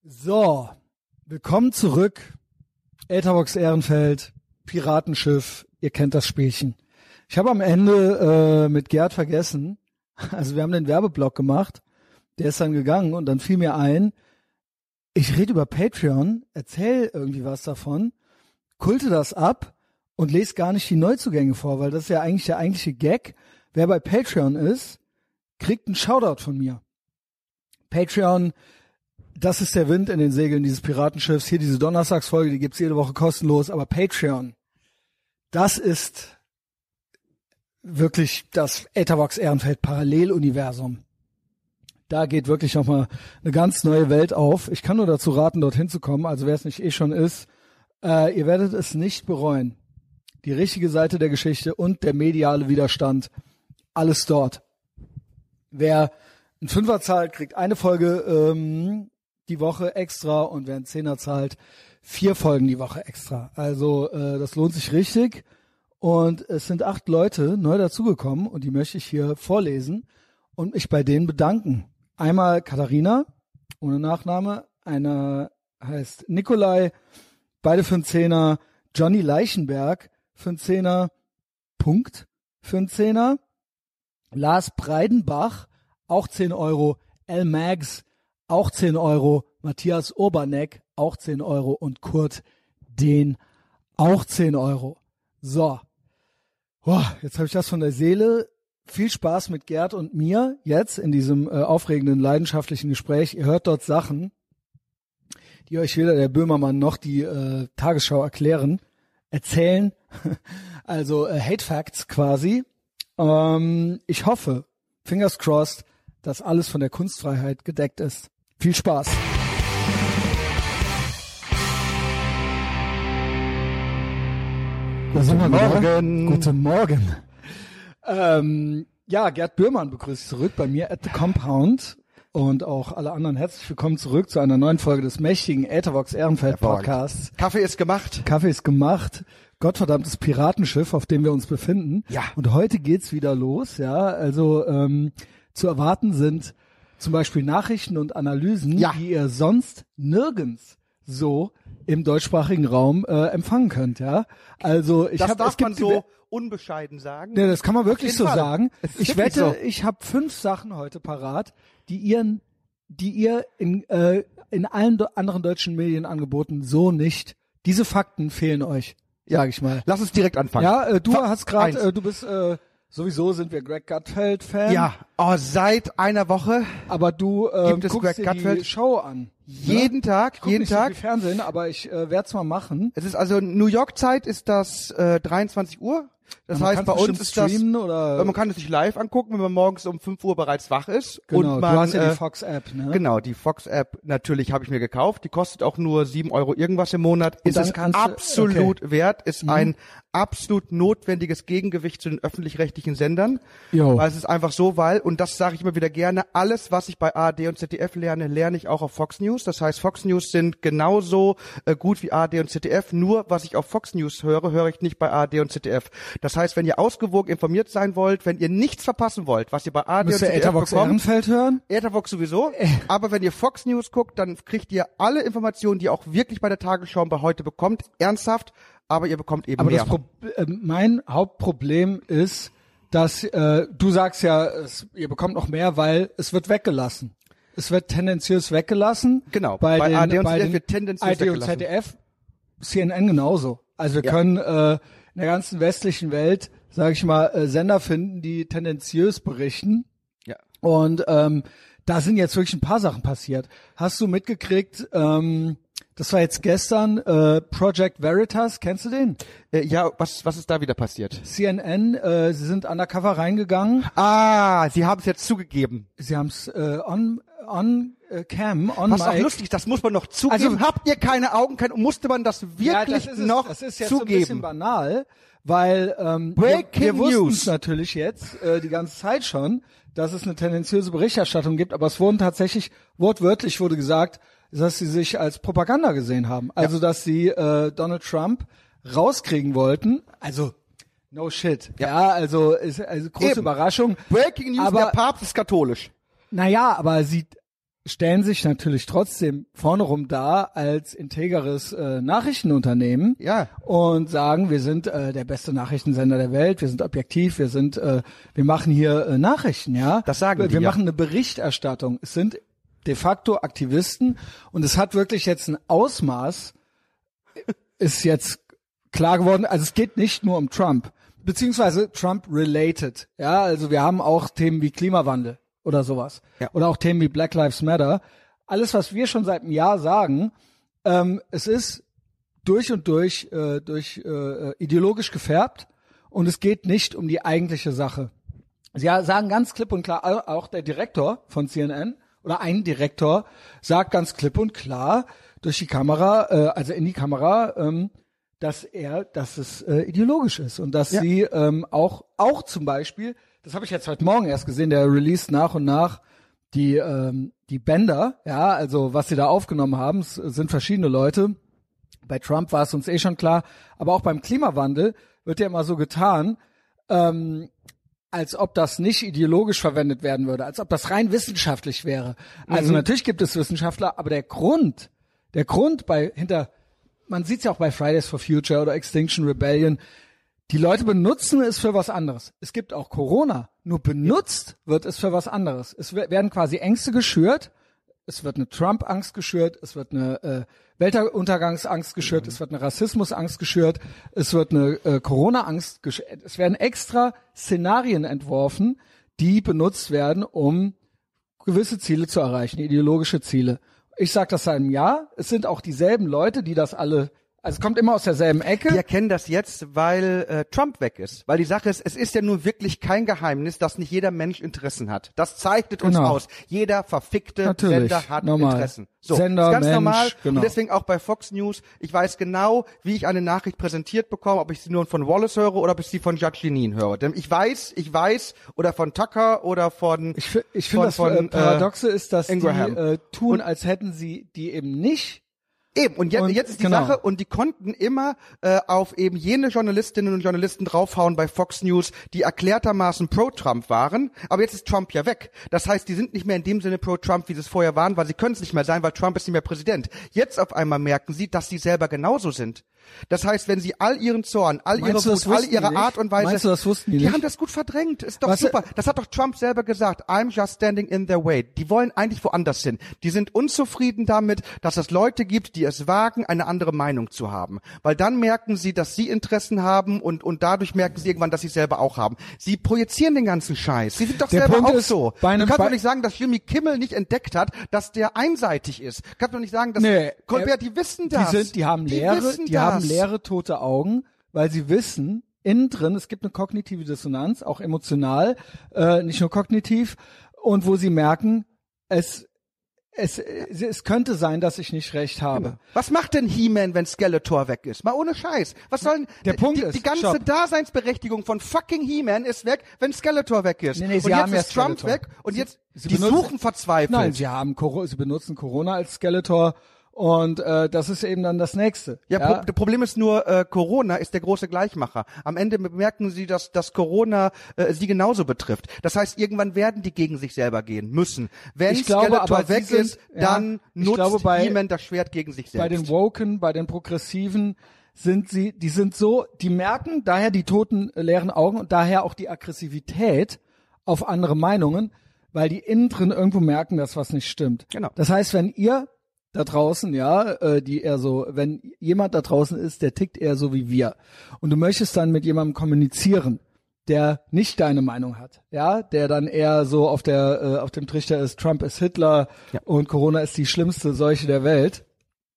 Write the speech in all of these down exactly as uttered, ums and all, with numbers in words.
So, willkommen zurück. Etherbox Ehrenfeld, Piratenschiff, ihr kennt das Spielchen. Ich habe am Ende äh, mit Gerd vergessen, also wir haben den Werbeblock gemacht, der ist dann gegangen und dann fiel mir ein, ich rede über Patreon, erzähl irgendwie was davon, kulte das ab und lese gar nicht die Neuzugänge vor, weil das ist ja eigentlich der eigentliche Gag. Wer bei Patreon ist, kriegt einen Shoutout von mir. Patreon, das ist der Wind in den Segeln dieses Piratenschiffs. Hier diese Donnerstagsfolge, die gibt's jede Woche kostenlos. Aber Patreon, das ist wirklich das Etherbox Ehrenfeld Paralleluniversum. Da geht wirklich nochmal eine ganz neue Welt auf. Ich kann nur dazu raten, dorthin zu kommen. Also wer es nicht eh schon ist, äh, ihr werdet es nicht bereuen. Die richtige Seite der Geschichte und der mediale Widerstand, alles dort. Wer einen Fünfer zahlt, kriegt eine Folge ähm, die Woche extra und wer einen Zehner zahlt, vier Folgen die Woche extra. Also äh, das lohnt sich richtig und es sind acht Leute neu dazugekommen und die möchte ich hier vorlesen und mich bei denen bedanken. Einmal Katharina, ohne Nachname, einer heißt Nikolai, beide für einen Zehner, Johnny Leichenberg für einen Zehner, Punkt für einen Zehner, Lars Breidenbach, auch zehn Euro, L. Mags, auch zehn Euro, Matthias Urbanek, auch zehn Euro und Kurt Den, auch zehn Euro. So, Boah, jetzt habe ich das von der Seele. Viel Spaß mit Gerd und mir jetzt in diesem äh, aufregenden, leidenschaftlichen Gespräch. Ihr hört dort Sachen, die euch weder der Böhmermann noch die äh, Tagesschau erklären, erzählen. Also äh, Hate Facts quasi. Ähm, ich hoffe, fingers crossed, dass alles von der Kunstfreiheit gedeckt ist. Viel Spaß. Guten Morgen. Guten Morgen. Ähm, ja, Gerd Bührmann begrüßt zurück bei mir at the Compound und auch alle anderen herzlich willkommen zurück zu einer neuen Folge des mächtigen Etherbox Ehrenfeld Podcasts. Kaffee ist gemacht. Kaffee ist gemacht. Gottverdammtes Piratenschiff, auf dem wir uns befinden. Ja. Und heute geht's wieder los, ja. Also ähm, zu erwarten sind zum Beispiel Nachrichten und Analysen, ja. die ihr sonst nirgends so im deutschsprachigen Raum äh, empfangen könnt, ja. Also ich das hab, darf es gibt man so unbescheiden sagen. Ne, das kann man wirklich so Fall. sagen. Ich wette, so. ich habe fünf Sachen heute parat, die ihr, die ihr in äh, in allen do- anderen deutschen Medienangeboten so nicht. Diese Fakten fehlen euch, Ja. sag ich mal. Lass uns direkt anfangen. Ja, äh, du Fakt hast gerade, eins. äh, du bist äh, sowieso sind wir Greg Gutfeld-Fan. Ja, oh, seit einer Woche. Aber du äh, Gibt es guckst Greg dir Gutfeld? die Show an. Jeden ne? Tag, Ich guck jeden nicht Tag. So viel Fernsehen, aber ich äh, werde es mal machen. Es ist also New York Zeit ist das äh, dreiundzwanzig Uhr. Das Man heißt, kann's bei uns bestimmt ist das, streamen oder äh, man kann es sich live angucken, wenn man morgens um fünf Uhr bereits wach ist. genau, und man, du hast ja äh, die Fox-App, ne? Genau, die Fox-App natürlich habe ich mir gekauft. Die kostet auch nur sieben Euro irgendwas im Monat. Und Ist dann es kannst du- absolut wert. Ist Mhm. ein absolut notwendiges Gegengewicht zu den öffentlich-rechtlichen Sendern. Jo. Weil es ist einfach so, weil, und das sage ich immer wieder gerne, alles, was ich bei A R D und Z D F lerne, lerne ich auch auf Fox News. Das heißt, Fox News sind genauso äh, gut wie A R D und Z D F. Nur, was ich auf Fox News höre, höre ich nicht bei A R D und Z D F. Das heißt, wenn ihr ausgewogen informiert sein wollt, wenn ihr nichts verpassen wollt, was ihr bei A R D Müsst und ihr Z D F Etherbox bekommt, Ehrenfeld hören? Etherbox sowieso, aber wenn ihr Fox News guckt, dann kriegt ihr alle Informationen, die ihr auch wirklich bei der Tagesschau bei heute bekommt, ernsthaft, aber ihr bekommt eben Aber mehr. das Pro äh, mein Hauptproblem ist, dass äh, du sagst ja, es, ihr bekommt noch mehr, weil es wird weggelassen. Es wird tendenziös weggelassen. Genau, Bei, bei den, A R D und bei Z D F den wird tendenziös A R D und weggelassen. Z D F, C N N genauso. Also wir Ja. können äh, in der ganzen westlichen Welt, sage ich mal, äh, Sender finden, die tendenziös berichten. Ja. Und ähm, da sind jetzt wirklich ein paar Sachen passiert. Hast du mitgekriegt, ähm, das war jetzt gestern, äh, Project Veritas, kennst du den? Äh, ja, was was ist da wieder passiert? C N N, äh, sie sind undercover reingegangen. Ah, sie haben es jetzt zugegeben. Sie haben es äh, on on äh, cam, on Was auch mic. lustig, das muss man noch zugeben. Also- Habt ihr keine Augen, kein, musste man das wirklich ja, das ist noch es, das ist jetzt so ein bisschen zugeben? banal, weil ähm, Breaking wir, wir wussten News. es natürlich jetzt äh, die ganze Zeit schon, dass es eine tendenziöse Berichterstattung gibt, aber es wurden tatsächlich, wortwörtlich wurde gesagt, dass sie sich als Propaganda gesehen haben. Also, dass sie äh, Donald Trump rauskriegen wollten. Also, no shit. Ja, Ja. also, ist, also große Eben. Überraschung. Breaking News, Aber- der Papst ist katholisch. Naja, aber sie, stellen sich natürlich trotzdem vorne rum dar als integeres äh, Nachrichtenunternehmen Ja. und sagen, wir sind äh, der beste Nachrichtensender der Welt, wir sind objektiv, wir sind, äh, wir machen hier äh, Nachrichten, ja. Das sagen wir, die, Wir ja. machen eine Berichterstattung. Es sind de facto Aktivisten und es hat wirklich jetzt ein Ausmaß, ist jetzt klar geworden, also es geht nicht nur um Trump, beziehungsweise Trump-related, ja, also wir haben auch Themen wie Klimawandel oder sowas. Ja. Oder auch Themen wie Black Lives Matter. Alles, was wir schon seit einem Jahr sagen, ähm, es ist durch und durch, äh, durch äh, ideologisch gefärbt und es geht nicht um die eigentliche Sache. Sie sagen ganz klipp und klar, auch der Direktor von C N N oder ein Direktor sagt ganz klipp und klar durch die Kamera, äh, also in die Kamera, ähm, dass er, dass es äh, ideologisch ist und dass Ja. sie ähm, auch, auch zum Beispiel, das habe ich jetzt heute Morgen erst gesehen, der released nach und nach die ähm, die Bänder, ja, also was sie da aufgenommen haben, es sind verschiedene Leute. Bei Trump war es uns eh schon klar, aber auch beim Klimawandel wird ja immer so getan, ähm, als ob das nicht ideologisch verwendet werden würde, als ob das rein wissenschaftlich wäre. Also Mhm. natürlich gibt es Wissenschaftler, aber der Grund, der Grund bei hinter, man sieht es ja auch bei Fridays for Future oder Extinction Rebellion, die Leute benutzen es für was anderes. Es gibt auch Corona, nur benutzt wird es für was anderes. Es werden quasi Ängste geschürt, es wird eine Trump-Angst geschürt, es wird eine äh, Weltuntergangsangst geschürt, mhm. es wird eine Rassismusangst geschürt, es wird eine äh, Corona-Angst geschürt. Es werden extra Szenarien entworfen, die benutzt werden, um gewisse Ziele zu erreichen, ideologische Ziele. Ich sage das seit einem Jahr. Es sind auch dieselben Leute, die das alle, also es kommt immer aus derselben Ecke. Die erkennen das jetzt, weil äh, Trump weg ist. Weil die Sache ist, es ist ja nun wirklich kein Geheimnis, dass nicht jeder Mensch Interessen hat. Das zeichnet uns Genau. aus. Jeder verfickte Natürlich, Sender hat normal. Interessen. So, Sender, ist ganz Mensch, normal. genau. Und deswegen auch bei Fox News, ich weiß genau, wie ich eine Nachricht präsentiert bekomme, ob ich sie nur von Wallace höre oder ob ich sie von Judge Jeanine höre. Denn ich weiß, ich weiß, oder von Tucker oder von Ich, fi- ich finde, das von, äh, Paradoxe ist, dass Ingraham. die äh, tun, Und- als hätten sie die eben nicht. Eben, und jetzt, Und jetzt ist die genau. Sache, und die konnten immer äh, auf eben jene Journalistinnen und Journalisten draufhauen bei Fox News, die erklärtermaßen pro-Trump waren, aber jetzt ist Trump ja weg. Das heißt, die sind nicht mehr in dem Sinne pro-Trump, wie sie es vorher waren, weil sie können es nicht mehr sein, weil Trump ist nicht mehr Präsident. Jetzt auf einmal merken sie, dass sie selber genauso sind. Das heißt, wenn sie all ihren Zorn, all ihre Meinst du, das Wut, all wussten die ihre nicht? Art und Weise... Meinst du, das wussten die Die nicht? haben das gut verdrängt, ist doch Was- super. Das hat doch Trump selber gesagt. I'm just standing in their way. Die wollen eigentlich woanders hin. Die sind unzufrieden damit, dass es Leute gibt, die es wagen, eine andere Meinung zu haben. Weil dann merken sie, dass sie Interessen haben und, und dadurch merken sie irgendwann, dass sie es selber auch haben. Sie projizieren den ganzen Scheiß. Sie sind doch Der selber Punkt auch ist, so. bei einem- du kannst bei- doch nicht sagen, dass Jimmy Kimmel nicht entdeckt hat, dass der einseitig ist. Du kannst doch nicht sagen, dass Nee, Colbert, äh, die wissen das. Die sind, die haben leere, wissen die das. haben leere tote Augen, weil sie wissen, innen drin, es gibt eine kognitive Dissonanz, auch emotional, äh, nicht nur kognitiv, und wo sie merken, es, es, es könnte sein, dass ich nicht recht habe. Was macht denn He-Man, wenn Skeletor weg ist? Mal ohne Scheiß. Was soll denn, Der die, Punkt die, ist, die ganze stopp. Daseinsberechtigung von fucking He-Man ist weg, wenn Skeletor weg ist. Nee, nee, sie und jetzt haben ja ist Trump Skeletor. weg und Sie- jetzt, sie die benutzen- suchen verzweifelt. Nein, sie haben, Coro- sie benutzen Corona als Skeletor, und äh, das ist eben dann das Nächste. Ja, Pro das Problem ist nur, äh, Corona ist der große Gleichmacher. Am Ende bemerken sie, dass, dass Corona äh, sie genauso betrifft. Das heißt, irgendwann werden die gegen sich selber gehen müssen. Wenn Ich glaube, Skeletor aber weg sie sind- ist, ja, dann ich nutzt glaube, bei- He-Man das Schwert gegen sich selbst. Bei den Woken, bei den Progressiven sind sie, die sind so, die merken daher die toten äh, leeren Augen und daher auch die Aggressivität auf andere Meinungen, weil die innen drin irgendwo merken, dass was nicht stimmt. Genau. Das heißt, wenn ihr da draußen, ja, äh, die eher so, wenn jemand da draußen ist, der tickt eher so wie wir, und du möchtest dann mit jemandem kommunizieren, der nicht deine Meinung hat, ja, der dann eher so auf der äh, auf dem Trichter ist, Trump ist Hitler, Ja. und Corona ist die schlimmste Seuche der Welt.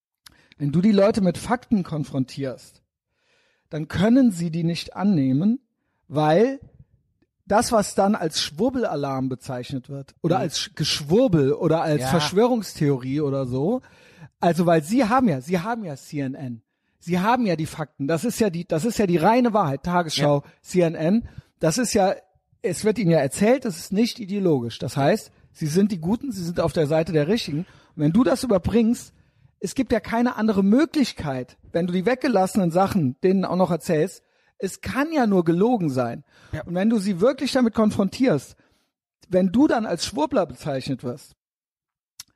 Wenn du die Leute mit Fakten konfrontierst, dann können sie die nicht annehmen, weil das, was dann als Schwurbelalarm bezeichnet wird oder Mhm. als Sch- Geschwurbel oder als Ja. Verschwörungstheorie oder so, also weil sie haben ja, sie haben ja C N N, sie haben ja die Fakten, das ist ja die, das ist ja die reine Wahrheit, Tagesschau, C N N, das ist ja, es wird ihnen ja erzählt, es ist nicht ideologisch, das heißt, sie sind die Guten, sie sind auf der Seite der Richtigen, und wenn du das überbringst, es gibt ja keine andere Möglichkeit, wenn du die weggelassenen Sachen denen auch noch erzählst, es kann ja nur gelogen sein. Ja. Und wenn du sie wirklich damit konfrontierst, wenn du dann als Schwurbler bezeichnet wirst,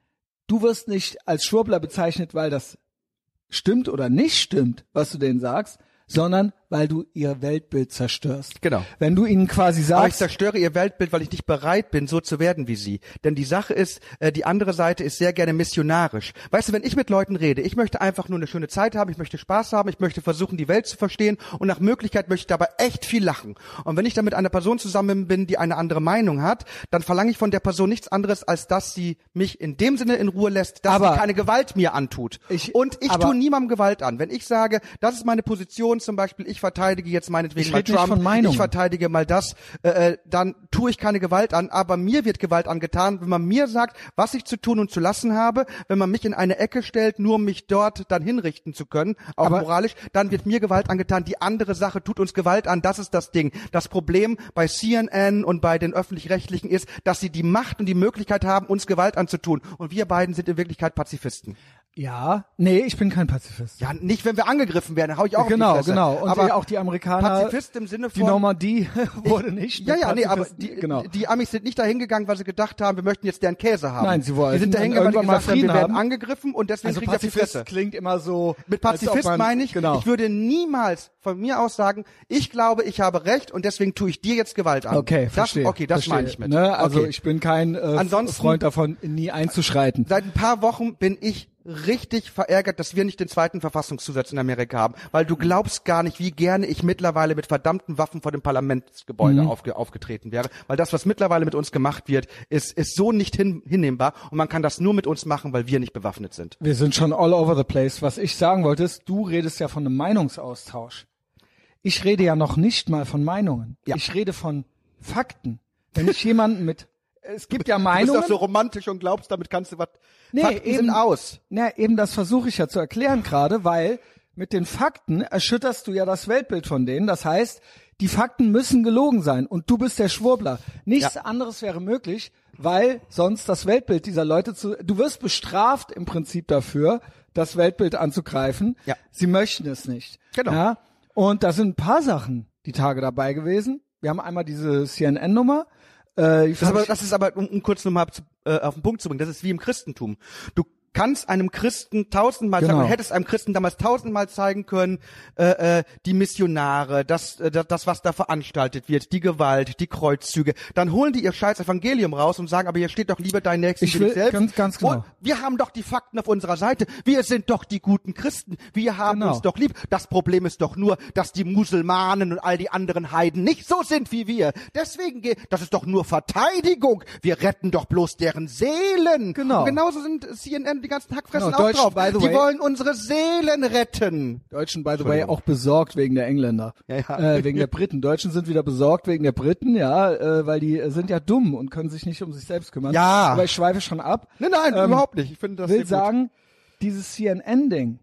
du wirst nicht als Schwurbler bezeichnet, weil das stimmt oder nicht stimmt, was du denen sagst, sondern weil du ihr Weltbild zerstörst. Genau. Wenn du ihnen quasi Aber ich sagst, zerstöre ihr Weltbild, weil ich nicht bereit bin, so zu werden wie sie. Denn die Sache ist, äh, die andere Seite ist sehr gerne missionarisch. Weißt du, wenn ich mit Leuten rede, ich möchte einfach nur eine schöne Zeit haben, ich möchte Spaß haben, ich möchte versuchen, die Welt zu verstehen und nach Möglichkeit möchte ich dabei echt viel lachen. Und wenn ich dann mit einer Person zusammen bin, die eine andere Meinung hat, dann verlange ich von der Person nichts anderes, als dass sie mich in dem Sinne in Ruhe lässt, dass Aber sie keine Gewalt mir antut. Ich- und ich aber- tue niemandem Gewalt an. Wenn ich sage, das ist meine Position zum Beispiel, ich verteidige jetzt meinetwegen Ich mal red nicht Trump, von Meinungen. ich verteidige mal das, äh, dann tue ich keine Gewalt an, aber mir wird Gewalt angetan, wenn man mir sagt, was ich zu tun und zu lassen habe, wenn man mich in eine Ecke stellt, nur um mich dort dann hinrichten zu können, auch Aber- moralisch, dann wird mir Gewalt angetan, die andere Sache tut uns Gewalt an, das ist das Ding. Das Problem bei C N N und bei den Öffentlich-Rechtlichen ist, dass sie die Macht und die Möglichkeit haben, uns Gewalt anzutun und wir beiden sind in Wirklichkeit Pazifisten. ja, nee, ich bin kein Pazifist. Ja, nicht, wenn wir angegriffen werden, hau ich auch genau, auf die Fresse. genau. Und aber die, auch die Amerikaner, Pazifist im Sinne die von... Normandie wurde nicht. Ja, mit ja, nee, aber Pazifisten- die, genau. die Amis sind nicht dahin gegangen, weil sie gedacht haben, wir möchten jetzt deren Käse haben. Nein, sie wollten Die sind dahin dann gegangen, weil sie irgendwann mal gesagt haben, wir Frieden werden haben. angegriffen und deswegen Also kriegen wir auf die Pazifist Fresse. klingt immer so. Mit als ob Pazifist man- meine ich, genau. ich würde niemals von mir aus sagen, ich glaube, ich habe Recht und deswegen tue ich dir jetzt Gewalt an. Okay, das, verstehe. Okay, das verstehe. meine ich mit. Ne? Also okay. ich bin kein äh, Ansonsten- Freund davon, nie einzuschreiten. Seit ein paar Wochen bin ich richtig verärgert, dass wir nicht den zweiten Verfassungszusatz in Amerika haben, weil du glaubst gar nicht, wie gerne ich mittlerweile mit verdammten Waffen vor dem Parlamentsgebäude Mhm. aufge aufgetreten wäre, weil das, was mittlerweile mit uns gemacht wird, ist, ist so nicht hin hinnehmbar und man kann das nur mit uns machen, weil wir nicht bewaffnet sind. Wir sind schon all over the place. Was ich sagen wollte ist, du redest ja von einem Meinungsaustausch. Ich rede ja noch nicht mal von Meinungen. Ja. Ich rede von Fakten. Wenn ich jemanden mit, es gibt ja Du Meinungen. bist doch so romantisch und glaubst, damit kannst du was. Nee, Fakten eben sind aus. Na, eben das versuche ich ja zu erklären gerade, weil mit den Fakten erschütterst du ja das Weltbild von denen. Das heißt, die Fakten müssen gelogen sein und du bist der Schwurbler. Nichts Ja. anderes wäre möglich, weil sonst das Weltbild dieser Leute zu, du wirst bestraft im Prinzip dafür, das Weltbild anzugreifen. Ja. Sie möchten es nicht. Genau. Ja? Und da sind ein paar Sachen die Tage dabei gewesen. Wir haben einmal diese C N N-Nummer. Äh, die Das ist fand aber, ich- das ist aber, um, um kurz nochmal zu, äh, auf den Punkt zu bringen, das ist wie im Christentum. Du kannst einem Christen tausendmal Genau. sagen, du hättest einem Christen damals tausendmal zeigen können, äh, äh, die Missionare, das, äh, das, das, was da veranstaltet wird, die Gewalt, die Kreuzzüge. Dann holen die ihr scheiß Evangelium raus und sagen, aber hier steht doch lieber dein Nächsten Ich für will- dich selbst. ganz- ganz genau. Und wir haben doch die Fakten auf unserer Seite. Wir sind doch die guten Christen. Wir haben Genau. uns doch lieb. Das Problem ist doch nur, dass die Musulmanen und all die anderen Heiden nicht so sind wie wir. Deswegen geht, das ist doch nur Verteidigung. Wir retten doch bloß deren Seelen. Genau. Und genauso sind C N N die ganzen Hackfressen Genau, auch Deutsch, drauf. by the Die way. wollen unsere Seelen retten. Deutschen, by the way, auch besorgt wegen der Engländer. Ja, ja. Äh, wegen der Briten. Deutschen sind wieder besorgt wegen der Briten, ja, äh, weil die äh, sind ja dumm und können sich nicht um sich selbst kümmern. Ja. Aber ich schweife schon ab. Nein, nein, Ähm, überhaupt nicht. Ich finde das will sehr gut. sagen, dieses C N N-Ding,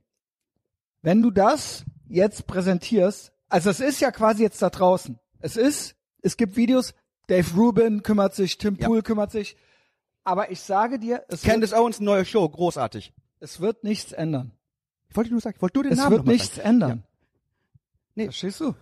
wenn du das jetzt präsentierst, also es ist ja quasi jetzt da draußen. Es ist, es gibt Videos, Dave Rubin kümmert sich, Tim Ja. Pool kümmert sich, aber ich sage dir, es wird, Candace Owens neue Show, großartig. es wird nichts ändern. Ich wollte nur sagen, ich wollte nur den Es Namen wird noch mal nichts sagen. ändern. Nee. Verstehst du?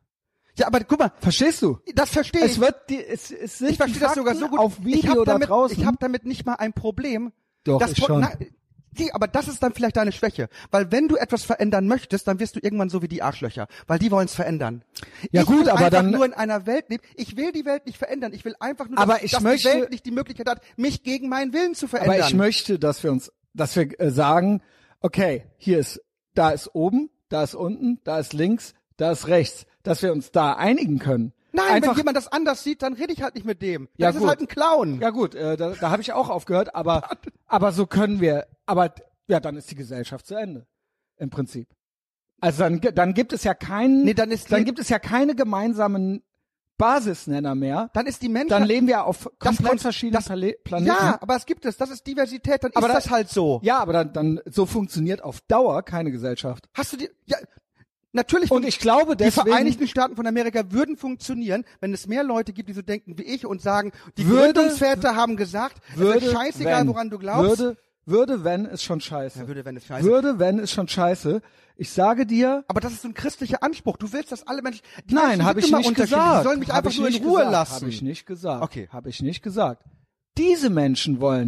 Ja, aber guck mal, Verstehst du? das verstehe ich. Es wird die, es, es sind Ich verstehe die das sogar so Fakten gut. auf ich Video hab da damit, draußen. Ich habe damit nicht mal ein Problem. Doch, das ich Pro- schon. Na, nee, aber das ist dann vielleicht deine Schwäche. Weil wenn du etwas verändern möchtest, dann wirst du irgendwann so wie die Arschlöcher. Weil die wollen es verändern. Ja ich gut, will aber einfach dann- nur in einer Welt leben. Ich will die Welt nicht verändern. Ich will einfach nur, Aber dass, ich dass möchte- die Welt nicht die Möglichkeit hat, mich gegen meinen Willen zu verändern. Aber ich möchte, dass wir uns, dass wir äh, sagen, okay, hier ist, da ist oben, da ist unten, da ist links, da ist rechts, dass wir uns da einigen können. Nein, Einfach, wenn jemand das anders sieht, dann rede ich halt nicht mit dem. Ja, Das ist gut. halt ein Clown. ja gut, äh, da, da habe ich auch aufgehört, aber, aber so können wir, aber ja, dann ist die Gesellschaft zu Ende, im Prinzip. Also dann, gi- dann gibt es ja keinen, Nee, dann ist dann die- gibt es ja keine gemeinsamen Basisnenner mehr. Dann ist die Menschheit... Dann leben wir auf Das komplett kommt- verschiedenen das- Pale- Planeten. Ja, aber es gibt es. Das ist Diversität. Dann Aber ist da- das halt so. Ja, aber dann, dann so funktioniert auf Dauer keine Gesellschaft. Hast du die... Ja, natürlich... Und ich glaube Die deswegen, Vereinigten Staaten von Amerika würden funktionieren, wenn es mehr Leute gibt, die so denken wie ich und sagen, die Würde- Gründungsväter haben gesagt, würde, es ist scheißegal, wenn, woran du glaubst. Würde, würde, wenn, ist schon scheiße. Ja, würde, wenn es scheiße. Würde, wenn, ist schon scheiße. Ich sage dir, Aber das ist so ein christlicher Anspruch. Du willst, dass alle Menschen... Die nein, Menschen habe sind ich immer nicht unterschiedlich. gesagt. Die sollen mich Hab einfach ich nur in nicht Ruhe gesagt. lassen. Habe ich nicht gesagt. Okay. Habe ich nicht gesagt. Diese Menschen wollen,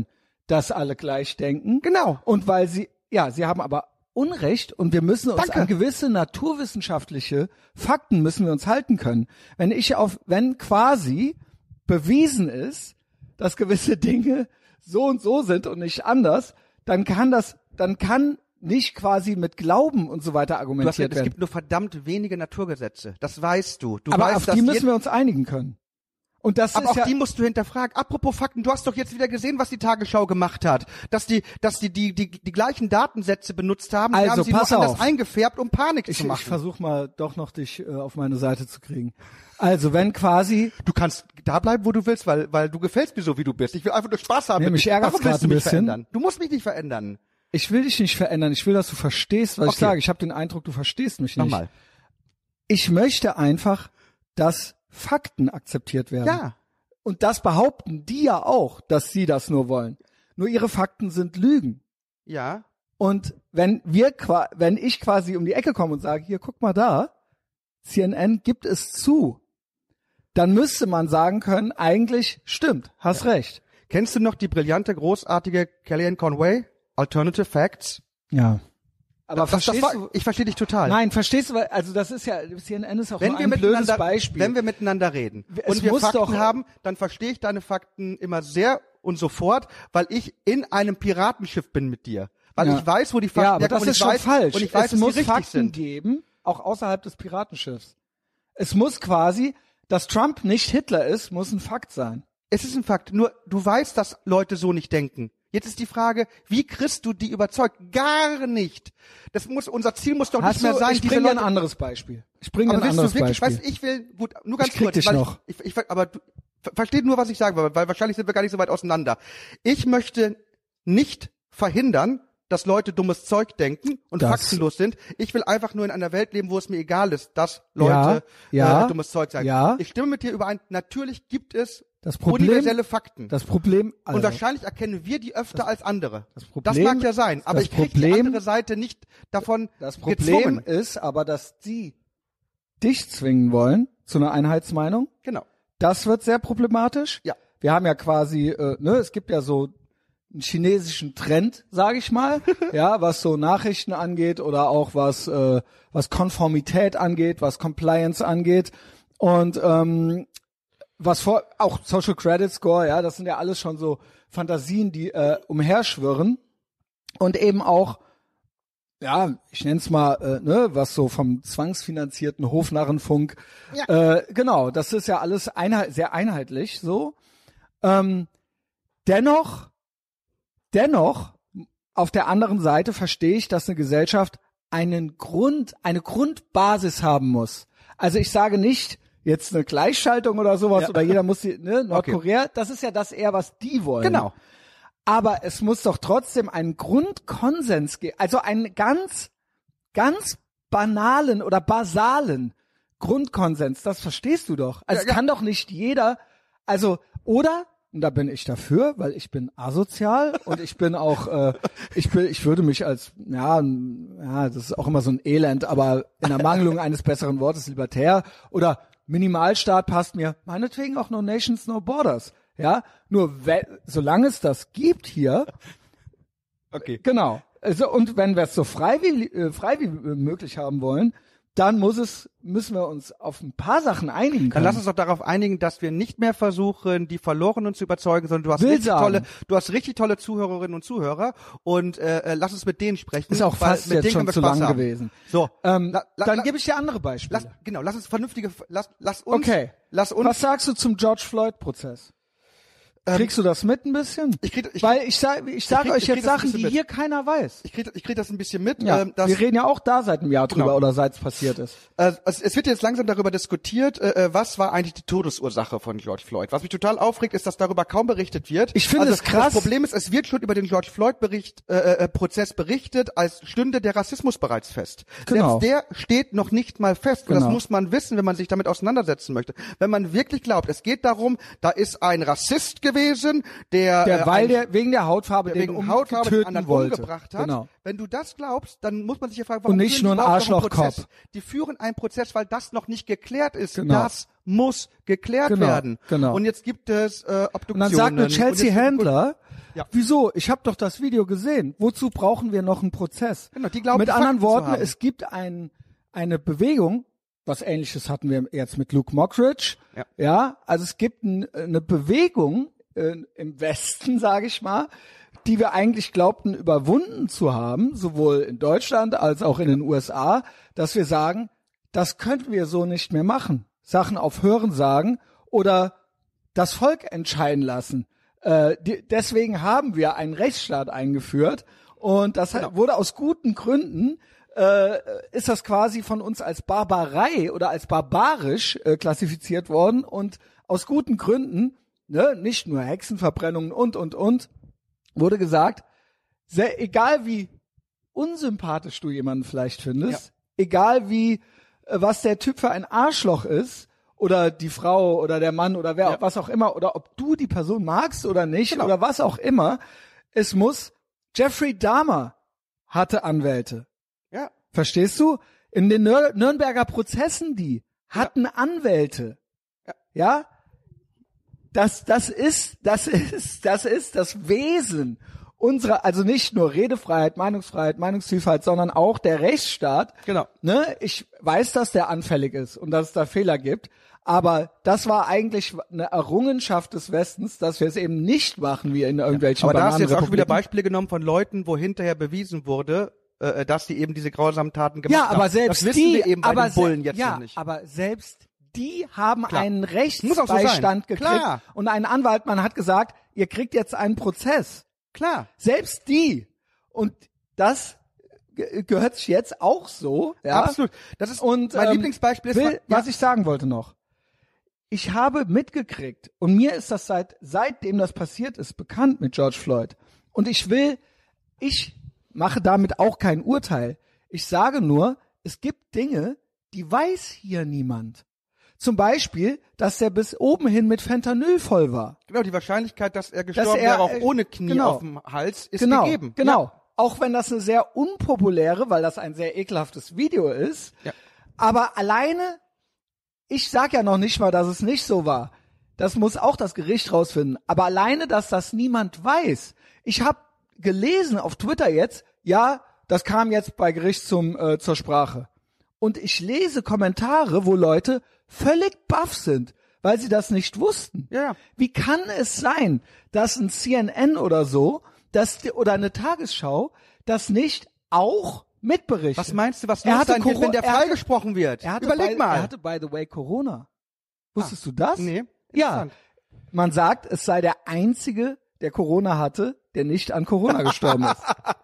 dass alle gleich denken. Genau. Und weil sie, ja, sie haben aber Unrecht und wir müssen uns Danke. an gewisse naturwissenschaftliche Fakten müssen wir uns halten können. Wenn ich auf, wenn quasi bewiesen ist, dass gewisse Dinge so und so sind und nicht anders, dann kann das, dann kann nicht quasi mit Glauben und so weiter Du hast argumentiert gesagt, es werden. gibt nur verdammt wenige Naturgesetze. Das weißt du. Du Aber weißt, auf dass die müssen jed- wir uns einigen können. Und das Aber ist auch ja, die musst du hinterfragen. Apropos Fakten, du hast doch jetzt wieder gesehen, was die Tagesschau gemacht hat. Dass die, dass die, die, die, die gleichen Datensätze benutzt haben. Sie Also, haben sie pass nur anders auf. eingefärbt, um Panik ich, zu ich machen. versuche mal doch noch dich äh, auf meine Seite zu kriegen. Also wenn quasi, Du kannst da bleiben, wo du willst, weil, weil du gefällst mir so, wie du bist. Ich will einfach nur Spaß haben. Nee, mit mich dir. ärgert's Warum willst grad du ein mich bisschen. verändern? Du musst mich nicht verändern. ich will dich nicht verändern, ich will, dass du verstehst, was ich Okay. sage. Ich habe den Eindruck, du verstehst mich nicht. Nochmal. Ich möchte einfach, dass Fakten akzeptiert werden. Ja. Und das behaupten die ja auch, dass sie das nur wollen. Nur ihre Fakten sind Lügen. Ja. Und wenn wir, qua- wenn ich quasi um die Ecke komme und sage, hier, guck mal da, C N N gibt es zu, dann müsste man sagen können, eigentlich stimmt, hast recht. Kennst du noch die brillante, großartige Kellyanne Conway? Alternative Facts? Ja. Aber Das, das verstehst war, du? ich verstehe dich total. Nein, verstehst du, weil- also das ist ja, C N N ist auch wenn nur wir ein blödes miteinander, Beispiel. wenn wir miteinander reden Es und wir muss Fakten doch- haben, dann verstehe ich deine Fakten immer sehr und sofort, weil ich in einem Piratenschiff bin mit dir. Weil Ja. ich weiß, wo die Fakten ja, aber herkommen das und ist ich schon weiß, falsch. Und ich weiß, es dass muss die richtig Fakten sind. geben, auch außerhalb des Piratenschiffs. Es muss quasi, dass Trump nicht Hitler ist, muss ein Fakt sein. Es ist ein Fakt. Nur du weißt, dass Leute so nicht denken. Jetzt ist die Frage, wie kriegst du die überzeugt? Gar nicht. Das muss, unser Ziel muss doch Hast nicht mehr du, sein, ich diese bringe dir Leute. ein anderes Beispiel. Ich bringe Aber dir ein willst anderes du wirklich, Beispiel. weißt, ich will, gut, nur ganz Ich krieg kurz, dich weil noch. Ich, ich, ich, aber du ver- versteht nur, was ich sagen will, weil wahrscheinlich sind wir gar nicht so weit auseinander. Ich möchte nicht verhindern, dass Leute dummes Zeug denken und Das- faktenlos sind. Ich will einfach nur in einer Welt leben, wo es mir egal ist, dass Leute Ja, ja, äh, dummes Zeug sagen. ja. Ich stimme mit dir überein. Natürlich gibt es Das Problem- universelle Fakten. Das Problem, also, und wahrscheinlich erkennen wir die öfter als andere. das Problem- das mag ja sein, aber das ich kriege die Problem- andere Seite nicht davon das Problem gezwungen. ist aber, dass die dich zwingen wollen zu einer Einheitsmeinung. Genau. Das wird sehr problematisch. Ja. Wir haben ja quasi, äh, ne, es gibt ja so einen chinesischen Trend, sage ich mal, ja, was so Nachrichten angeht oder auch was äh, was Konformität angeht, was Compliance angeht und ähm, was vor auch Social Credit Score, ja, das sind ja alles schon so Fantasien, die äh, umherschwirren und eben auch ja, ich nenn's mal, äh, ne, was so vom zwangsfinanzierten Hofnarrenfunk, äh, genau, das ist ja alles einheit, sehr einheitlich so. Ähm, dennoch, dennoch, auf der anderen Seite verstehe ich, dass eine Gesellschaft einen Grund, eine Grundbasis haben muss. Also ich sage nicht jetzt eine Gleichschaltung oder sowas Ja. oder jeder muss die, ne, Nordkorea, das ist ja das eher, was die wollen. Genau. Aber es muss doch trotzdem einen Grundkonsens geben, also einen ganz, ganz banalen oder basalen Grundkonsens. Das verstehst du doch. Also Ja, es ja. kann doch nicht jeder, also, oder, und da bin ich dafür, weil ich bin asozial und ich bin auch, äh, ich bin, ich würde mich als, ja, n- ja, das ist auch immer so ein Elend, aber in der Mangelung eines besseren Wortes libertär oder Minimalstaat passt mir, meinetwegen auch No Nations, No Borders. Ja, nur we- solange es das gibt hier, Okay. genau. Also, und wenn wir es so frei wie, äh, frei wie möglich haben wollen, dann muss es, müssen wir uns auf ein paar Sachen einigen Dann können. lass uns doch darauf einigen, dass wir nicht mehr versuchen, die Verlorenen zu überzeugen, sondern du hast Will richtig sagen. tolle, du hast richtig tolle Zuhörerinnen und Zuhörer und äh, äh, lass uns mit denen sprechen. Ist auch weil fast mit jetzt denen schon können wir zu Spaß lang haben. gewesen. So, Ähm, la- la- dann la- gebe ich dir andere Beispiele. lass, genau, lass uns vernünftige, lass, lass uns, Okay. lass uns. Was sagst du zum George Floyd-Prozess? Kriegst du das mit ein bisschen? ich krieg- ich- Weil ich sage ich sag krieg- euch ich krieg jetzt das ein Sachen, bisschen die mit. hier keiner weiß. Ich krieg, ich krieg das ein bisschen mit. Ja, ähm, dass, wir reden ja auch da seit einem Jahr drüber Genau. oder seit es passiert ist. Äh, es, es wird jetzt langsam darüber diskutiert, äh, äh, was war eigentlich die Todesursache von George Floyd. Was mich total aufregt, ist, dass darüber kaum berichtet wird. Ich finde also, es krass. Das Problem ist, es wird schon über den George Floyd Bericht, äh, äh, Prozess berichtet, als stünde der Rassismus bereits fest. Genau. Selbst der steht noch nicht mal fest. Und Genau. das muss man wissen, wenn man sich damit auseinandersetzen möchte. Wenn man wirklich glaubt, es geht darum, da ist ein Rassist gewesen, gewesen, der, der äh, weil ein, der wegen der Hautfarbe der den wegen um, Hautfarbe den töten anderen wollte. umgebracht hat. Genau. Wenn du das glaubst, dann muss man sich ja fragen, warum Und nicht führen nur die ein überhaupt noch einen Arschlochkopf. Prozess? Die führen einen Prozess, weil das noch nicht geklärt ist. Genau. Das muss geklärt Genau, werden. genau. Und jetzt gibt es äh, Obduktionen. Und dann sagt eine Und Chelsea jetzt- Handler, Ja. wieso? Ich habe doch das Video gesehen. Wozu brauchen wir noch einen Prozess? Genau, die glauben, Mit die anderen Fakten zu Worten, haben. es gibt ein, eine Bewegung, was Ähnliches hatten wir jetzt mit Luke Mockridge. Ja. Ja, also es gibt ein, eine Bewegung äh, im Westen, sage ich mal, die wir eigentlich glaubten überwunden zu haben, sowohl in Deutschland als auch in den U S A, dass wir sagen, das könnten wir so nicht mehr machen. Sachen auf Hören sagen oder das Volk entscheiden lassen. Äh, die, deswegen haben wir einen Rechtsstaat eingeführt und das hat, wurde aus guten Gründen, äh, ist das quasi von uns als Barbarei oder als barbarisch äh, klassifiziert worden und aus guten Gründen, ne, nicht nur Hexenverbrennungen und, und, und, wurde gesagt, sehr, egal wie unsympathisch du jemanden vielleicht findest, ja. egal wie, äh, was der Typ für ein Arschloch ist, oder die Frau oder der Mann oder wer, Ja. was auch immer, oder ob du die Person magst oder nicht, Genau. oder was auch immer, es muss, Jeffrey Dahmer hatte Anwälte. Ja. Verstehst du? In den Nür- Nürnberger Prozessen, die hatten Anwälte. Ja. Ja? Das, das ist, das ist, das ist das Wesen unserer, also nicht nur Redefreiheit, Meinungsfreiheit, Meinungsvielfalt, sondern auch der Rechtsstaat. Genau. Ne? Ich weiß, dass der anfällig ist und dass es da Fehler gibt. Aber das war eigentlich eine Errungenschaft des Westens, dass wir es eben nicht machen wie in irgendwelchen Aber da hast du jetzt auch schon wieder Bananenrepubliken. Beispiele genommen von Leuten, wo hinterher bewiesen wurde, äh, dass die eben diese grausamen Taten gemacht Ja, haben. aber selbst das wissen die, wir eben bei aber den Bullen se- jetzt ja, noch nicht. aber selbst die haben Klar. einen Muss auch so Rechtsbeistand sein. gekriegt Klar. und ein Anwaltmann hat gesagt, ihr kriegt jetzt einen Prozess. Klar. Selbst die. Und das ge- gehört sich jetzt auch so. Ja? Absolut. Das ist Und mein ähm, Lieblingsbeispiel ist, will, ja, was ich sagen wollte noch. Ich habe mitgekriegt und mir ist das seit seitdem das passiert ist bekannt mit George Floyd. Und ich will, ich mache damit auch kein Urteil. Ich sage nur, es gibt Dinge, die weiß hier niemand. Zum Beispiel, dass er bis oben hin mit Fentanyl voll war. genau, die Wahrscheinlichkeit, dass er gestorben er, wäre, auch äh, ohne Knie genau. auf dem Hals, ist genau, gegeben. Genau. Ja. Auch wenn das eine sehr unpopuläre, weil das ein sehr ekelhaftes Video ist. Ja. Aber alleine, ich sag ja noch nicht mal, dass es nicht so war. Das muss auch das Gericht rausfinden. Aber alleine, dass das niemand weiß. Ich habe gelesen auf Twitter jetzt, ja, das kam jetzt bei Gericht zum äh, zur Sprache. Und ich lese Kommentare, wo Leute völlig baff sind, weil sie das nicht wussten. Ja, ja. Wie kann es sein, dass ein C N N oder so, dass die, oder eine Tagesschau das nicht auch mitberichtet? Was meinst du, was Er los hatte sein wird, Coro- wenn der er hatte- freigesprochen wird? Er hatte Überleg by, mal. Er hatte, by the way, Corona. Wusstest du das? Nee. Ja. Interessant. Man sagt, es sei der einzige, der Corona hatte, der nicht an Corona gestorben ist.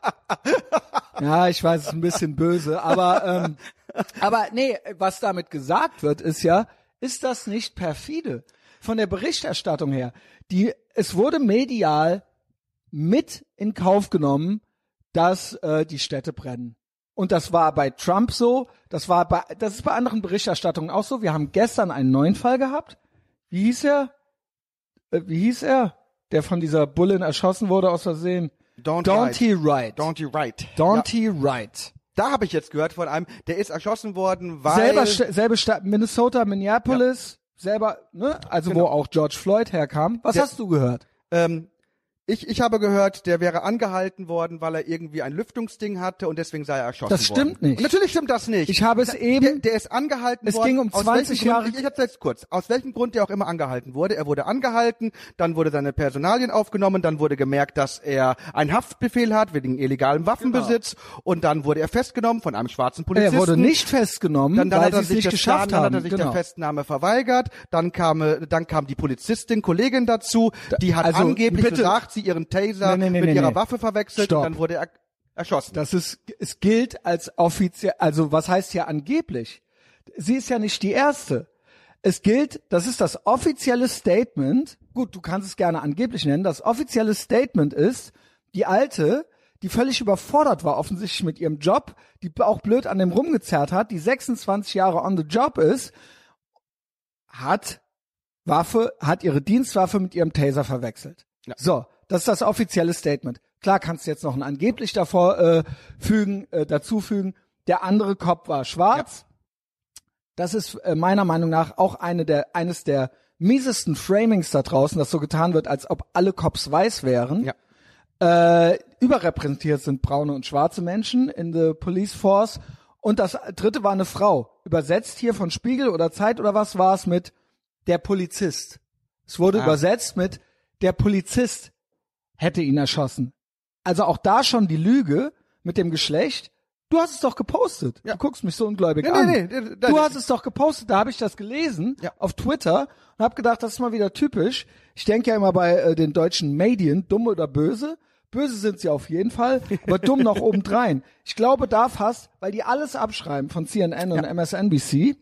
Ja, ich weiß, es ist ein bisschen böse, aber ähm, aber nee, was damit gesagt wird, ist ja, ist das nicht perfide von der Berichterstattung her? Die, es wurde medial mit in Kauf genommen, dass äh, die Städte brennen. Und das war bei Trump so, das war bei, das ist bei anderen Berichterstattungen auch so. Wir haben gestern einen neuen Fall gehabt. Wie hieß er? Äh, wie hieß er? Der von dieser Bullin erschossen wurde aus Versehen. Don't Daunte Wright. Daunte Wright. Daunte Ja. Wright. Da habe ich jetzt gehört von einem, der ist erschossen worden, weil... Selber, St- selbe Stadt, Minnesota, Minneapolis, selber, ne? Also Genau. wo auch George Floyd herkam. Was Der- hast du gehört? Ähm, ich, ich habe gehört, der wäre angehalten worden, weil er irgendwie ein Lüftungsding hatte und deswegen sei er erschossen Das worden. stimmt nicht. Und natürlich stimmt das nicht. Ich habe es Der, eben, der ist angehalten Es worden. ging um aus zwanzig welchem Jahre- Grund, ich, ich hab's jetzt kurz. Aus welchem Grund der auch immer angehalten wurde. Er wurde angehalten, dann wurde seine Personalien aufgenommen, dann wurde gemerkt, dass er einen Haftbefehl hat wegen illegalem Waffenbesitz und dann wurde er festgenommen von einem schwarzen Polizisten. er wurde nicht festgenommen, Dann, dann weil hat er sie es sich nicht das geschafft dann, dann haben. hat er sich genau. der Festnahme verweigert. Dann kam, äh, dann kam die Polizistin, Kollegin dazu, die hat also, angeblich bitte- gesagt, sie ihren Taser Nee, nee, nee, mit nee, ihrer nee. Waffe verwechselt Stopp. und dann wurde er erschossen. Das ist, es gilt als offiziell, also was heißt hier angeblich? Sie ist ja nicht die erste. Es gilt, das ist das offizielle Statement. Gut, du kannst es gerne angeblich nennen. Das offizielle Statement ist, die Alte, die völlig überfordert war offensichtlich mit ihrem Job, die auch blöd an dem rumgezerrt hat, die sechsundzwanzig Jahre on the job ist, hat Waffe, hat ihre Dienstwaffe mit ihrem Taser verwechselt. Ja. So, das ist das offizielle Statement. Klar kannst du jetzt noch ein angeblich davor äh, fügen, äh, dazufügen. Der andere Cop war schwarz. Ja. Das ist äh, meiner Meinung nach auch eine der eines der miesesten Framings da draußen, dass so getan wird, als ob alle Cops weiß wären. Ja. Äh, überrepräsentiert sind braune und schwarze Menschen in the Police Force. Und das dritte war eine Frau. Übersetzt hier von Spiegel oder Zeit oder was war es mit der Polizist. Es wurde ah. übersetzt mit der Polizist hätte ihn erschossen. Also auch da schon die Lüge mit dem Geschlecht. Du hast es doch gepostet. Ja. Du guckst mich so ungläubig nee, an. Nee, nee, nee, du hast es doch gepostet. Da habe ich das gelesen ja. auf Twitter und habe gedacht, das ist mal wieder typisch. Ich denke ja immer bei äh, den deutschen Medien, dumm oder böse. Böse sind sie auf jeden Fall, aber dumm noch obendrein. Ich glaube da fast, weil die alles abschreiben von C N N und ja. M S N B C,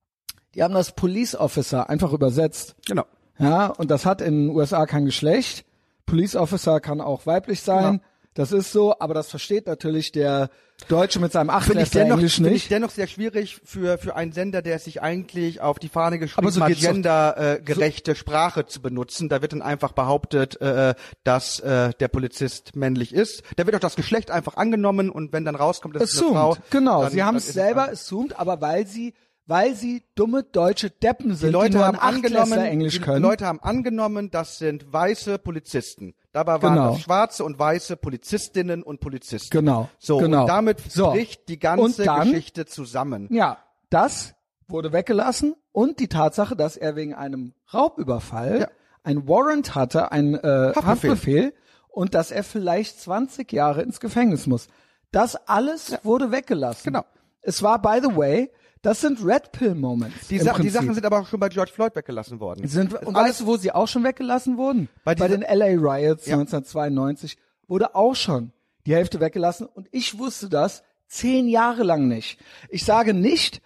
die haben das Police Officer einfach übersetzt. Genau. Ja, und das hat in den U S A kein Geschlecht. Police Officer kann auch weiblich sein. Genau. Das ist so, aber das versteht natürlich der Deutsche mit seinem Achtklässler Englisch nicht. Finde ich dennoch sehr schwierig für für einen Sender, der sich eigentlich auf die Fahne geschrieben so hat, gendergerechte äh, so Sprache zu benutzen. Da wird dann einfach behauptet, äh, dass äh, der Polizist männlich ist. Da wird auch das Geschlecht einfach angenommen und wenn dann rauskommt, dass es eine Frau. Genau, dann, sie haben es selber assumed, aber weil sie weil sie dumme deutsche Deppen sind, die Leute die nur haben angenommen, Englisch die können. Leute haben angenommen, das sind weiße Polizisten. Dabei waren genau. das schwarze und weiße Polizistinnen und Polizisten. Genau. So, genau. und damit so. bricht die ganze dann, Geschichte zusammen. Ja, das wurde weggelassen und die Tatsache, dass er wegen einem Raubüberfall ja. ein Warrant hatte, ein äh, Haftbefehl. Haftbefehl und dass er vielleicht zwanzig Jahre ins Gefängnis muss. Das alles ja. wurde weggelassen. Genau. Es war, by the way, das sind Red Pill Moments. Die, Sa- die Sachen sind aber auch schon bei George Floyd weggelassen worden. Sind, und weißt du, wo sie auch schon weggelassen wurden? Bei, bei den L A Riots ja. neunzehnhundertzweiundneunzig wurde auch schon die Hälfte weggelassen und ich wusste das zehn Jahre lang nicht. Ich sage nicht,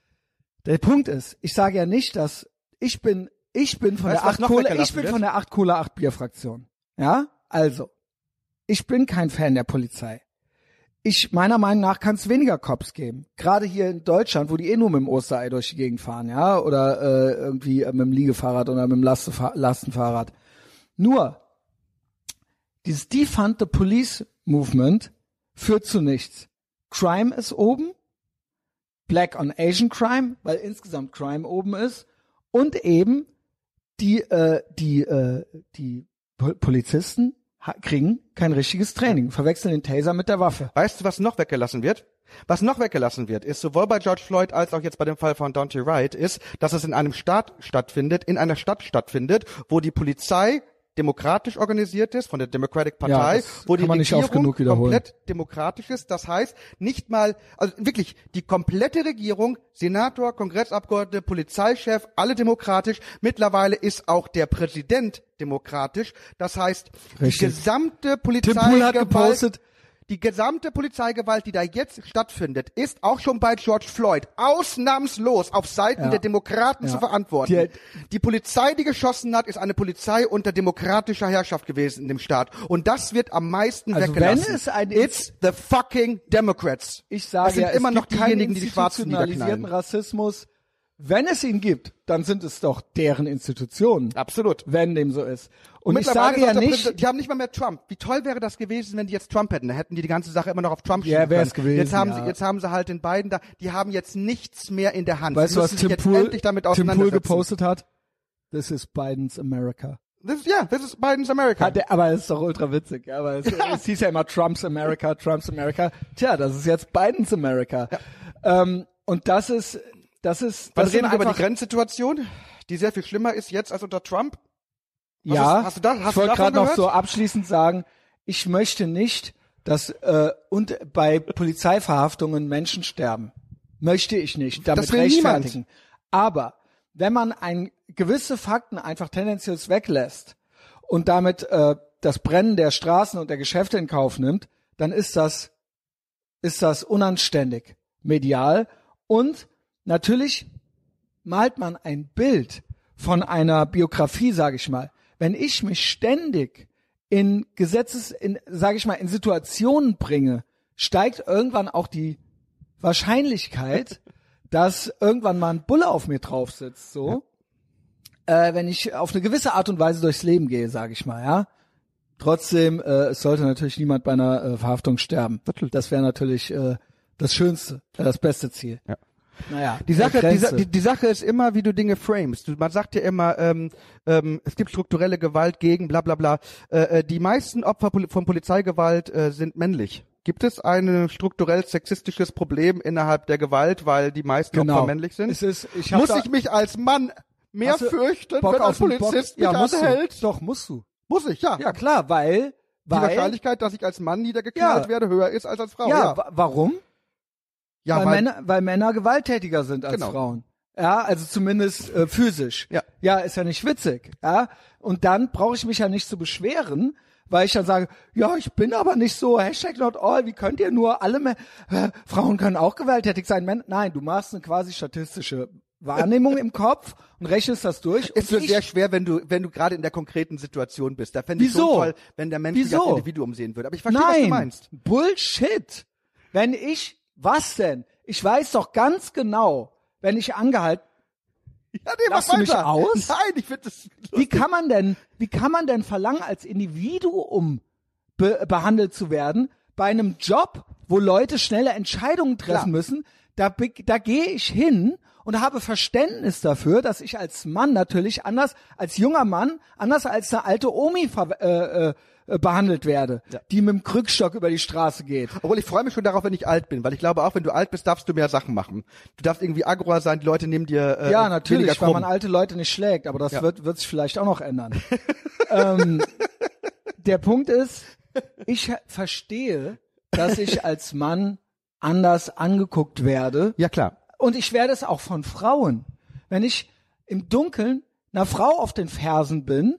der Punkt ist, ich sage ja nicht, dass ich bin, ich bin von weißt, der acht Cola, ich bin wird? von der acht Cola acht Bier Fraktion. Ja? Also, ich bin kein Fan der Polizei. Ich, meiner Meinung nach kann es weniger Cops geben. Gerade hier in Deutschland, wo die eh nur mit dem Osterei durch die Gegend fahren, ja, oder äh, irgendwie mit dem Liegefahrrad oder mit dem Lastenfahr- Lastenfahrrad. Nur, dieses Defund the Police Movement führt zu nichts. Crime ist oben, Black on Asian Crime, weil insgesamt Crime oben ist, und eben die, äh, die, äh, die Pol- Polizisten kriegen kein richtiges Training, verwechseln den Taser mit der Waffe. Weißt du, was noch weggelassen wird? Was noch weggelassen wird, ist sowohl bei George Floyd als auch jetzt bei dem Fall von Daunte Wright, ist, dass es in einem Staat stattfindet, in einer Stadt stattfindet, wo die Polizei demokratisch organisiert ist, von der Democratic Partei, ja, wo die Regierung komplett demokratisch ist. Das heißt, nicht mal, also wirklich, die komplette Regierung, Senator, Kongressabgeordnete, Polizeichef, alle demokratisch. Mittlerweile ist auch der Präsident demokratisch. Das heißt, Richtig. die gesamte Tim Pool hat Polizeigewalt, gepostet, die gesamte Polizeigewalt, die da jetzt stattfindet, ist auch schon bei George Floyd ausnahmslos auf Seiten Ja. der Demokraten Ja. zu verantworten. Die, die Polizei, die geschossen hat, ist eine Polizei unter demokratischer Herrschaft gewesen in dem Staat. Und das wird am meisten Also weggelassen. wenn es ein It's the fucking Democrats. ich sage das sind ja, immer es noch gibt diejenigen, keinen die die Schwarzen institutionalisierten niederknallen. Rassismus. Wenn es ihn gibt, dann sind es doch deren Institutionen. Absolut. Wenn dem so ist. Und, Und ich sage ist auch ja der nicht, Präsident- die haben nicht mal mehr Trump. Wie toll wäre das gewesen, wenn die jetzt Trump hätten? Da hätten die die ganze Sache immer noch auf Trump Ja, schieben wär's können. gewesen, jetzt haben ja. sie, jetzt haben sie halt den beiden da. Die haben jetzt nichts mehr in der Hand. weißt Sie du, was müssen sich Tim jetzt Pool, endlich damit Tim Pool auseinandersetzen. gepostet hat? This is Bidens America. Das ist, ja, das ist Bidens America. Hat der, aber es ist doch ultra witzig. Ja, aber es, es hieß ja immer Trumps America, Trumps America. Tja, das ist jetzt Bidens America. Ja. Ähm, und das ist, das ist, Wann das reden sind wir über einfach, die Grenzsituation, die sehr viel schlimmer ist jetzt als unter Trump? Was ja, ist, hast du da, hast ich wollte du davon gerade noch gehört? so abschließend sagen, ich möchte nicht, dass äh, und bei Polizeiverhaftungen Menschen sterben. Möchte ich nicht, damit Das will rechtfertigen. Aber wenn man ein gewisse Fakten einfach tendenziell weglässt und damit äh, das Brennen der Straßen und der Geschäfte in Kauf nimmt, dann ist das ist das unanständig medial und natürlich malt man ein Bild von einer Biografie, sage ich mal. Wenn ich mich ständig in Gesetzes, in, sage ich mal, in Situationen bringe, steigt irgendwann auch die Wahrscheinlichkeit, dass irgendwann mal ein Bulle auf mir drauf sitzt, so. äh, wenn ich auf eine gewisse Art und Weise durchs Leben gehe, sage ich mal, ja. Trotzdem, äh, es sollte natürlich niemand bei einer äh, Verhaftung sterben. Natürlich. Das wäre natürlich äh, das Schönste, äh, das beste Ziel. Ja. Naja, Die Sache, die, Grenze. die, die Sache ist immer, wie du Dinge framest. Du, man sagt ja immer, ähm, ähm, es gibt strukturelle Gewalt gegen bla bla bla. Äh, äh, die meisten Opfer poli- von Polizeigewalt äh, sind männlich. Gibt es ein strukturell sexistisches Problem innerhalb der Gewalt, weil die meisten Genau. Opfer männlich sind? Es ist, ich hab Muss da, ich mich als Mann mehr Hast du fürchten, Bock wenn ein auf einen Polizist Bock? Ja, mich musst anhält? du. Doch, musst du. Muss ich, ja. Ja, klar, weil, Die weil Wahrscheinlichkeit, dass ich als Mann niedergeknallt Ja. werde, höher ist als als Frau. ja, Ja, wa- warum? ja weil, weil, Männer, weil Männer gewalttätiger sind als Genau. Frauen. Ja, also zumindest äh, physisch. Ja. Ja, ist ja nicht witzig. Ja, und dann brauche ich mich ja nicht zu beschweren, weil ich dann sage, ja, ich bin aber nicht so, Hashtag not all, wie könnt ihr nur, alle Mä- äh, Frauen können auch gewalttätig sein. Männer, nein, du machst eine quasi statistische Wahrnehmung im Kopf und rechnest das durch. es und wird ich, sehr schwer, wenn du wenn du gerade in der konkreten Situation bist. Da fände ich Wieso? so toll, wenn der Mensch dich Wieso? als Individuum sehen würde. Aber ich verstehe, Nein, was du meinst. Bullshit. Wenn ich, was denn? Ich weiß doch ganz genau, wenn ich angehalten, Ja, nee, Lachst mach du mich weiter. aus? Nein, ich finde das wie kann man denn, wie kann man denn verlangen, als Individuum be behandelt zu werden, bei einem Job, wo Leute schnelle Entscheidungen treffen Klar. müssen? Da, be- da gehe ich hin und habe Verständnis dafür, dass ich als Mann natürlich anders, als junger Mann, anders als eine alte Omi ver äh, äh, behandelt werde, Ja. die mit dem Krückstock über die Straße geht. Obwohl ich freue mich schon darauf, wenn ich alt bin, weil ich glaube auch, wenn du alt bist, darfst du mehr Sachen machen. Du darfst irgendwie aggro sein, die Leute nehmen dir äh, Ja, weniger natürlich, weil krumm. man alte Leute nicht schlägt, aber das Ja. wird, wird sich vielleicht auch noch ändern. ähm, der Punkt ist, ich verstehe, dass ich als Mann anders angeguckt werde. Ja, klar. Und ich werde es auch von Frauen. Wenn ich im Dunkeln einer Frau auf den Fersen bin,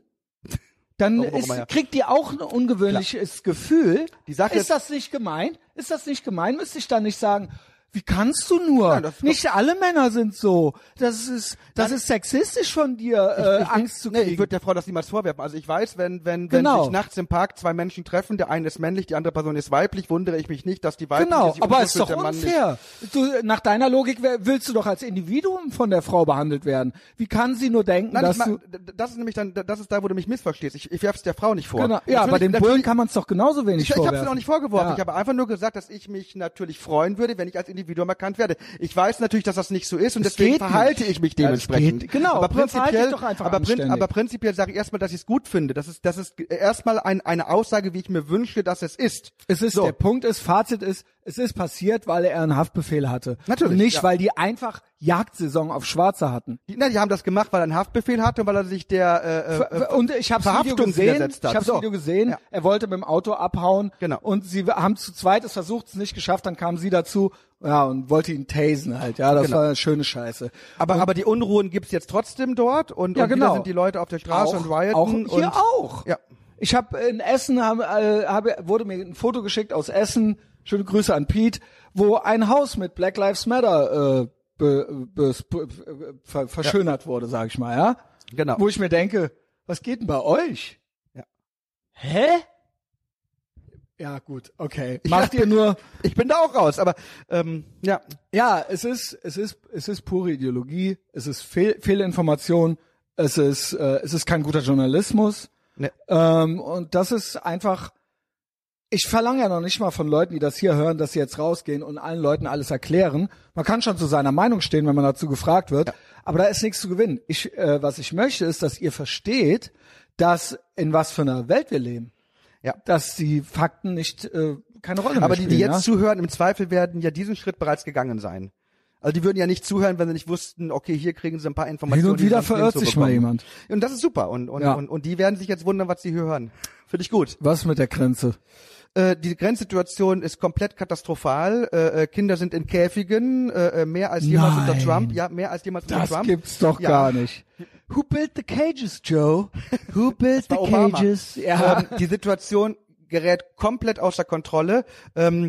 dann Warum auch ist, immer, ja. kriegt die auch ein ungewöhnliches Gefühl. Die Sache ist ist- das nicht gemein? Ist das nicht gemein? Müsste ich dann nicht sagen, wie kannst du nur? Nein, das ist nicht alle Männer sind so. Das ist, das ist sexistisch von dir, äh, Angst zu Nee, kriegen. ich würde der Frau das niemals vorwerfen. Also ich weiß, wenn wenn Genau. wenn sich nachts im Park zwei Menschen treffen, der eine ist männlich, die andere Person ist weiblich, wundere ich mich nicht, dass die weibliche Genau, sich aber ist umkuschelt, doch der Mann nicht. unfair. Du, nach deiner Logik wär- willst du doch als Individuum von der Frau behandelt werden. Wie kann sie nur denken, Nein, dass ich du... mein, d- das ist nämlich dann, das ist da, wo du mich missverstehst. Ich, ich werf's der Frau nicht vor. Genau. Ja, Natürlich- bei den Bullen natürlich- kann man es doch genauso wenig Ich, ich vorwerfen. habe es auch nicht vorgeworfen. Ja. Ich habe einfach nur gesagt, dass ich mich natürlich freuen würde, wenn ich als Individuum erkannt werde. Ich weiß natürlich, dass das nicht so ist und Es deswegen geht verhalte nicht. ich mich Ja, es dementsprechend. geht- genau, aber aber verhalte prinzipiell, dich doch einfach aber, prin, anständig. aber prinzipiell sage ich erstmal, dass ich es gut finde. Das ist, das ist erstmal ein, eine Aussage, wie ich mir wünsche, dass es ist. Es ist, so. der Punkt ist, Fazit ist, es ist passiert, weil er einen Haftbefehl hatte. Natürlich, Und nicht, ja. weil die einfach Jagdsaison auf Schwarze hatten. Die, na, die haben das gemacht, weil er einen Haftbefehl hatte und weil er sich der äh, äh, Und ich habe Video Verhaftung gesehen, widersetzt hat. ich habe So. Video gesehen, Ja. er wollte mit dem Auto abhauen Genau. und sie haben zu zweit es versucht, es nicht geschafft, dann kam sie dazu, ja, und wollte ihn tasen halt, ja, das Genau. war eine schöne Scheiße. aber, aber die Unruhen gibt's jetzt trotzdem dort und, Ja, und genau. wieder sind die Leute auf der Straße auch, und rioten. auch und, hier auch. Ja. Ich habe in Essen hab, äh, hab, wurde mir ein Foto geschickt aus Essen. Schöne Grüße an Pete, wo ein Haus mit Black Lives Matter äh, be, be, be, ver, verschönert wurde, sag ich mal, ja. Genau. Wo ich mir denke, was geht denn bei euch? Ja. Hä? Ja, gut, okay. Ich Macht dachte- ihr nur? Ich bin da auch raus, aber ähm, ja. Ja, es ist, es ist, es ist pure Ideologie. Es ist Fehl, Fehlinformation. Es ist, äh, es ist kein guter Journalismus. Ne. Ähm, und das ist einfach, ich verlange ja noch nicht mal von Leuten, die das hier hören, dass sie jetzt rausgehen und allen Leuten alles erklären. Man kann schon zu seiner Meinung stehen, wenn man dazu gefragt wird, Ja. aber da ist nichts zu gewinnen. Ich, äh, was ich möchte, ist, dass ihr versteht, dass in was für einer Welt wir leben. Ja. Dass die Fakten nicht äh, keine Rolle mehr Aber die, spielen. die jetzt ja? zuhören, im Zweifel werden ja diesen Schritt bereits gegangen sein. Also die würden ja nicht zuhören, wenn sie nicht wussten, okay, hier kriegen sie ein paar Informationen. Hin und die wieder sie sonst verirrt nirgendwo sich mal bekommen. jemand. Und das ist super. Und, und, Ja. und, und die werden sich jetzt wundern, was sie hier hören. Finde ich gut. Was mit der Grenze? Äh, die Grenzsituation ist komplett katastrophal. Äh, äh, Kinder sind in Käfigen, äh, äh, mehr als jemals Nein. unter Trump. Ja, mehr als jemals unter Das Trump. gibt's doch Ja. gar nicht. Who built the cages, Joe? Who built the war Obama. cages? Ja. Ähm, die Situation gerät komplett außer Kontrolle. Ähm,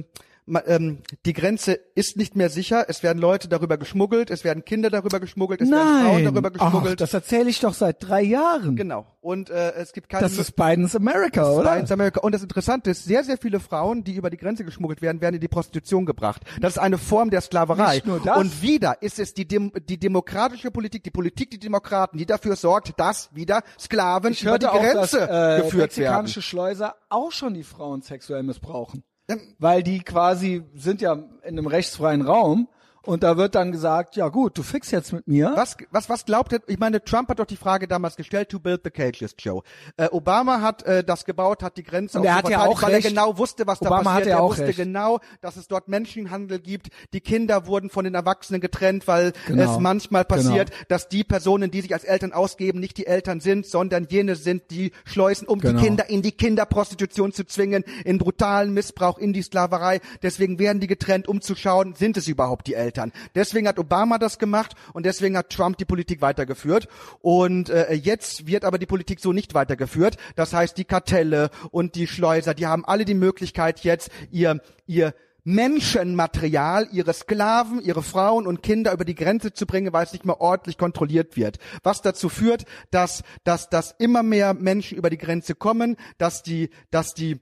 ma, ähm, die Grenze ist nicht mehr sicher. Es werden Leute darüber geschmuggelt, es werden Kinder darüber geschmuggelt, es Nein. werden Frauen darüber geschmuggelt. Ach, das erzähle ich doch seit drei Jahren. Genau. Und äh, es gibt keine... Das ist Bidens America, das ist oder? Bidens America. Und das Interessante ist, sehr, sehr viele Frauen, die über die Grenze geschmuggelt werden, werden in die Prostitution gebracht. Das ist eine Form der Sklaverei. Nicht nur das. Und wieder ist es die, Dem- die demokratische Politik, die Politik der Demokraten, die dafür sorgt, dass wieder Sklaven Ich über die hörte auch, dass Grenze äh, geführt werden. mexikanische Schleuser auch schon die Frauen sexuell missbrauchen. Weil die quasi sind ja in einem rechtsfreien Raum und da wird dann gesagt, ja gut, du fix jetzt mit mir. Was, was, was glaubt ihr? Ich meine, Trump hat doch die Frage damals gestellt, to build the cages, Joe. Äh, Obama hat äh, das gebaut, hat die Grenze Und er auch hat ja verteidigt, auch weil recht. er genau wusste, was Obama da hatte passiert. ja Er auch wusste recht. genau, dass es dort Menschenhandel gibt. Die Kinder wurden von den Erwachsenen getrennt, weil Genau. es manchmal passiert, Genau. dass die Personen, die sich als Eltern ausgeben, nicht die Eltern sind, sondern jene sind, die schleusen, um Genau. die Kinder in die Kinderprostitution zu zwingen, in brutalen Missbrauch, in die Sklaverei. Deswegen werden die getrennt, um zu schauen, sind es überhaupt die Eltern. Deswegen hat Obama das gemacht und deswegen hat Trump die Politik weitergeführt. Und äh, jetzt wird aber die Politik so nicht weitergeführt. Das heißt, die Kartelle und die Schleuser, die haben alle die Möglichkeit jetzt ihr ihr Menschenmaterial, ihre Sklaven, ihre Frauen und Kinder über die Grenze zu bringen, weil es nicht mehr ordentlich kontrolliert wird. Was dazu führt, dass dass dass immer mehr Menschen über die Grenze kommen, dass die dass die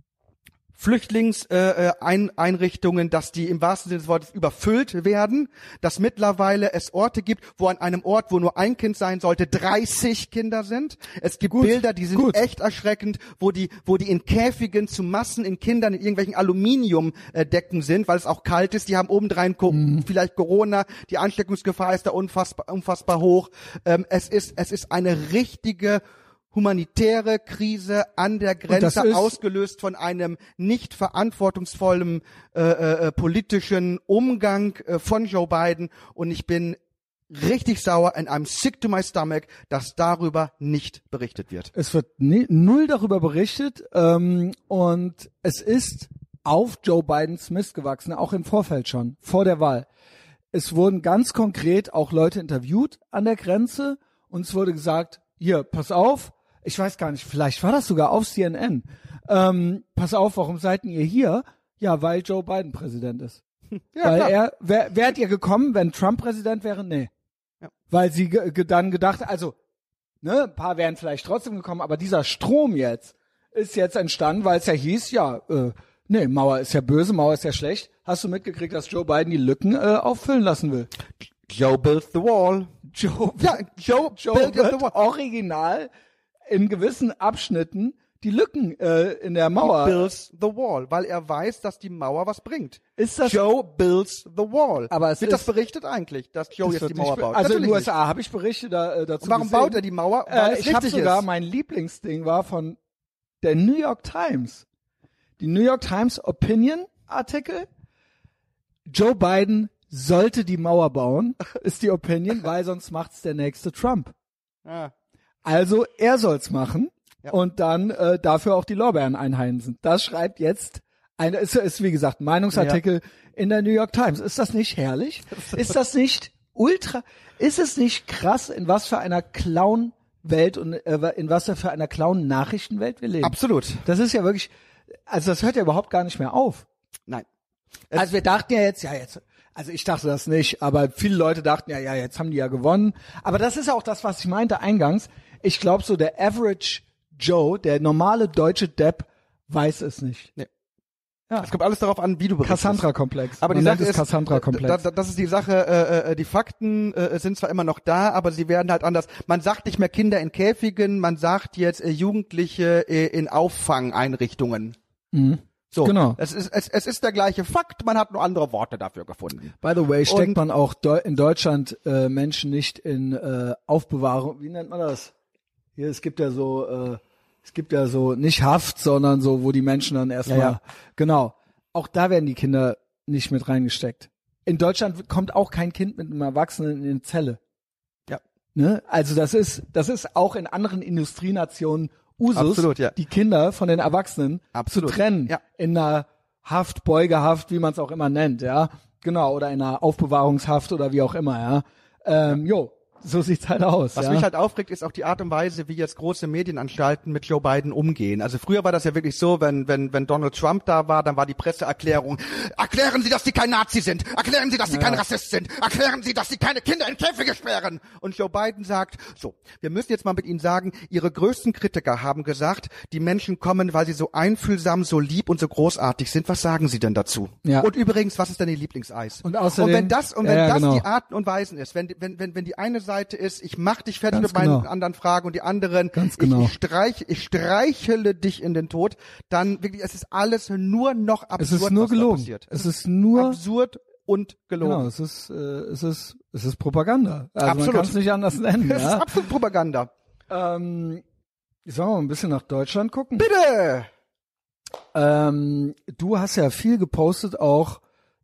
Flüchtlingseinrichtungen, äh, dass die im wahrsten Sinne des Wortes überfüllt werden, dass mittlerweile es Orte gibt, wo an einem Ort, wo nur ein Kind sein sollte, dreißig Kinder sind. Es gibt Gut, Bilder, die sind gut. echt erschreckend, wo die, wo die in Käfigen zu Massen in Kindern in irgendwelchen Aluminiumdecken sind, weil es auch kalt ist. Die haben obendrein Co- Mhm. vielleicht Corona. Die Ansteckungsgefahr ist da unfassbar, unfassbar hoch. Ähm, es ist, es ist eine richtige humanitäre Krise an der das Grenze, ist- ausgelöst von einem nicht verantwortungsvollen äh, äh, politischen Umgang äh, von Joe Biden. Und ich bin richtig sauer and I'm sick to my stomach, dass darüber nicht berichtet wird. Es wird ni- null darüber berichtet ähm, und es ist auf Joe Bidens Mist gewachsen, auch im Vorfeld schon, vor der Wahl. Es wurden ganz konkret auch Leute interviewt an der Grenze und es wurde gesagt, hier, pass auf, ich weiß gar nicht, vielleicht war das sogar auf C N N, ähm, pass auf, warum seid ihr hier? Ja, weil Joe Biden Präsident ist. Ja, weil klar. er, wär, wärt ihr gekommen, wenn Trump Präsident wäre? Nee. Ja. Weil sie ge ge dann gedacht, also, ne, ein paar wären vielleicht trotzdem gekommen, aber dieser Strom jetzt ist jetzt entstanden, weil es ja hieß, ja, äh, nee, Mauer ist ja böse, Mauer ist ja schlecht. Hast du mitgekriegt, dass Joe Biden die Lücken äh, auffüllen lassen will? Joe built the wall. Joe, Ja, Joe, Joe built wird the wall. original in gewissen Abschnitten die Lücken äh, in der Mauer. Builds the wall, weil er weiß, dass die Mauer was bringt. Ist das Joe builds the wall. Aber es wird das ist- berichtet eigentlich, dass Joe Das jetzt wird die Mauer nicht be- baut? Also in den Natürlich U S A habe ich Berichte da, äh, dazu Und warum gesehen. baut er die Mauer? Weil Äh, es ich habe richtig sogar, ist. mein Lieblingsding war von der New York Times. Die New York Times Opinion Artikel. Joe Biden sollte die Mauer bauen, ist die Opinion, weil sonst macht's der nächste Trump. Ah. Also er soll's machen Ja. und dann äh, dafür auch die Lorbeeren einheimsen. Das schreibt jetzt eine, ist, ist wie gesagt ein Meinungsartikel in der New York Times. Ist das nicht herrlich? Ist das nicht ultra? Ist es nicht krass, in was für einer Clown-Welt und äh, in was für einer Clown-Nachrichtenwelt wir leben? Absolut. Das ist ja wirklich, also das hört ja überhaupt gar nicht mehr auf. Nein. Also wir dachten ja jetzt, ja jetzt, also ich dachte das nicht, aber viele Leute dachten ja, ja, jetzt haben die ja gewonnen. Aber das ist ja auch das, was ich meinte eingangs. Ich glaube so, der Average Joe, der normale deutsche Depp, weiß es nicht. Nee. Ja. Es kommt alles darauf an, wie du berichtest. Cassandra-Komplex. Aber die Man nennt Sache es ist, Cassandra-Komplex. da, da, das ist die Sache, äh, äh, die Fakten äh, sind zwar immer noch da, aber sie werden halt anders. Man sagt nicht mehr Kinder in Käfigen, man sagt jetzt äh, Jugendliche äh, in Auffangeinrichtungen. Mhm. So, Genau. Es ist, es, es ist der gleiche Fakt, man hat nur andere Worte dafür gefunden. By the way, steckt Und- man auch Deu in Deutschland äh, Menschen nicht in äh, Aufbewahrung, wie nennt man das? Hier, es gibt ja so, äh, es gibt ja so, nicht Haft, sondern so, wo die Menschen dann erstmal, Ja, ja. genau. Auch da werden die Kinder nicht mit reingesteckt. In Deutschland kommt auch kein Kind mit einem Erwachsenen in eine Zelle. Ja. Ne? Also das ist, das ist auch in anderen Industrienationen Usus, Absolut, ja. die Kinder von den Erwachsenen Absolut. zu trennen. Ja. In einer Haft, Beugehaft, wie man es auch immer nennt, ja. Genau, oder in einer Aufbewahrungshaft oder wie auch immer, ja. Ähm, jo, so sieht's halt aus. Was ja. mich halt aufregt, ist auch die Art und Weise, wie jetzt große Medienanstalten mit Joe Biden umgehen. Also früher war das ja wirklich so, wenn wenn wenn Donald Trump da war, dann war die Presseerklärung: Erklären Sie, dass Sie kein Nazi sind. Erklären Sie, dass Sie ja. kein Rassist sind. Erklären Sie, dass Sie keine Kinder in Käfige sperren. Und Joe Biden sagt: So, wir müssen jetzt mal mit Ihnen sagen, Ihre größten Kritiker haben gesagt, die Menschen kommen, weil sie so einfühlsam, so lieb und so großartig sind. Was sagen Sie denn dazu? Ja. Und übrigens, was ist denn Ihr Lieblingseis? Und außerdem, und wenn das und wenn ja, ja, das genau. die Arten und Weisen ist, wenn wenn wenn wenn die eine Seite ist, ich mach dich fertig Ganz mit meinen genau. anderen Fragen, und die anderen, Ganz genau. ich, ich streich ich streichele dich in den Tod, dann wirklich, es ist alles nur noch absurd. Es ist nur was da gelogen. passiert. Es ist nur absurd und gelogen. Genau, es ist äh, es ist es ist Propaganda. Also Absolut. man kann es nicht anders nennen. Es ja? ist absolut Propaganda. Ähm, sollen wir mal ein bisschen nach Deutschland gucken? Bitte. Ähm, du hast ja viel gepostet auch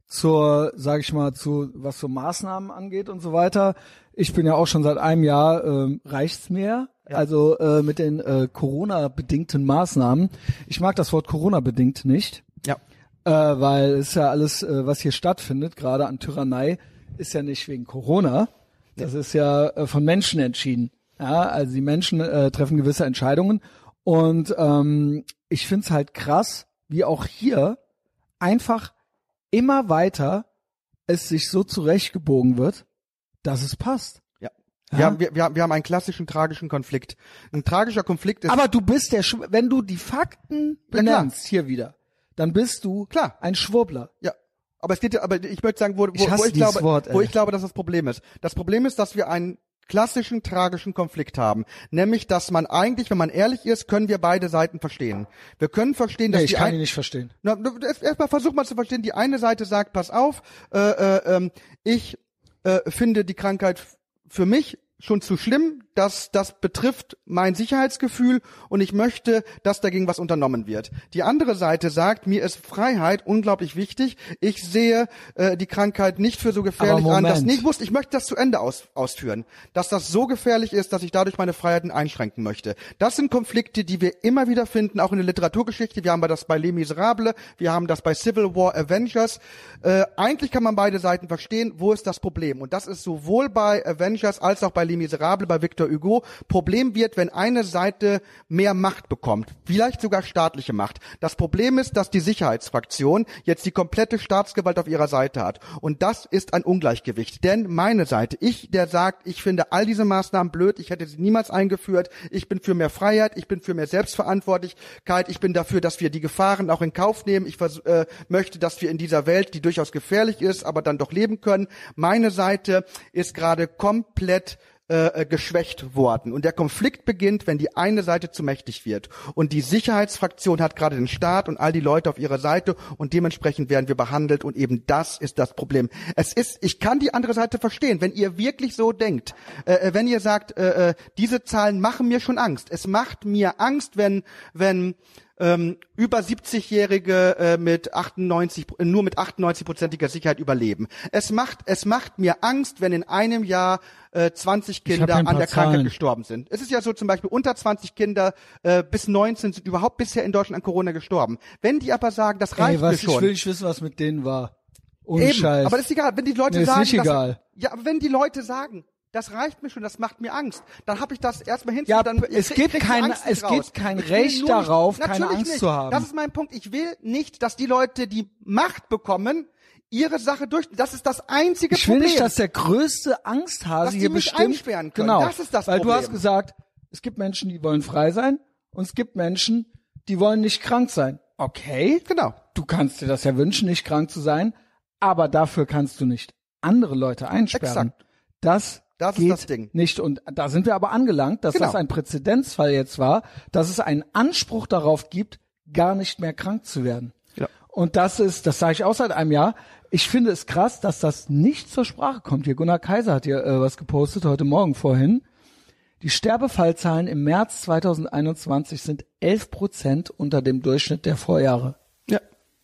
zur, sag ich mal, zu was so Maßnahmen angeht und so weiter. Ich bin ja auch schon seit einem Jahr, ähm, reicht's mir. Ja. Also äh, mit den äh, Corona-bedingten Maßnahmen. Ich mag das Wort Corona-bedingt nicht. Ja. Äh, weil es ja alles, äh, was hier stattfindet, gerade an Tyrannei, ist ja nicht wegen Corona. Das ist ja äh, von Menschen entschieden. Ja, also die Menschen äh, treffen gewisse Entscheidungen. Und ähm, ich find's halt krass, wie auch hier einfach immer weiter es sich so zurechtgebogen wird, dass es passt. Ja. Ja, wir, wir, wir haben einen klassischen tragischen Konflikt. Ein tragischer Konflikt ist... Aber du bist der, Sch- wenn du die Fakten benennst, ja, hier wieder, dann bist du klar ein Schwurbler. Ja. Aber es geht ja, aber ich möchte sagen, wo, wo, ich, wo ich glaube, Wort, wo ich glaube, dass das Problem ist. Das Problem ist, dass wir einen klassischen tragischen Konflikt haben, nämlich, dass man eigentlich, wenn man ehrlich ist, können wir beide Seiten verstehen. Wir können verstehen, dass nee, ich die kann ein- ihn nicht verstehen. Na, erstmal versuch mal zu verstehen. Die eine Seite sagt: Pass auf, äh, äh, ähm, ich äh, finde die Krankheit f- für mich schon zu schlimm, dass das betrifft mein Sicherheitsgefühl und ich möchte, dass dagegen was unternommen wird. Die andere Seite sagt, mir ist Freiheit unglaublich wichtig. Ich sehe äh, die Krankheit nicht für so gefährlich an, dass nee, ich muss, ich möchte das zu Ende aus, ausführen, dass das so gefährlich ist, dass ich dadurch meine Freiheiten einschränken möchte. Das sind Konflikte, die wir immer wieder finden, auch in der Literaturgeschichte. Wir haben das bei Les Miserables, wir haben das bei Civil War Avengers. Äh, eigentlich kann man beide Seiten verstehen. Wo ist das Problem? Und das ist sowohl bei Avengers als auch bei Les Miserables, bei Victor Hugo. Problem wird, wenn eine Seite mehr Macht bekommt, vielleicht sogar staatliche Macht. Das Problem ist, dass die Sicherheitsfraktion jetzt die komplette Staatsgewalt auf ihrer Seite hat. Und das ist ein Ungleichgewicht. Denn meine Seite, ich, der sagt, ich finde all diese Maßnahmen blöd, ich hätte sie niemals eingeführt, ich bin für mehr Freiheit, ich bin für mehr Selbstverantwortlichkeit, ich bin dafür, dass wir die Gefahren auch in Kauf nehmen, ich vers- äh, möchte, dass wir in dieser Welt, die durchaus gefährlich ist, aber dann doch leben können. Meine Seite ist gerade komplett Äh, geschwächt worden. Und der Konflikt beginnt, wenn die eine Seite zu mächtig wird. Und die Sicherheitsfraktion hat gerade den Staat und all die Leute auf ihrer Seite und dementsprechend werden wir behandelt und eben das ist das Problem. Es ist, ich kann die andere Seite verstehen, wenn ihr wirklich so denkt, äh, wenn ihr sagt, äh, äh, diese Zahlen machen mir schon Angst. Es macht mir Angst, wenn, wenn Ähm, über siebzigjährige äh, mit achtundneunzig äh, nur mit achtundneunzig-prozentiger Sicherheit überleben. Es macht es macht mir Angst, wenn in einem Jahr äh, zwanzig Kinder an der Krankheit Zahlen. gestorben sind. Es ist ja so, zum Beispiel unter zwanzig Kinder äh, bis neunzehn sind überhaupt bisher in Deutschland an Corona gestorben. Wenn die aber sagen, das reicht Ey, was, mir schon. Ich will nicht wissen, was mit denen war. Ohne Eben, Scheiß. aber das ist egal. Wenn die Leute Nee, ist sagen, nicht dass, egal. ja, aber wenn die Leute sagen, das reicht mir schon, das macht mir Angst. Dann habe ich das erstmal hin. Ja, dann, es ich, gibt ich krieg die kein, Angst nicht es raus. gibt kein Ich will Recht nur darauf, nicht, keine natürlich Angst nicht. zu haben. Das ist mein Punkt. Ich will nicht, dass die Leute, die Macht bekommen, ihre Sache durch. Das ist das einzige Ich will Problem. nicht, dass der größte Angsthase Dass die hier mich bestimmt. einsperren können. Genau. Das ist das Weil Problem. du hast gesagt, es gibt Menschen, die wollen frei sein und es gibt Menschen, die wollen nicht krank sein. Okay. Genau. Du kannst dir das ja wünschen, nicht krank zu sein, aber dafür kannst du nicht andere Leute einsperren. Exakt. Das Das ist geht das Ding. nicht. Und da sind wir aber angelangt, dass Genau. das ein Präzedenzfall jetzt war, dass es einen Anspruch darauf gibt, gar nicht mehr krank zu werden. Ja. Und das ist, das sage ich auch seit einem Jahr, ich finde es krass, dass das nicht zur Sprache kommt. Hier Gunnar Kaiser hat hier äh, was gepostet, heute Morgen vorhin. Die Sterbefallzahlen im März zweitausendeinundzwanzig sind elf Prozent unter dem Durchschnitt der Vorjahre. Ja.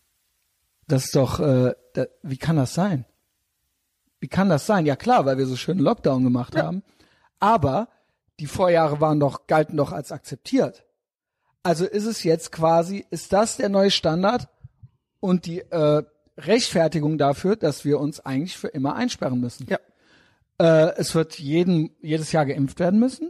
Das ist doch, äh, da, wie kann das sein? Wie kann das sein? Ja klar, weil wir so schön Lockdown gemacht Ja. haben. Aber die Vorjahre waren doch, galten doch als akzeptiert. Also ist es jetzt quasi, ist das der neue Standard und die äh, Rechtfertigung dafür, dass wir uns eigentlich für immer einsperren müssen. Ja. Äh, es wird jeden, jedes Jahr geimpft werden müssen.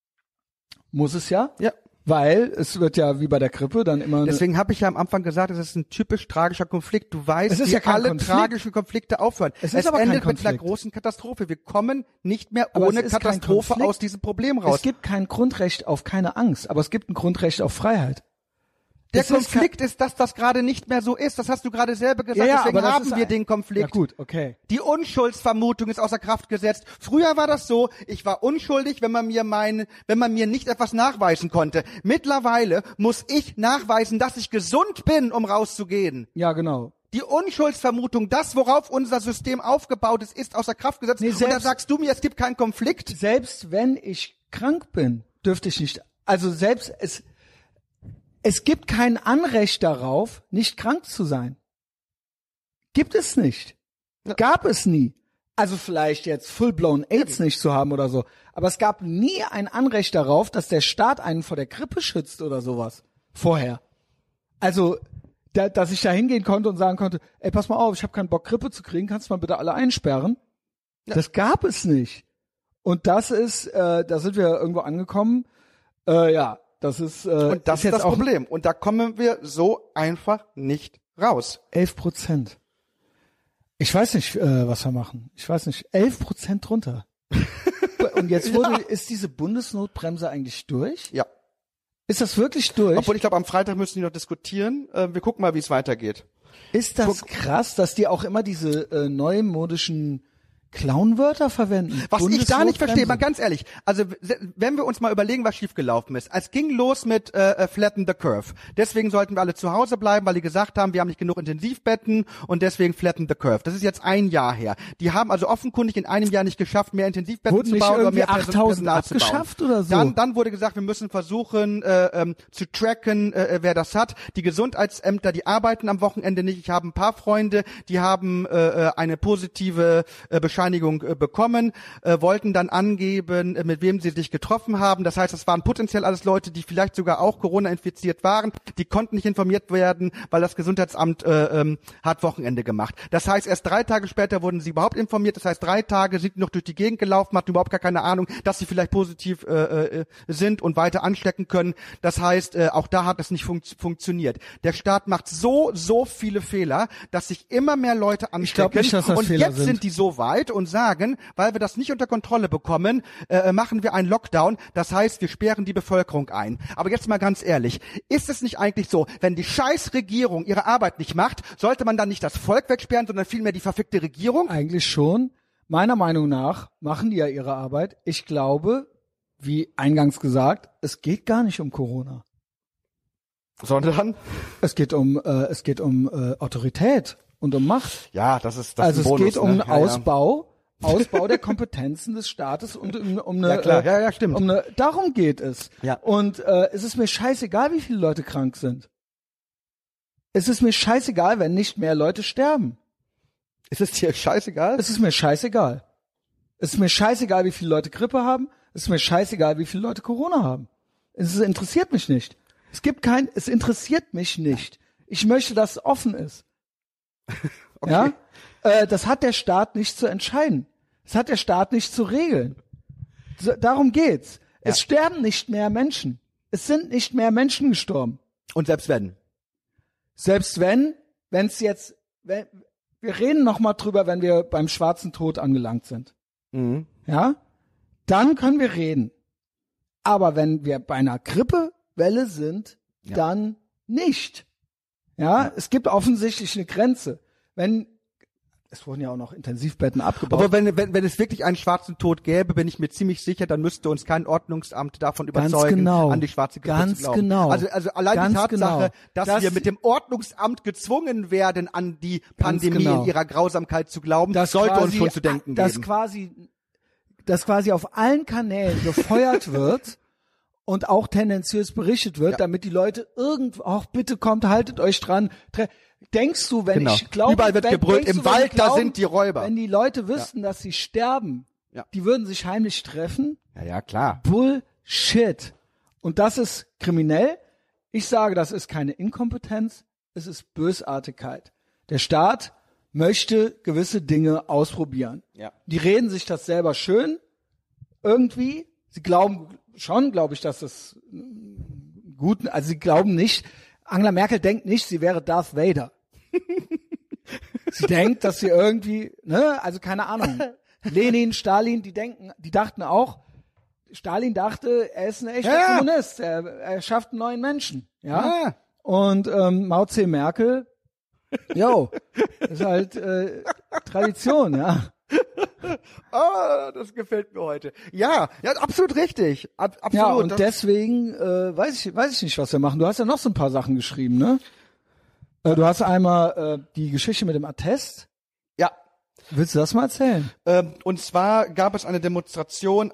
Muss es ja. Ja. Weil es wird ja wie bei der Grippe dann immer... Deswegen habe ich ja am Anfang gesagt, es ist ein typisch tragischer Konflikt. Du weißt, Es ist wie ja kein alle Konflikt. tragischen Konflikte aufhören. Es ist es aber kein endet mit einer Konflikt. großen Katastrophe. Wir kommen nicht mehr Aber ohne es ist kein Katastrophe Konflikt. aus diesem Problem raus. Es gibt kein Grundrecht auf keine Angst, aber es gibt ein Grundrecht auf Freiheit. Der Es ist Konflikt ist, dass das gerade nicht mehr so ist. Das hast du gerade selber gesagt. Ja, ja, Deswegen aber das haben ist wir ein- den Konflikt. Ja gut, okay. Die Unschuldsvermutung ist außer Kraft gesetzt. Früher war das so, ich war unschuldig, wenn man mir mein, wenn man mir nicht etwas nachweisen konnte. Mittlerweile muss ich nachweisen, dass ich gesund bin, um rauszugehen. Ja, genau. Die Unschuldsvermutung, das, worauf unser System aufgebaut ist, ist außer Kraft gesetzt. Nee, Und da selbst- sagst du mir, es gibt keinen Konflikt. Selbst wenn ich krank bin, dürfte ich nicht, also selbst es, es gibt kein Anrecht darauf, nicht krank zu sein. Gibt es nicht. Ja. Gab es nie. Also vielleicht jetzt full-blown AIDS nicht zu haben oder so. Aber es gab nie ein Anrecht darauf, dass der Staat einen vor der Grippe schützt oder sowas. Vorher. Also, da, dass ich da hingehen konnte und sagen konnte, ey, pass mal auf, ich habe keinen Bock, Grippe zu kriegen, kannst du mal bitte alle einsperren? Ja. Das gab es nicht. Und das ist, äh, da sind wir irgendwo angekommen. Äh, ja, das ist, äh, Und das ist, jetzt das auch Problem. Und da kommen wir so einfach nicht raus. elf Prozent. Ich weiß nicht, äh, was wir machen. Ich weiß nicht, elf Prozent drunter. Und jetzt wurde, Ja. ist diese Bundesnotbremse eigentlich durch? Ja. Ist das wirklich durch? Obwohl ich glaube, am Freitag müssen die noch diskutieren. Äh, wir gucken mal, wie es weitergeht. Ist das krass, dass die auch immer diese äh, neumodischen Clownwörter verwenden? Was ich da nicht verstehe, mal Bundesnotbremse. ganz ehrlich, also w- wenn wir uns mal überlegen, was schiefgelaufen ist. Es ging los mit äh, äh, Flatten the Curve. Deswegen sollten wir alle zu Hause bleiben, weil die gesagt haben, wir haben nicht genug Intensivbetten und deswegen Flatten the Curve. Das ist jetzt ein Jahr her. Die haben also offenkundig in einem Jahr nicht geschafft, mehr Intensivbetten Wurden zu nicht bauen oder irgendwie mehr Person- achttausend Personal zu bauen. abgeschafft oder so? Dann, dann wurde gesagt, wir müssen versuchen äh, ähm, zu tracken, äh, wer das hat. Die Gesundheitsämter, die arbeiten am Wochenende nicht. Ich habe ein paar Freunde, die haben äh, eine positive äh, Bescheinigung äh, bekommen. Äh, wollten dann angeben, äh, mit wem sie sich getroffen haben. Das heißt, es waren potenziell alles Leute, die vielleicht sogar auch Corona infiziert waren. Die konnten nicht informiert werden, weil das Gesundheitsamt äh, ähm, hat Wochenende gemacht. Das heißt, erst drei Tage später wurden sie überhaupt informiert. Das heißt, drei Tage sind die noch durch die Gegend gelaufen, hatten überhaupt gar keine Ahnung, dass sie vielleicht positiv äh, äh, sind und weiter anstecken können. Das heißt, äh, auch da hat es nicht fun- funktioniert. Der Staat macht so, so viele Fehler, dass sich immer mehr Leute anstecken. Ich glaub nicht, dass das und Fehler jetzt sind. sind die so weit und sagen, weil wir das nicht unter Kontrolle bekommen, äh, machen wir einen Lockdown. Das heißt, wir sperren die Bevölkerung ein. Aber jetzt mal ganz ehrlich, ist es nicht eigentlich so, wenn die Scheißregierung ihre Arbeit nicht macht, sollte man dann nicht das Volk wegsperren, sondern vielmehr die verfickte Regierung? Eigentlich schon. Meiner Meinung nach machen die ja ihre Arbeit. Ich glaube, wie eingangs gesagt, es geht gar nicht um Corona. Sondern? Es geht um, äh, es geht um äh, Autorität und um Macht. Ja, das ist das Also ist ein es Bonus, geht um ne? einen Ja, Ausbau, Ausbau der Kompetenzen des Staates und um, um eine, Ja, klar. äh, Ja, ja, stimmt. um eine, darum geht es. Ja. Und äh, es ist mir scheißegal, wie viele Leute krank sind. Es ist mir scheißegal, wenn nicht mehr Leute sterben. Ja. Ist es dir scheißegal? Es ist mir scheißegal. Es ist mir scheißegal, wie viele Leute Grippe haben. Es ist mir scheißegal, wie viele Leute Corona haben. Es ist, interessiert mich nicht. Es gibt kein, es interessiert mich nicht. Ich möchte, dass es offen ist. Okay. Ja? Äh, das hat der Staat nicht zu entscheiden. Das hat der Staat nicht zu regeln. So, darum geht's. Es Ja. sterben nicht mehr Menschen. Es sind nicht mehr Menschen gestorben. Und selbst wenn. Selbst wenn, wenn es jetzt, wenn, wir reden noch mal drüber, wenn wir beim schwarzen Tod angelangt sind. Mhm. Ja? Dann können wir reden. Aber wenn wir bei einer Grippewelle sind, Ja. dann nicht. Ja? Es gibt offensichtlich eine Grenze. Wenn, es wurden ja auch noch Intensivbetten abgebaut. Aber wenn, wenn, wenn es wirklich einen schwarzen Tod gäbe, bin ich mir ziemlich sicher, dann müsste uns kein Ordnungsamt davon Ganz überzeugen, genau. an die schwarze Grippe Ganz zu glauben. genau. Also, also allein Ganz die Tatsache, genau. dass Das- wir mit dem Ordnungsamt gezwungen werden, an die Pandemie genau. in ihrer Grausamkeit zu glauben, das sollte uns quasi, schon zu denken dass geben. quasi, dass quasi auf allen Kanälen gefeuert wird und auch tendenziös berichtet wird, Ja. damit die Leute irgendwo, ach bitte kommt, haltet euch dran. Tre- Denkst du, wenn Genau. ich glaube, Überall wird wenn, gebrüllt, denkst im du, wenn Wald, die da glauben, sind die Räuber. Wenn die Leute wüssten, dass sie sterben, Ja. die würden sich heimlich treffen? Ja, ja, klar. Bullshit. Und das ist kriminell. Ich sage, das ist keine Inkompetenz, es ist Bösartigkeit. Der Staat möchte gewisse Dinge ausprobieren. Ja. Die reden sich das selber schön, irgendwie. Sie glauben schon, glaube ich, dass das gut, also sie glauben nicht, Angela Merkel denkt nicht, sie wäre Darth Vader. Sie denkt, dass sie irgendwie, ne, also keine Ahnung. Lenin, Stalin, die denken, die dachten auch, Stalin dachte, er ist ein echter Ja. Kommunist, er, er schafft einen neuen Menschen, ja. Ja. Und ähm, Mao Zedong Merkel, jo, ist halt äh, Tradition, ja. Oh, das gefällt mir heute. Ja, ja, absolut richtig. Ab, absolut. Ja, und Das- deswegen äh, weiß ich weiß ich nicht, was wir machen. Du hast ja noch so ein paar Sachen geschrieben, ne? Äh, du hast einmal äh, die Geschichte mit dem Attest. ja. Willst du das mal erzählen? Ähm, und zwar gab es eine Demonstration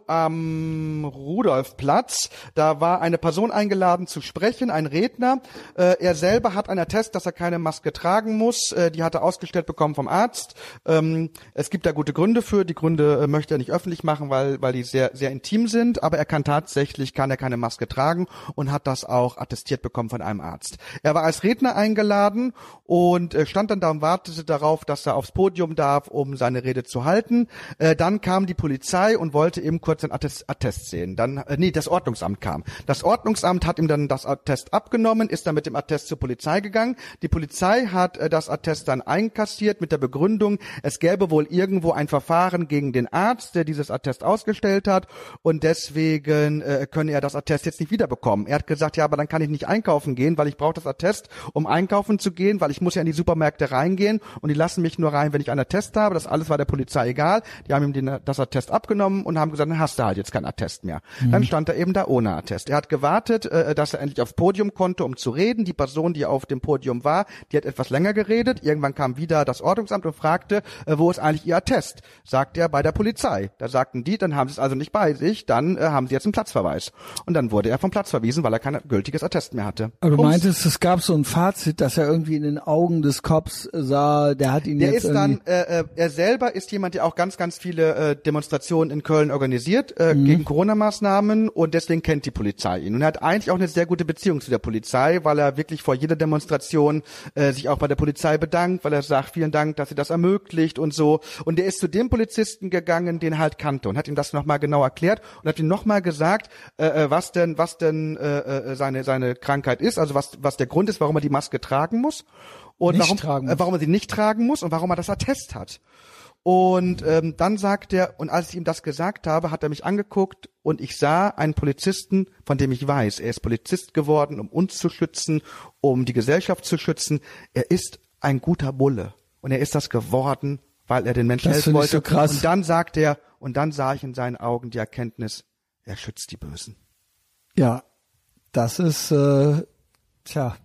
am Rudolfplatz. Da war eine Person eingeladen zu sprechen, ein Redner. Äh, er selber hat einen Attest, dass er keine Maske tragen muss. Äh, die hat er ausgestellt bekommen vom Arzt. Ähm, es gibt da gute Gründe für. Die Gründe äh, möchte er nicht öffentlich machen, weil weil die sehr sehr intim sind. Aber er kann tatsächlich kann er keine Maske tragen und hat das auch attestiert bekommen von einem Arzt. Er war als Redner eingeladen und äh, stand dann da und wartete darauf, dass er aufs Podium darf, um seine Rede zu halten. Äh, dann kam die Polizei und wollte eben kurz den Attest, Attest sehen. Dann, äh, nee, das Ordnungsamt kam. Das Ordnungsamt hat ihm dann das Attest abgenommen, ist dann mit dem Attest zur Polizei gegangen. Die Polizei hat äh, das Attest dann einkassiert mit der Begründung, es gäbe wohl irgendwo ein Verfahren gegen den Arzt, der dieses Attest ausgestellt hat und deswegen äh, könne er das Attest jetzt nicht wiederbekommen. Er hat gesagt, ja, aber dann kann ich nicht einkaufen gehen, weil ich brauche das Attest, um einkaufen zu gehen, weil ich muss ja in die Supermärkte reingehen und die lassen mich nur rein, wenn ich einen Attest habe. Das alles war der Polizei egal. Die haben ihm den, das Attest abgenommen und haben gesagt, dann hast du halt jetzt kein Attest mehr. Mhm. Dann stand er eben da ohne Attest. Er hat gewartet, äh, dass er endlich aufs Podium konnte, um zu reden. Die Person, die auf dem Podium war, die hat etwas länger geredet. Irgendwann kam wieder das Ordnungsamt und fragte, äh, wo ist eigentlich ihr Attest? Sagt er, bei der Polizei. Da sagten die, dann haben sie es also nicht bei sich, dann äh, haben sie jetzt einen Platzverweis. Und dann wurde er vom Platz verwiesen, weil er kein gültiges Attest mehr hatte. Aber du Ums- meintest, es gab so ein Fazit, dass er irgendwie in den Augen des Cops sah, der hat ihn Der jetzt ist irgendwie... dann, äh, äh, er selber ist jemand, der auch ganz, ganz viele äh, Demonstrationen in Köln organisiert äh, Mhm. gegen Corona-Maßnahmen und deswegen kennt die Polizei ihn. Und er hat eigentlich auch eine sehr gute Beziehung zu der Polizei, weil er wirklich vor jeder Demonstration äh, sich auch bei der Polizei bedankt, weil er sagt, vielen Dank, dass sie das ermöglicht und so. Und er ist zu dem Polizisten gegangen, den er halt kannte und hat ihm das nochmal genau erklärt und hat ihm nochmal gesagt, äh, was denn, was denn äh, äh, seine seine Krankheit ist, also was was der Grund ist, warum er die Maske tragen muss. Und Nicht warum, tragen äh, muss. warum er sie nicht tragen muss und warum er das Attest hat. Und ähm, dann sagt er, und als ich ihm das gesagt habe, hat er mich angeguckt und ich sah einen Polizisten, von dem ich weiß, er ist Polizist geworden, um uns zu schützen, um die Gesellschaft zu schützen. Er ist ein guter Bulle und er ist das geworden, weil er den Menschen Das helfen finde ich wollte. so krass. Und dann sagt er, und dann sah ich in seinen Augen die Erkenntnis, er schützt die Bösen. Ja, das ist, äh, tja,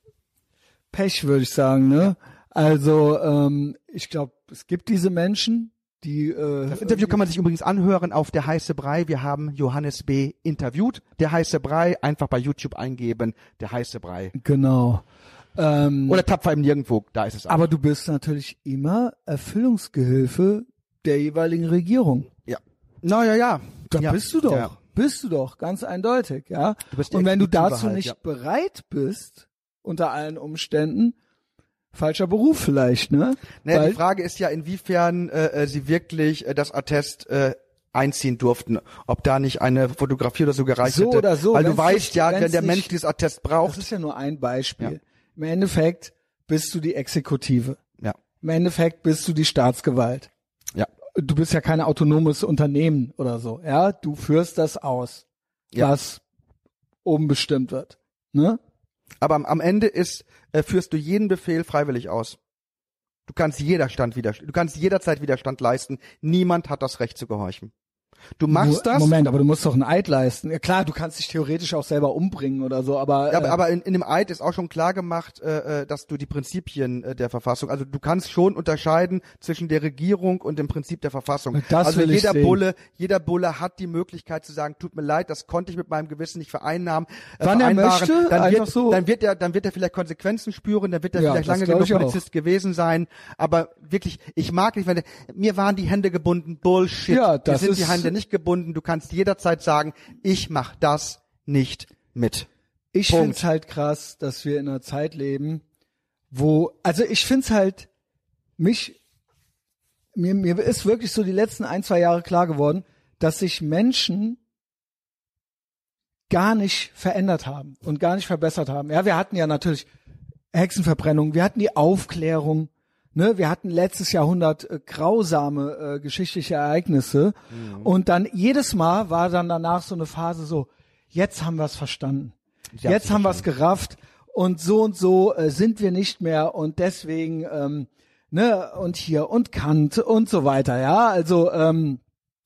Pech, würde ich sagen, ne? Also, ähm, ich glaube, es gibt diese Menschen, die... Äh, Das Interview kann man sich übrigens anhören auf der Heiße Brei. Wir haben Johannes B. interviewt. Der Heiße Brei, einfach bei YouTube eingeben, der Heiße Brei. Genau. Ähm, Oder Tapfer im Nirgendwo, da ist es auch. aber du bist natürlich immer Erfüllungsgehilfe der jeweiligen Regierung. Ja. Na ja, ja. Da ja. bist du doch. Ja. Bist du doch, ganz eindeutig, ja. Du bist die Und wenn du Exekutive dazu halt, nicht ja. bereit bist, unter allen Umständen, falscher Beruf vielleicht, ne? Naja, Weil, die Frage ist ja, inwiefern äh, äh, sie wirklich äh, das Attest äh, einziehen durften, ob da nicht eine Fotografie oder so gereicht So hätte. oder so, Weil du wenn's weißt nicht- ja, wenn's wenn der nicht- Mensch dieses Attest das braucht. ist ja nur ein Beispiel. Ja. Im Endeffekt bist du die Exekutive. Ja, Im Endeffekt bist du die Staatsgewalt. ja. Du bist ja kein autonomes Unternehmen oder so, ja. Du führst das aus, Ja. was oben bestimmt wird, ne? Aber am, am Ende ist, äh, führst du jeden Befehl freiwillig aus. Du kannst jeder Stand Widerstand, du kannst jederzeit Widerstand leisten. Niemand hat das Recht zu gehorchen. Du machst Nur- das. Moment, aber du musst doch ein Eid leisten. Ja klar, du kannst dich theoretisch auch selber umbringen oder so, aber, Ja, aber, äh, aber in, in dem Eid ist auch schon klar gemacht, äh, äh, dass du die Prinzipien äh, der Verfassung, also du kannst schon unterscheiden zwischen der Regierung und dem Prinzip der Verfassung. Das also will ich jeder sehen. Bulle, jeder Bulle hat die Möglichkeit zu sagen, tut mir leid, das konnte ich mit meinem Gewissen nicht vereinnahmen. Äh, Wann er vereinbaren. möchte, dann einfach wird, so. dann wird er, dann wird er vielleicht Konsequenzen spüren, dann wird er Ja, vielleicht das lange glaub genug ich auch. Polizist gewesen sein. Aber wirklich, ich mag nicht, wenn der, mir waren die Hände gebunden, Bullshit. Ja, Mir das sind die ist- Hände nicht gebunden. Du kannst jederzeit sagen, ich mach das nicht mit. ich Punkt. find's halt krass, dass wir in einer Zeit leben, wo, also ich find's halt mich, mir, mir ist wirklich so die letzten ein, zwei Jahre klar geworden, dass sich Menschen gar nicht verändert haben und gar nicht verbessert haben. Ja, wir hatten ja natürlich Hexenverbrennung, wir hatten die Aufklärung, ne, wir hatten letztes Jahrhundert äh, grausame äh, geschichtliche Ereignisse mhm. und dann jedes Mal war dann danach so eine Phase so, jetzt haben wir es verstanden, ich jetzt haben wir es gerafft und so und so äh, sind wir nicht mehr und deswegen, ähm, ne, und hier und Kant und so weiter, ja, also ähm,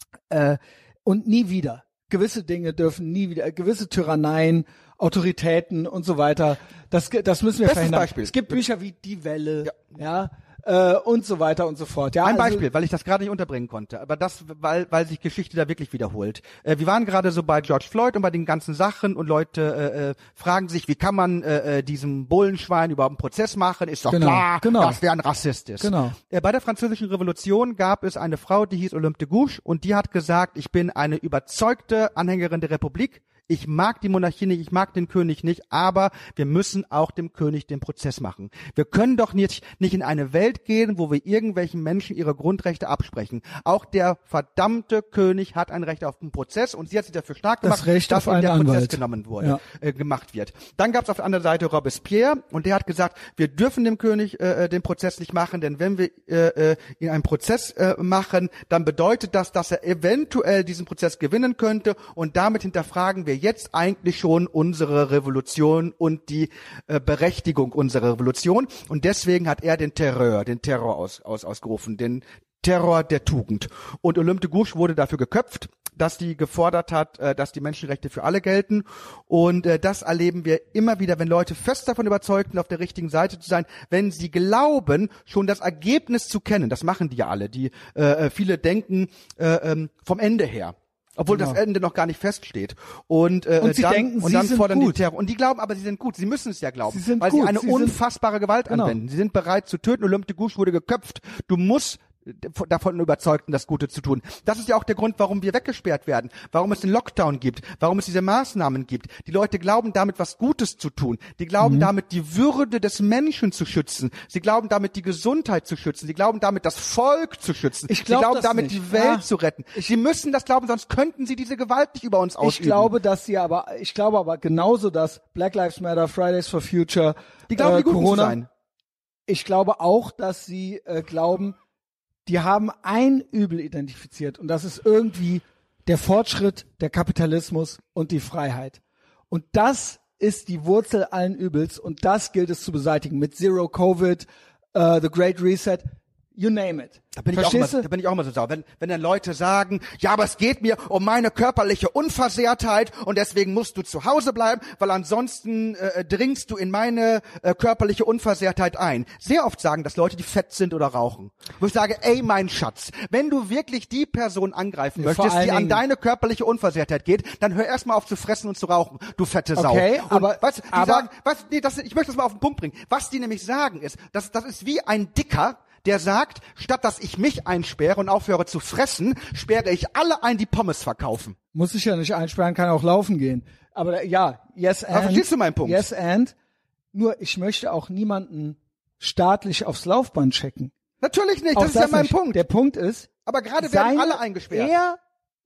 äh, und nie wieder. Gewisse Dinge dürfen nie wieder, gewisse Tyranneien, Autoritäten und so weiter, das, das müssen wir Bestes verhindern. Beispiel. Es gibt Bücher wie Die Welle, ja, ja äh, und so weiter und so fort. Ja, Ein also, Beispiel, weil ich das gerade nicht unterbringen konnte, aber das, weil weil sich Geschichte da wirklich wiederholt. Äh, wir waren gerade so bei George Floyd und bei den ganzen Sachen und Leute äh, äh, fragen sich, wie kann man äh, diesem Bullenschwein überhaupt einen Prozess machen? Ist doch genau, klar, genau. dass der ein Rassist ist. Genau. Äh, bei der Französischen Revolution gab es eine Frau, die hieß Olympe de Gouges und die hat gesagt, ich bin eine überzeugte Anhängerin der Republik. Ich mag die Monarchie nicht, ich mag den König nicht, aber wir müssen auch dem König den Prozess machen. Wir können doch nicht, nicht in eine Welt gehen, wo wir irgendwelchen Menschen ihre Grundrechte absprechen. Auch der verdammte König hat ein Recht auf den Prozess und sie hat sich dafür stark gemacht, das Recht dass auf ihm der einen Prozess Anwalt. genommen wurde, ja. äh, gemacht wird. Dann gab es auf der anderen Seite Robespierre und der hat gesagt, wir dürfen dem König äh, den Prozess nicht machen, denn wenn wir äh, ihn einen Prozess äh, machen, dann bedeutet das, dass er eventuell diesen Prozess gewinnen könnte und damit hinterfragen wir jetzt eigentlich schon unsere Revolution und die äh, Berechtigung unserer Revolution. Und deswegen hat er den Terror, den Terror aus, aus, ausgerufen, den Terror der Tugend. Und Olympe de Gouges wurde dafür geköpft, dass die gefordert hat, äh, dass die Menschenrechte für alle gelten. Und äh, das erleben wir immer wieder, wenn Leute fest davon überzeugt sind, auf der richtigen Seite zu sein, wenn sie glauben, schon das Ergebnis zu kennen. Das machen die ja alle. Die äh, viele denken äh, ähm, vom Ende her. Obwohl genau. das Ende noch gar nicht feststeht. Und, äh, und sie dann, denken, und sie dann sind fordern gut. die Terror. Und die glauben aber, sie sind gut. Sie müssen es ja glauben. Sie sind weil gut. sie eine sie unfassbare Gewalt genau. anwenden. Sie sind bereit zu töten. Olympe de Gouges wurde geköpft. Du musst davon überzeugt, das Gute zu tun. Das ist ja auch der Grund, warum wir weggesperrt werden, warum es den Lockdown gibt, warum es diese Maßnahmen gibt. Die Leute glauben damit, was Gutes zu tun. Die glauben mhm. damit, die Würde des Menschen zu schützen. Sie glauben damit, die Gesundheit zu schützen. Sie glauben damit, das Volk zu schützen. Ich glaub sie glauben das damit, nicht. die Welt ja. zu retten. Sie müssen das glauben, sonst könnten sie diese Gewalt nicht über uns ausüben. Ich glaube, dass sie aber, ich glaube aber genauso, dass Black Lives Matter, Fridays for Future, die glauben, äh, die Guten Corona, zu sein. Ich glaube auch, dass sie äh, glauben, die haben ein Übel identifiziert und das ist irgendwie der Fortschritt, der Kapitalismus und die Freiheit. Und das ist die Wurzel allen Übels und das gilt es zu beseitigen mit Zero Covid, uh, The Great Reset, you name it. Da bin, ich auch immer, da bin ich auch immer so sauer. Wenn, wenn dann Leute sagen, ja, aber es geht mir um meine körperliche Unversehrtheit und deswegen musst du zu Hause bleiben, weil ansonsten äh, dringst du in meine äh, körperliche Unversehrtheit ein. Sehr oft sagen das Leute, die fett sind oder rauchen. Wo ich sage, ey, mein Schatz, wenn du wirklich die Person angreifen ja, möchtest, die an Dingen. deine körperliche Unversehrtheit geht, dann hör erstmal auf zu fressen und zu rauchen, du fette Sau. Okay, und, aber, was, die aber sagen, was, nee, das, ich möchte das mal auf den Punkt bringen. Was die nämlich sagen ist, das, das ist wie ein Dicker, der sagt, statt dass ich mich einsperre und aufhöre zu fressen, sperre ich alle ein, die Pommes verkaufen. Muss ich ja nicht einsperren, kann auch laufen gehen. Aber ja, yes and. Aber verstehst du meinen Punkt? Yes and. Nur ich möchte auch niemanden staatlich aufs Laufband checken. Natürlich nicht, das auch ist das ja mein nicht. Punkt. Der Punkt ist, aber gerade werden alle eingesperrt. Er,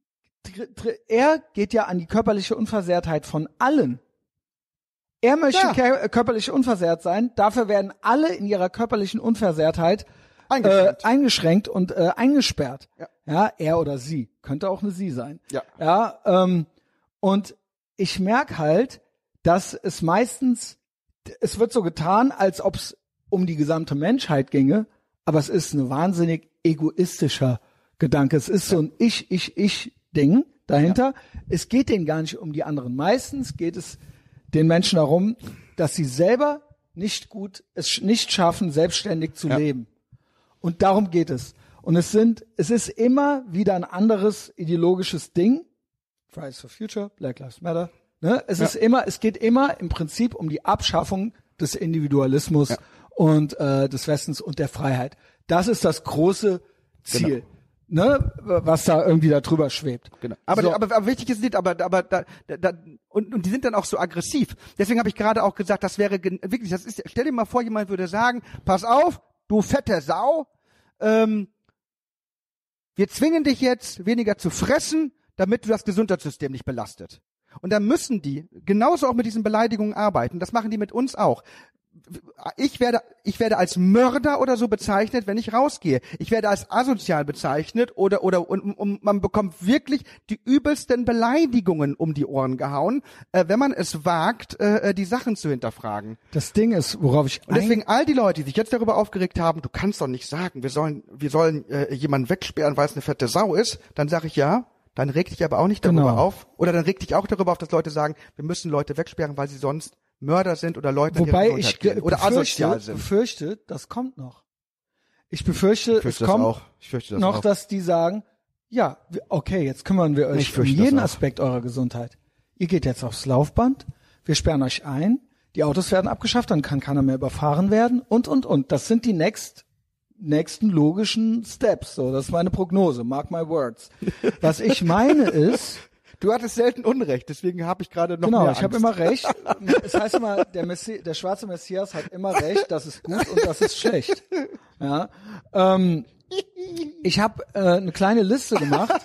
er geht ja an die körperliche Unversehrtheit von allen. Er möchte ja. körperlich unversehrt sein, dafür werden alle in ihrer körperlichen Unversehrtheit eingeschränkt, äh, eingeschränkt und äh, eingesperrt. Ja. ja, er oder sie. Könnte auch eine sie sein. Ja. Ja, ähm, und ich merke halt, dass es meistens, es wird so getan, als ob es um die gesamte Menschheit ginge, aber es ist ein wahnsinnig egoistischer Gedanke. Es ist ja. so ein Ich, Ich, Ich-Ding dahinter. Ja. Es geht denen gar nicht um die anderen. Meistens geht es den Menschen darum, dass sie selber nicht gut, es nicht schaffen, selbstständig zu ja. leben. Und darum geht es. Und es sind, es ist immer wieder ein anderes ideologisches Ding. Fridays for Future, Black Lives Matter. Ne? Es ja. ist immer, es geht immer im Prinzip um die Abschaffung des Individualismus ja. und äh, des Westens und der Freiheit. Das ist das große Ziel. Genau. Ne, was da irgendwie da drüber schwebt. Genau. Aber, so. aber, aber wichtig ist nicht, aber, aber da, da, und, und die sind dann auch so aggressiv. Deswegen habe ich gerade auch gesagt, das wäre wirklich, das ist, stell dir mal vor, jemand würde sagen, pass auf, du fette Sau, ähm, wir zwingen dich jetzt weniger zu fressen, damit du das Gesundheitssystem nicht belastet. Und dann müssen die genauso auch mit diesen Beleidigungen arbeiten. Das machen die mit uns auch. Ich werde, ich werde als Mörder oder so bezeichnet, wenn ich rausgehe. Ich werde als asozial bezeichnet oder, oder, und, und man bekommt wirklich die übelsten Beleidigungen um die Ohren gehauen, äh, wenn man es wagt, äh, die Sachen zu hinterfragen. Das Ding ist, worauf ich Und deswegen all die Leute, die sich jetzt darüber aufgeregt haben, du kannst doch nicht sagen, wir sollen, wir sollen äh, jemanden wegsperren, weil es eine fette Sau ist, dann sage ich ja, dann reg dich aber auch nicht darüber Genau. auf. Oder dann reg dich auch darüber auf, dass Leute sagen, wir müssen Leute wegsperren, weil sie sonst Mörder sind oder Leute Wobei in ihre ich Gesundheit gehen oder asozial sind. befürchte, das kommt noch. Ich befürchte, Ich fürchte es kommt das auch. Ich fürchte das noch, auch. dass die sagen, ja, wir- okay, jetzt kümmern wir euch Ich um fürchte jeden das auch. Aspekt eurer Gesundheit. Ihr geht jetzt aufs Laufband, wir sperren euch ein, die Autos werden abgeschafft, dann kann keiner mehr überfahren werden und, und, und. Das sind die next, nächsten logischen Steps. So, das ist meine Prognose, mark my words. Was ich meine ist, Du hattest selten Unrecht, deswegen habe ich gerade noch genau, mehr ich habe Angst. immer recht. Es heißt immer, der, Messi der schwarze Messias hat immer recht, das ist gut und das ist schlecht. Ja, ähm, ich habe äh, eine kleine Liste gemacht,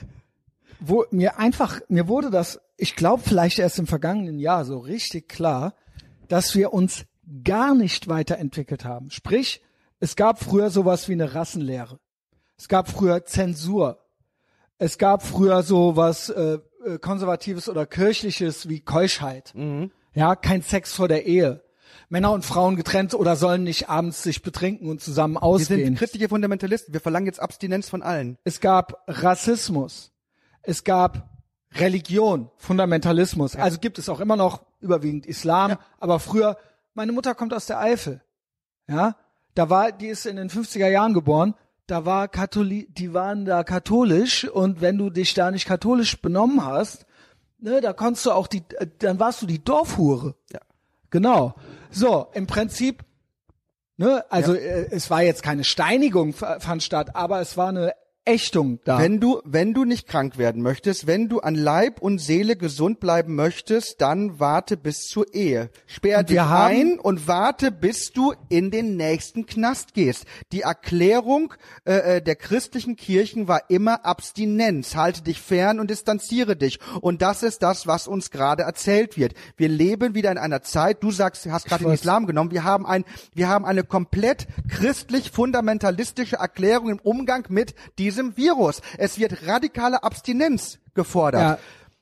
wo mir einfach, mir wurde das, ich glaube vielleicht erst im vergangenen Jahr so richtig klar, dass wir uns gar nicht weiterentwickelt haben. Sprich, es gab früher sowas wie eine Rassenlehre. Es gab früher Zensur. Es gab früher so was äh, äh, Konservatives oder Kirchliches wie Keuschheit. Mhm. Ja, kein Sex vor der Ehe. Männer und Frauen getrennt oder sollen nicht abends sich betrinken und zusammen Wir ausgehen. sind christliche Fundamentalisten, wir verlangen jetzt Abstinenz von allen. Es gab Rassismus. Es gab Religion, Fundamentalismus. Ja. Also gibt es auch immer noch überwiegend Islam. Ja. Aber früher, meine Mutter kommt aus der Eifel. Ja, da war, die ist in den fünfziger Jahren geboren. Da war Katholi die waren da katholisch und wenn du dich da nicht katholisch benommen hast, ne, da konntest du auch die, äh, dann warst du die Dorfhure. Ja. Genau. So, im Prinzip, ne, also Ja. äh, es war jetzt keine Steinigung f- fand statt, aber es war eine Ächtung da. Wenn du, wenn du nicht krank werden möchtest, wenn du an Leib und Seele gesund bleiben möchtest, dann warte bis zur Ehe. Sperr Und dich wir haben- ein und warte, bis du in den nächsten Knast gehst. Die Erklärung äh, der christlichen Kirchen war immer Abstinenz. Halte dich fern und distanziere dich. Und das ist das, was uns gerade erzählt wird. Wir leben wieder in einer Zeit, du sagst, hast gerade den weiß- Islam genommen, wir haben ein, wir haben eine komplett christlich-fundamentalistische Erklärung im Umgang mit diesem Virus. Es wird radikale Abstinenz gefordert. Ja,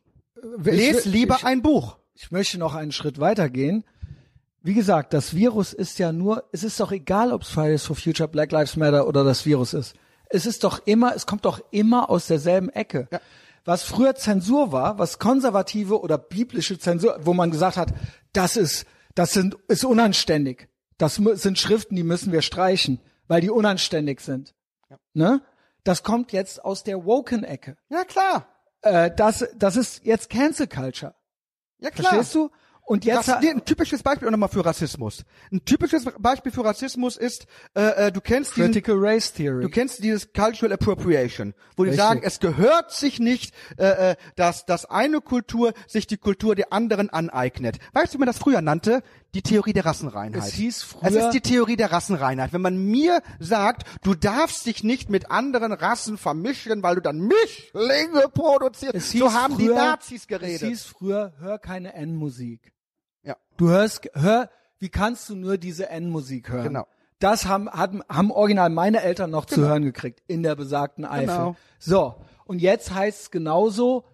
Lies ich, lieber ich, ein Buch. Ich möchte noch einen Schritt weitergehen. Wie gesagt, das Virus ist ja nur, es ist doch egal, ob es Fridays for Future, Black Lives Matter oder das Virus ist. Es ist doch immer, es kommt doch immer aus derselben Ecke. Ja. Was früher Zensur war, was konservative oder biblische Zensur, wo man gesagt hat, das ist, das sind, ist unanständig. Das mu- sind Schriften, die müssen wir streichen, weil die unanständig sind. Ja. Ne? Das kommt jetzt aus der Woken-Ecke. Ja, klar. Äh, das, das ist jetzt Cancel Culture. Ja, klar. Verstehst du? Und jetzt Das, nee, ein typisches Beispiel auch nochmal für Rassismus. Ein typisches Beispiel für Rassismus ist, äh, äh, du kennst diesen, Critical Race Theory. du kennst dieses Cultural Appropriation, wo die Richtig. sagen, es gehört sich nicht, äh, äh, dass, dass eine Kultur sich die Kultur der anderen aneignet. Weißt du, wie man das früher nannte? Die Theorie der Rassenreinheit. Es hieß früher- Es ist die Theorie der Rassenreinheit. Wenn man mir sagt, du darfst dich nicht mit anderen Rassen vermischen, weil du dann Mischlinge produzierst, Es hieß so haben die früher- Nazis geredet. Es hieß früher, hör keine N-Musik. Ja. Du hörst, hör, wie kannst du nur diese N-Musik hören? Genau. Das haben, haben, haben original meine Eltern noch zu hören gekriegt, in der besagten Eifel. Genau. So. Und jetzt heißt es genauso,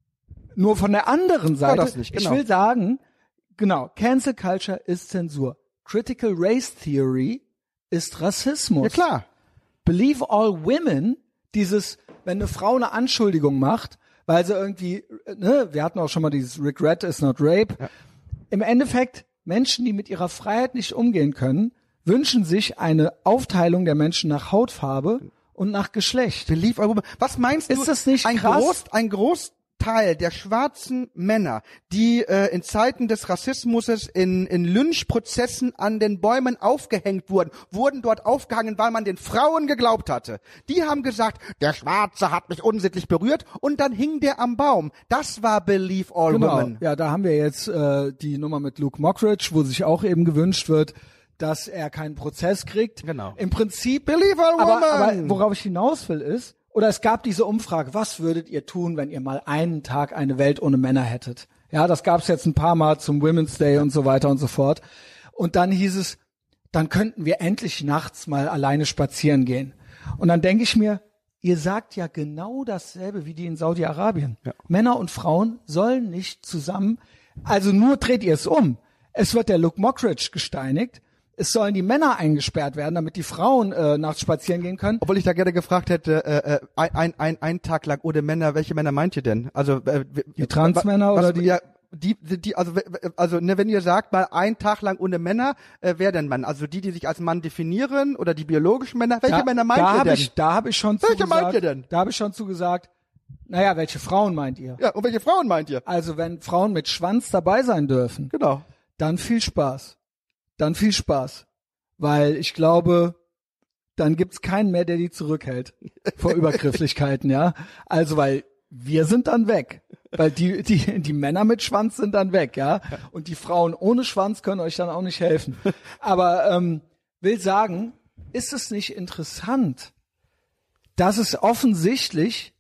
nur von der anderen Seite. das nicht, genau. Ich will sagen, genau, Cancel Culture ist Zensur. Critical Race Theory ist Rassismus. Ja, klar. Believe all women, dieses, wenn eine Frau eine Anschuldigung macht, weil sie irgendwie, ne, wir hatten auch schon mal dieses Regret is not rape. Ja. Im Endeffekt, Menschen, die mit ihrer Freiheit nicht umgehen können, wünschen sich eine Aufteilung der Menschen nach Hautfarbe und nach Geschlecht. Believe all women. Was meinst du? Ist das nicht ein krass? Groß, ein Großteil der schwarzen Männer, die äh, in Zeiten des Rassismus in, in Lynchprozessen an den Bäumen aufgehängt wurden, wurden dort aufgehangen, weil man den Frauen geglaubt hatte. Die haben gesagt, der Schwarze hat mich unsittlich berührt und dann hing der am Baum. Das war Believe all Genau. women. Ja, da haben wir jetzt äh, die Nummer mit Luke Mockridge, wo sich auch eben gewünscht wird, dass er keinen Prozess kriegt. Genau. Im Prinzip, Believe a aber, woman. aber worauf ich hinaus will ist, oder es gab diese Umfrage, was würdet ihr tun, wenn ihr mal einen Tag eine Welt ohne Männer hättet? Ja, das gab es jetzt ein paar Mal zum Women's Day und so weiter und so fort. Und dann hieß es, dann könnten wir endlich nachts mal alleine spazieren gehen. Und dann denke ich mir, ihr sagt ja genau dasselbe wie die in Saudi-Arabien. Ja. Männer und Frauen sollen nicht zusammen, also nur dreht ihr es um. Es wird der Luke Mockridge gesteinigt. Es sollen die Männer eingesperrt werden, damit die Frauen äh, nachts spazieren gehen können. Obwohl ich da gerne gefragt hätte, äh, ein, ein, ein, ein Tag lang ohne Männer, welche Männer meint ihr denn? Also äh, die Transmänner was, oder die? Ja, die, die, also, also ne, wenn ihr sagt, mal ein Tag lang ohne Männer, äh, wer denn Mann? Also die, die sich als Mann definieren oder die biologischen Männer? Welche da, Männer meint da ihr hab denn? Ich, da habe ich schon welche zugesagt. meint ihr denn? Da habe ich schon zugesagt. Naja, welche Frauen meint ihr? Ja, und welche Frauen meint ihr? Also wenn Frauen mit Schwanz dabei sein dürfen, genau, dann viel Spaß. Dann viel Spaß. Weil ich glaube, dann gibt's keinen mehr, der die zurückhält vor Übergrifflichkeiten, ja. Also weil wir sind dann weg. Weil die, die, die Männer mit Schwanz sind dann weg, ja. Und die Frauen ohne Schwanz können euch dann auch nicht helfen. Aber ähm, will sagen, ist es nicht interessant, dass es offensichtlich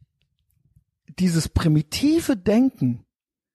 dieses primitive Denken,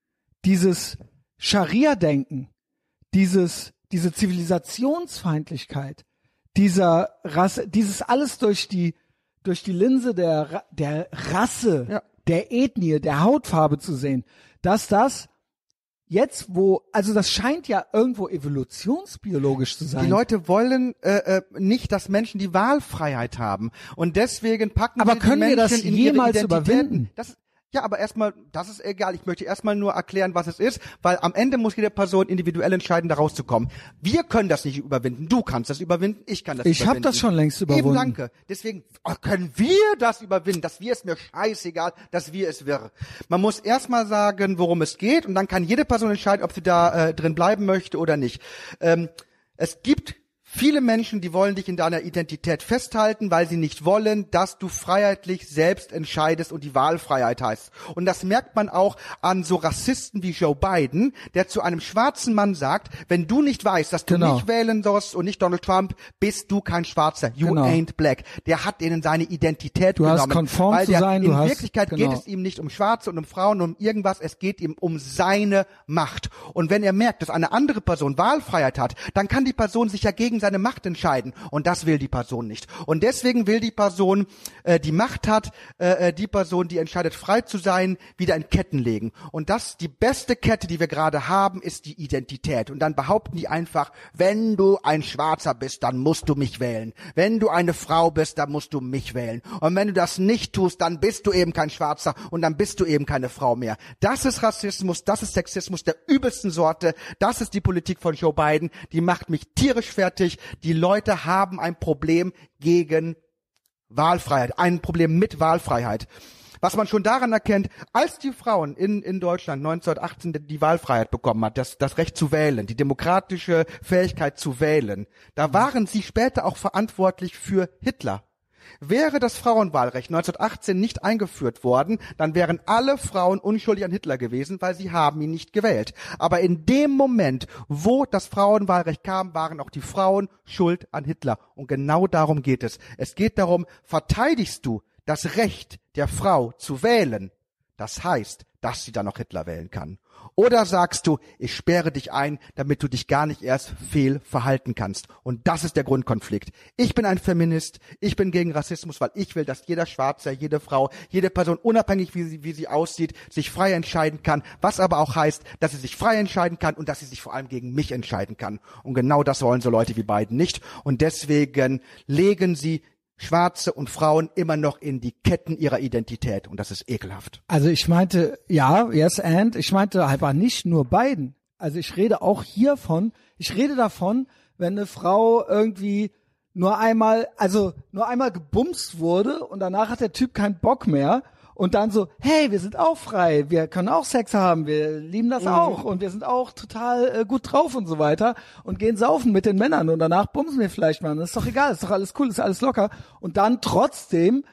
dieses Scharia-Denken, dieses, diese Zivilisationsfeindlichkeit, dieser Rasse, dieses alles durch die, durch die Linse der, der Rasse, ja. der Ethnie, der Hautfarbe zu sehen, dass das jetzt wo, also das scheint ja irgendwo evolutionsbiologisch zu sein. Die Leute wollen äh, äh, nicht, dass Menschen die Wahlfreiheit haben und deswegen packen aber sie können die wir Menschen das in jemals ihre Identitäten. überwinden? Das, ja, aber erstmal, das ist egal. Ich möchte erstmal nur erklären, was es ist, weil am Ende muss jede Person individuell entscheiden, da rauszukommen. Wir können das nicht überwinden. Du kannst das überwinden, ich kann das ich überwinden. Ich habe das schon längst überwunden. Eben, danke. Deswegen oh, können wir das überwinden. Das wir ist mir scheißegal, dass wir es wir. Man muss erstmal sagen, worum es geht und dann kann jede Person entscheiden, ob sie da äh, drin bleiben möchte oder nicht. Ähm, es gibt viele Menschen, die wollen dich in deiner Identität festhalten, weil sie nicht wollen, dass du freiheitlich selbst entscheidest und die Wahlfreiheit heißt. Und das merkt man auch an so Rassisten wie Joe Biden, der zu einem schwarzen Mann sagt, wenn du nicht weißt, dass du genau. mich wählen sollst und nicht Donald Trump, bist du kein Schwarzer. You genau. ain't black. Der hat ihnen seine Identität du genommen. Hast konform weil zu der, sein, in du hast, Wirklichkeit genau. geht es ihm nicht um Schwarze und um Frauen und um irgendwas, es geht ihm um seine Macht. Und wenn er merkt, dass eine andere Person Wahlfreiheit hat, dann kann die Person sich ja gegen seine Macht entscheiden und das will die Person nicht. Und deswegen will die Person, äh, die Macht hat, äh, die Person, die entscheidet, frei zu sein, wieder in Ketten legen. Und das, die beste Kette, die wir gerade haben, ist die Identität. Und dann behaupten die einfach, wenn du ein Schwarzer bist, dann musst du mich wählen. Wenn du eine Frau bist, dann musst du mich wählen. Und wenn du das nicht tust, dann bist du eben kein Schwarzer und dann bist du eben keine Frau mehr. Das ist Rassismus, das ist Sexismus der übelsten Sorte. Das ist die Politik von Joe Biden. Die macht mich tierisch fertig. Die Leute haben ein Problem gegen Wahlfreiheit, ein Problem mit Wahlfreiheit. Was man schon daran erkennt, als die Frauen in, in Deutschland neunzehnhundertachtzehn die Wahlfreiheit bekommen hat, das, das Recht zu wählen, die demokratische Fähigkeit zu wählen, da waren sie später auch verantwortlich für Hitler. Wäre das Frauenwahlrecht neunzehnhundertachtzehn nicht eingeführt worden, dann wären alle Frauen unschuldig an Hitler gewesen, weil sie haben ihn nicht gewählt. Aber in dem Moment, wo das Frauenwahlrecht kam, waren auch die Frauen schuld an Hitler. Und genau darum geht es. Es geht darum, verteidigst du das Recht der Frau zu wählen? Das heißt, dass sie dann noch Hitler wählen kann. Oder sagst du, ich sperre dich ein, damit du dich gar nicht erst fehl verhalten kannst. Und das ist der Grundkonflikt. Ich bin ein Feminist, ich bin gegen Rassismus, weil ich will, dass jeder Schwarzer, jede Frau, jede Person, unabhängig wie sie, wie sie aussieht, sich frei entscheiden kann. Was aber auch heißt, dass sie sich frei entscheiden kann und dass sie sich vor allem gegen mich entscheiden kann. Und genau das wollen so Leute wie Biden nicht. Und deswegen legen sie Schwarze und Frauen immer noch in die Ketten ihrer Identität. Und das ist ekelhaft. Also ich meinte, ja, yes and, ich meinte aber nicht nur beiden. Also ich rede auch hiervon, ich rede davon, wenn eine Frau irgendwie nur einmal, also nur einmal gebumst wurde und danach hat der Typ keinen Bock mehr und dann so, hey, wir sind auch frei, wir können auch Sex haben, wir lieben das mhm. auch und wir sind auch total äh, gut drauf und so weiter und gehen saufen mit den Männern und danach bumsen wir vielleicht mal. Das ist doch egal, ist doch alles cool, ist alles locker. Und dann trotzdem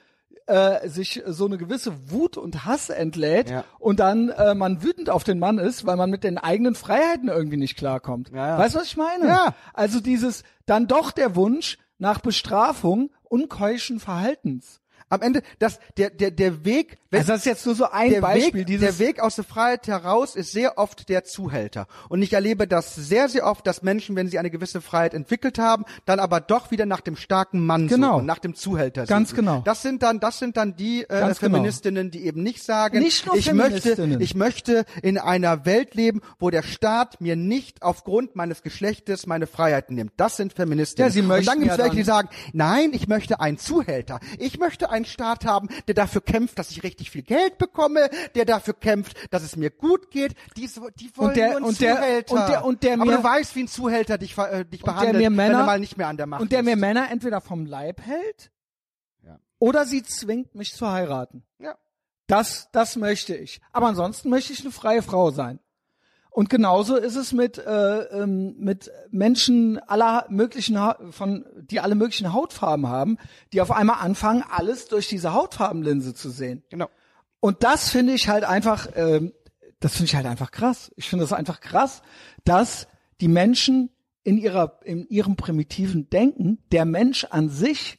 äh, sich so eine gewisse Wut und Hass entlädt Ja. und dann äh, man wütend auf den Mann ist, weil man mit den eigenen Freiheiten irgendwie nicht klarkommt. Ja, ja. Weißt du, was ich meine? Ja. Also dieses, dann doch der Wunsch nach Bestrafung unkeuschen Verhaltens. Am Ende, das, der, der, der Weg, wenn, Also das ist jetzt nur so ein der Beispiel. Weg, dieses, der Weg aus der Freiheit heraus ist sehr oft der Zuhälter. Und ich erlebe das sehr, sehr oft, dass Menschen, wenn sie eine gewisse Freiheit entwickelt haben, dann aber doch wieder nach dem starken Mann Genau. suchen, nach dem Zuhälter Ganz suchen. genau. Das sind dann, das sind dann die äh, Ganz genau. Feministinnen, die eben nicht sagen, Nicht nur ich möchte, Feministinnen. ich möchte in einer Welt leben, wo der Staat mir nicht aufgrund meines Geschlechtes meine Freiheiten nimmt. Das sind Feministinnen. Ja, sie Und möchten dann gibt es ja welche, die dann- sagen, nein, ich möchte einen Zuhälter. Ich möchte einen Staat haben, der dafür kämpft, dass ich richtig viel Geld bekomme, der dafür kämpft, dass es mir gut geht. Die, so- die wollen Und der- nur einen und der- Zuhälter. und der- und der Aber mir- du weißt, wie ein Zuhälter dich, ver- äh, dich und der behandelt, mir Männer, wenn er mal nicht mehr an der Macht und der ist. mir Männer entweder vom Leib hält Ja. oder sie zwingt mich zu heiraten. Ja. Das, das möchte ich. Aber ansonsten möchte ich eine freie Frau sein. Und genauso ist es mit äh, ähm, mit Menschen aller möglichen Ha- von die alle möglichen Hautfarben haben, die auf einmal anfangen, alles durch diese Hautfarbenlinse zu sehen. Genau. Und das finde ich halt einfach, ähm, das finde ich halt einfach krass. Ich finde es einfach krass, dass die Menschen in ihrer in ihrem primitiven Denken der Mensch an sich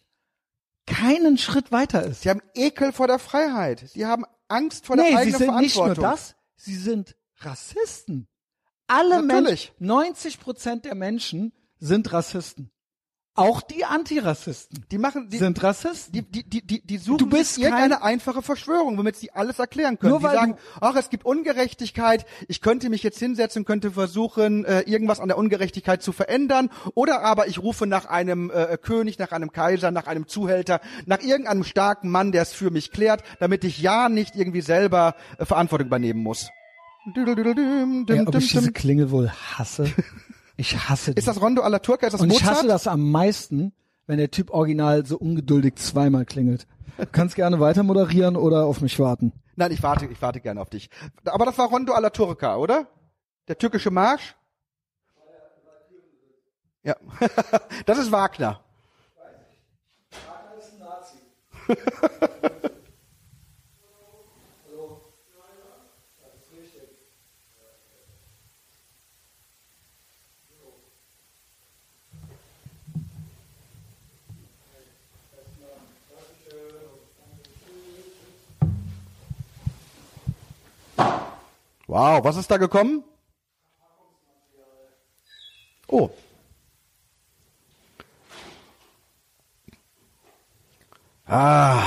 keinen Schritt weiter ist. Sie haben Ekel vor der Freiheit. Sie haben Angst vor Nee, der sie eigenen sind nicht Verantwortung. nur das, sie sind Rassisten. Alle Natürlich. Menschen, neunzig Prozent der Menschen sind Rassisten. Auch die Antirassisten Die machen, die, sind Rassisten. Die, die, die, die, die suchen Du bist sich irgendeine kein- einfache Verschwörung, womit sie alles erklären können. Nur Die weil sagen, du- ach, es gibt Ungerechtigkeit, ich könnte mich jetzt hinsetzen, könnte versuchen, äh, irgendwas an der Ungerechtigkeit zu verändern, oder aber ich rufe nach einem äh, König, nach einem Kaiser, nach einem Zuhälter, nach irgendeinem starken Mann, der es für mich klärt, damit ich ja nicht irgendwie selber äh, Verantwortung übernehmen muss. Düdeldüdeldüm, dim, Ja, ob dim, ich diese dim. Klingel wohl hasse? Ich hasse die. Ist das Rondo alla Turca? Ist das Und ich Mozart? hasse das am meisten, wenn der Typ original so ungeduldig zweimal klingelt. Du kannst gerne weiter moderieren oder auf mich warten. Nein, ich warte, ich warte gerne auf dich. Aber das war Rondo alla Turca, oder? Der türkische Marsch? Ja. Das ist Wagner. Wagner ist ein Nazi. Wow, was ist da gekommen? Oh. Ah.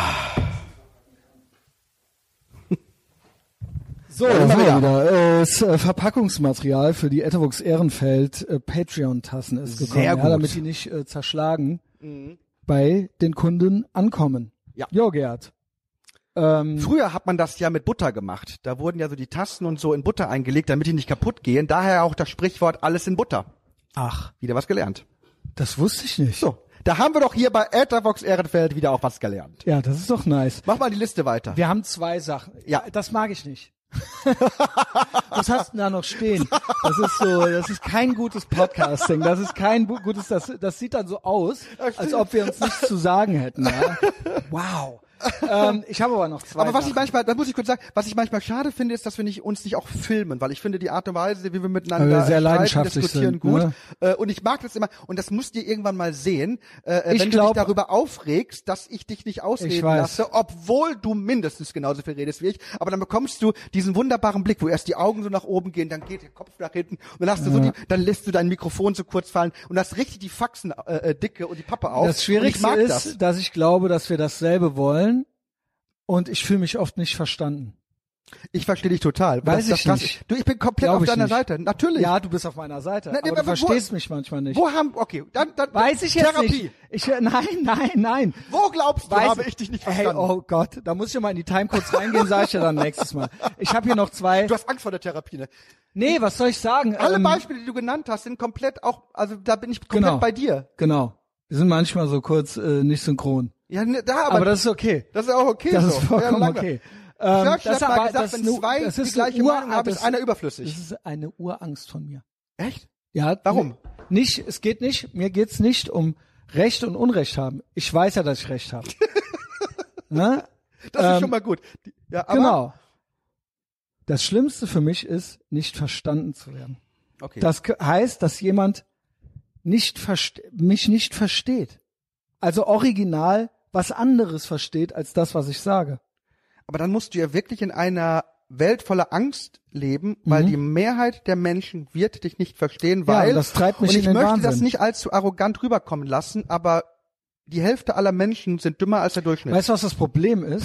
So, Ja, da immer sind wir wieder. wieder. Äh, Das äh, Verpackungsmaterial für die Etterwuchs Ehrenfeld äh, Patreon-Tassen ist gekommen, Sehr ja, gut. damit die nicht äh, zerschlagen bei den Kunden ankommen. Ja. Jo, Gerd. Ähm, Früher hat man das ja mit Butter gemacht. Da wurden ja so die Tasten und so in Butter eingelegt, damit die nicht kaputt gehen. Daher auch das Sprichwort alles in Butter. ach, Wieder was gelernt. das wusste ich nicht. So, da haben wir doch hier bei Ethervox Ehrenfeld wieder auch was gelernt. Ja, das ist doch nice. Mach mal die Liste weiter. Wir haben zwei Sachen. Ja. Das mag ich nicht. Was hast du denn da noch stehen? Das ist so, das ist kein gutes Podcasting. Das ist kein bu- gutes, das, das sieht dann so aus, als ob wir uns nichts zu sagen hätten. Ja? Wow. ähm, ich habe aber noch zwei. Aber was ich Sachen. manchmal, das muss ich kurz sagen, was ich manchmal schade finde, ist, dass wir nicht, uns nicht auch filmen, weil ich finde die Art und Weise, wie wir miteinander Weil wir sehr streiten, leidenschaftlich diskutieren, sind, gut. ne? Äh, und ich mag das immer, und das musst ihr irgendwann mal sehen, äh, Ich wenn glaub- du dich darüber aufregst, dass ich dich nicht Ich ausreden weiß. lasse, obwohl du mindestens genauso viel redest wie ich, aber dann bekommst du diesen wunderbaren Blick, wo erst die Augen so nach oben gehen, dann geht der Kopf nach hinten, und dann hast du so die, dann lässt du dein Mikrofon so kurz fallen und hast richtig die Faxen äh, äh, dicke und die Pappe auf. Das und Schwierigste ich mag ist, das. dass ich glaube, dass wir dasselbe wollen und ich fühle mich oft nicht verstanden. Ich verstehe dich total. Weiß das, ich das, nicht. Du, ich bin komplett Glaub auf ich deiner nicht. Seite. Natürlich. Ja, du bist auf meiner Seite, Na, aber aber du wo- verstehst mich manchmal nicht. Wo haben, okay, dann, dann, Weiß ich jetzt Therapie. nicht. Ich, nein, nein, nein. Wo glaubst du, Weiß habe ich dich nicht Hey, verstanden? oh Gott, da muss ich ja mal in die Timecodes reingehen, sage ich ja dann nächstes Mal. Ich habe hier noch zwei. Du hast Angst vor der Therapie, ne? Nee, was soll ich sagen? Alle Ähm, Beispiele, die du genannt hast, sind komplett auch, also da bin ich komplett Genau. bei dir. Genau. Wir sind manchmal so kurz äh, nicht synchron. Ja, ne, da, aber, Aber das ist okay. das ist auch okay Das so. ist vollkommen Ja, lange. okay. Ähm, Churchill hat mal aber- gesagt, das wenn ist eine- zwei das die ist gleiche eine Ur- Meinung haben, das- ist einer überflüssig. Das ist eine Urangst von mir. Echt? Ja. Warum? Nicht, es geht nicht, mir geht's nicht um Recht und Unrecht haben. Ich weiß ja, dass ich Recht habe. Ne? Das ähm, ist schon mal gut. Die, ja, aber, genau. Das Schlimmste für mich ist, nicht verstanden zu werden. Okay. Das k- heißt, dass jemand nicht verste- mich nicht versteht. Also original was anderes versteht als das, was ich sage. Aber dann musst du ja wirklich in einer Welt voller Angst leben, weil Mhm. die Mehrheit der Menschen wird dich nicht verstehen, Ja, weil und das treibt mich und in ich den möchte Wahnsinn. das nicht allzu arrogant rüberkommen lassen, aber die Hälfte aller Menschen sind dümmer als der Durchschnitt. Weißt du, was das Problem ist?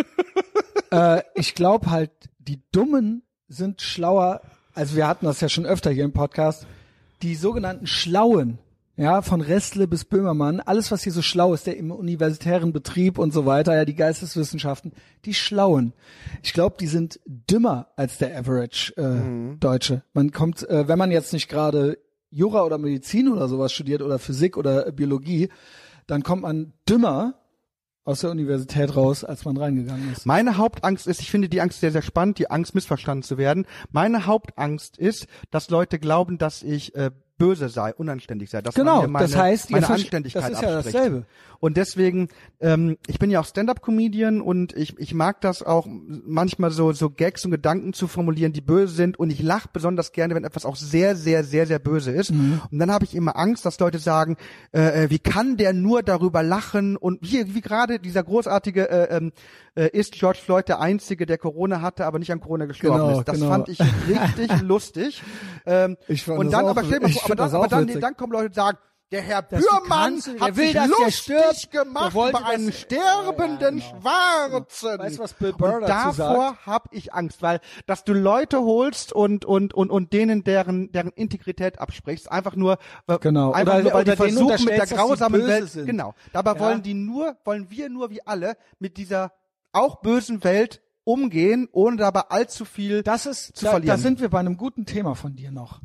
äh, ich glaube halt, die Dummen sind schlauer, also wir hatten das ja schon öfter hier im Podcast, die sogenannten Schlauen, ja, von Restle bis Böhmermann, alles, was hier so schlau ist, der im universitären Betrieb und so weiter, ja, die Geisteswissenschaften, die Schlauen. Ich glaube, die sind dümmer als der Average äh, Mhm. Deutsche. Man kommt, äh, wenn man jetzt nicht gerade Jura oder Medizin oder sowas studiert oder Physik oder äh, Biologie, dann kommt man dümmer aus der Universität raus, als man reingegangen ist. Meine Hauptangst ist, ich finde die Angst sehr, sehr spannend, die Angst, missverstanden zu werden. Meine Hauptangst ist, dass Leute glauben, dass ich äh, böse sei, unanständig sei. Dass Genau, man mir meine, das heißt, ihr meine versch- Anständigkeit das ist ja abspricht. dasselbe. Und deswegen, ähm, ich bin ja auch Stand-up-Comedian und ich, ich mag das auch manchmal so, so Gags und Gedanken zu formulieren, die böse sind, und ich lache besonders gerne, wenn etwas auch sehr, sehr, sehr, sehr böse ist. Mhm. Und dann habe ich immer Angst, dass Leute sagen, äh, äh, wie kann der nur darüber lachen? Und hier, wie gerade dieser großartige äh, ähm, äh, ist George Floyd der Einzige, der Corona hatte, aber nicht an Corona gestorben Genau, ist. Das genau. fand ich richtig lustig. Ähm, Ich fand und das dann, auch- aber stell dir mal ich vor, aber find dann, das aber auch dann, witzig. dann kommen Leute und sagen, der Herr Das Bührmann kannst du- der hat will, sich dass der lustig stirbt. gemacht Der wollte, über einen dass- sterbenden Ja, ja, genau. Schwarzen. Weißt du, was Bill Burr und dazu davor habe ich Angst, weil, dass du Leute holst und und und und denen deren deren Integrität absprichst, einfach nur, weil- Genau. einfach Oder- nur, weil oder die denen versuchen mit der unterstellst, dass sie grausamen böse Welt, sind. genau. Dabei Ja. wollen die nur, wollen wir nur wie alle mit dieser auch bösen Welt umgehen, ohne dabei allzu viel Das ist, zu da, verlieren. da sind wir bei einem guten Thema von dir noch.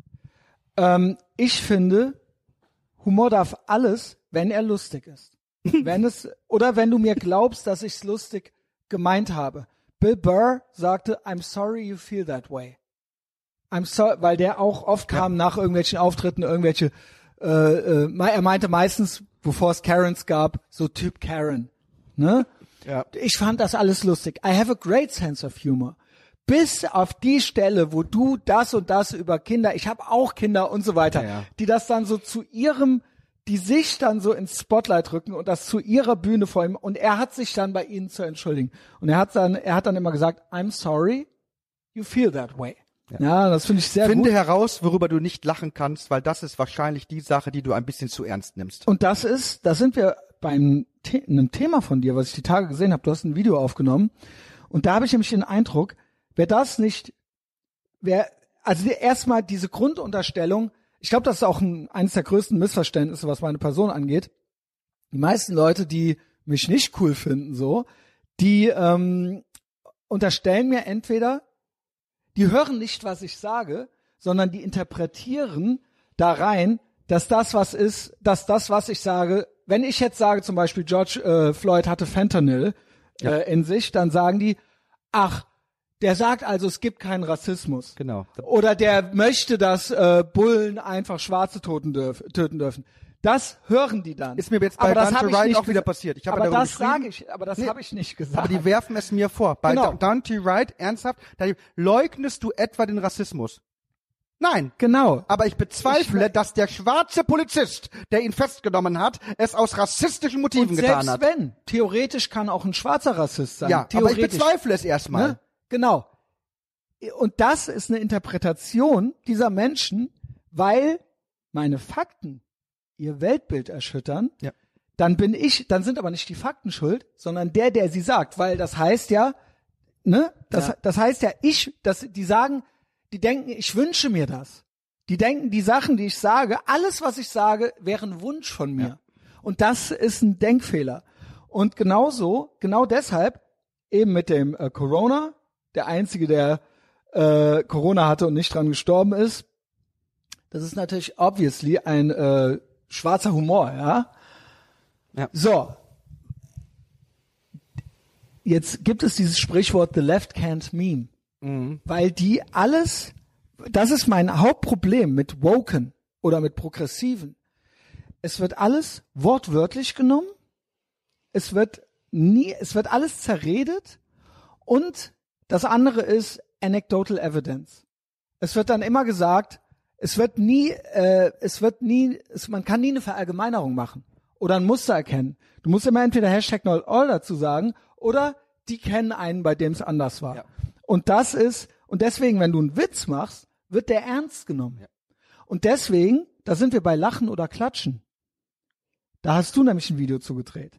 Ähm, ich finde, Humor darf alles, wenn er lustig ist. wenn es, oder wenn du mir glaubst, dass ich es lustig gemeint habe. Bill Burr sagte, I'm sorry you feel that way. I'm sorry, weil der auch oft kam Ja. nach irgendwelchen Auftritten, irgendwelche, äh, äh, me- er meinte meistens, bevor es Karens gab, so Typ Karen. Ne? Ja. Ich fand das alles lustig. I have a great sense of humor. Bis auf die Stelle, wo du das und das über Kinder, ich habe auch Kinder und so weiter, Ja, ja. die das dann so zu ihrem, die sich dann so ins Spotlight rücken und das zu ihrer Bühne vor ihm, und er hat sich dann bei ihnen zu entschuldigen. Und er hat dann, er hat dann immer gesagt, I'm sorry, you feel that way. Ja, ja, das finde ich sehr Finde gut. heraus, worüber du nicht lachen kannst, weil das ist wahrscheinlich die Sache, die du ein bisschen zu ernst nimmst. Und das ist, da sind wir bei einem, The einem Thema von dir, was ich die Tage gesehen habe. Du hast ein Video aufgenommen und da habe ich nämlich den Eindruck, wer das nicht, wer, also die, erstmal diese Grundunterstellung, ich glaube, das ist auch ein, eines der größten Missverständnisse, was meine Person angeht. Die meisten Leute, die mich nicht cool finden, so, die ähm, unterstellen mir entweder, die hören nicht, was ich sage, sondern die interpretieren da rein, dass das was ist, dass das, was ich sage, wenn ich jetzt sage zum Beispiel, George äh, Floyd hatte Fentanyl Ja. äh, in sich, dann sagen die, ach, der sagt also, es gibt keinen Rassismus. Genau. Oder der möchte, dass äh, Bullen einfach Schwarze toten dürf, töten dürfen. Das hören die dann. Ist mir jetzt bei Aber das Dante hab ich Wright nicht auch wieder gesa- passiert. Ich habe aber darüber das geschrieben. sage ich, aber das Nee. habe ich nicht gesagt. Aber die werfen es mir vor. Bei Genau. Dante Wright, ernsthaft, da leugnest du etwa den Rassismus? Nein. Genau. Aber ich bezweifle, Ich- dass der schwarze Polizist, der ihn festgenommen hat, es aus rassistischen Motiven Und getan selbst hat. wenn, theoretisch kann auch ein schwarzer Rassist sein. Ja, aber ich theoretisch. bezweifle es erstmal. Ne? Genau. Und das ist eine Interpretation dieser Menschen, weil meine Fakten ihr Weltbild erschüttern. Ja. Dann bin ich, dann sind aber nicht die Fakten schuld, sondern der, der sie sagt, weil das heißt ja, ne, das, Ja. das heißt ja, ich, dass die sagen, die denken, ich wünsche mir das. Die denken, die Sachen, die ich sage, alles, was ich sage, wäre ein Wunsch von mir. Ja. Und das ist ein Denkfehler. Und genauso, genau deshalb, eben mit dem äh, Corona, der Einzige, der äh, Corona hatte und nicht dran gestorben ist, das ist natürlich obviously ein äh, schwarzer Humor, ja. Ja. So. Jetzt gibt es dieses Sprichwort, the left can't meme. Mhm. Weil die alles, das ist mein Hauptproblem mit Woken oder mit Progressiven. Es wird alles wortwörtlich genommen. Es wird nie, es wird alles zerredet und das andere ist anecdotal evidence. Es wird dann immer gesagt, es wird nie, äh, es wird nie, es, man kann nie eine Verallgemeinerung machen oder ein Muster erkennen. Du musst immer entweder Hashtag not all dazu sagen oder die kennen einen, bei dem es anders war. Ja. Und das ist, und deswegen, wenn du einen Witz machst, wird der ernst genommen. Ja. Und deswegen, da sind wir bei Lachen oder Klatschen. Da hast du nämlich ein Video zugedreht.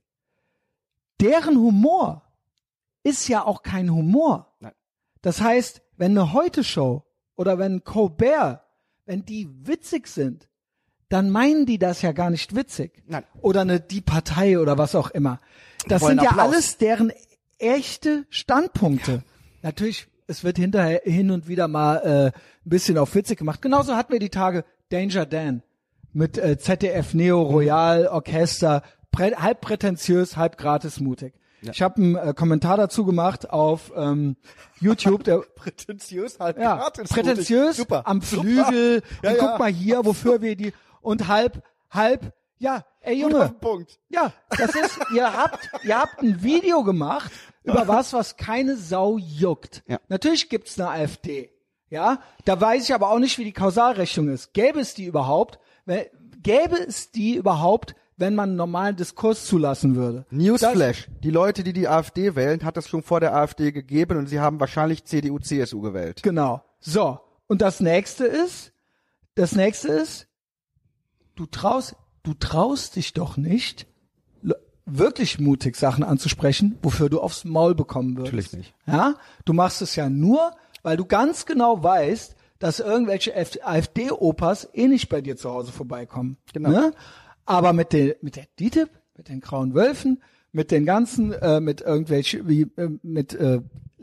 Deren Humor ist ja auch kein Humor. Nein. Das heißt, wenn eine Heute-Show oder wenn Colbert, wenn die witzig sind, dann meinen die das ja gar nicht witzig. Nein. Oder eine Die Partei oder was auch immer. Das Wollen sind ja Applaus. alles deren echte Standpunkte. Ja. Natürlich, es wird hinterher hin und wieder mal äh, ein bisschen auf witzig gemacht. Genauso hatten wir die Tage Danger Dan mit äh, Z D F Neo Royal Orchester, prä- halb prätentiös, halb gratis mutig. Ja. Ich habe einen äh, Kommentar dazu gemacht auf ähm, YouTube. Der Prätentiös halt ja, gratis. prätentiös Super. am Super. Flügel. Ja, und ja. guck mal hier, wofür wir die und halb, halb. Ja, ey Gut Junge. auf den Punkt. Ja, das ist. ihr habt, ihr habt ein Video gemacht über was, was keine Sau juckt. Ja. Natürlich gibt's eine AfD. Ja, da weiß ich aber auch nicht, wie die Kausalrechnung ist. Gäbe es die überhaupt? Wenn, gäbe es die überhaupt, wenn man einen normalen Diskurs zulassen würde? Newsflash. Die Leute, die die AfD wählen, hat es schon vor der AfD gegeben und sie haben wahrscheinlich C D U, C S U gewählt. Genau. So. Und das nächste ist, das nächste ist, du traust, du traust dich doch nicht, le- wirklich mutig Sachen anzusprechen, wofür du aufs Maul bekommen würdest. Natürlich nicht. Ja? Du machst es ja nur, weil du ganz genau weißt, dass irgendwelche F- AfD-Opas eh nicht bei dir zu Hause vorbeikommen. Genau. Ne? Aber mit der, mit der D I T I B, mit den Grauen Wölfen, mit den ganzen, äh, mit irgendwelche, wie, äh, mit, äh,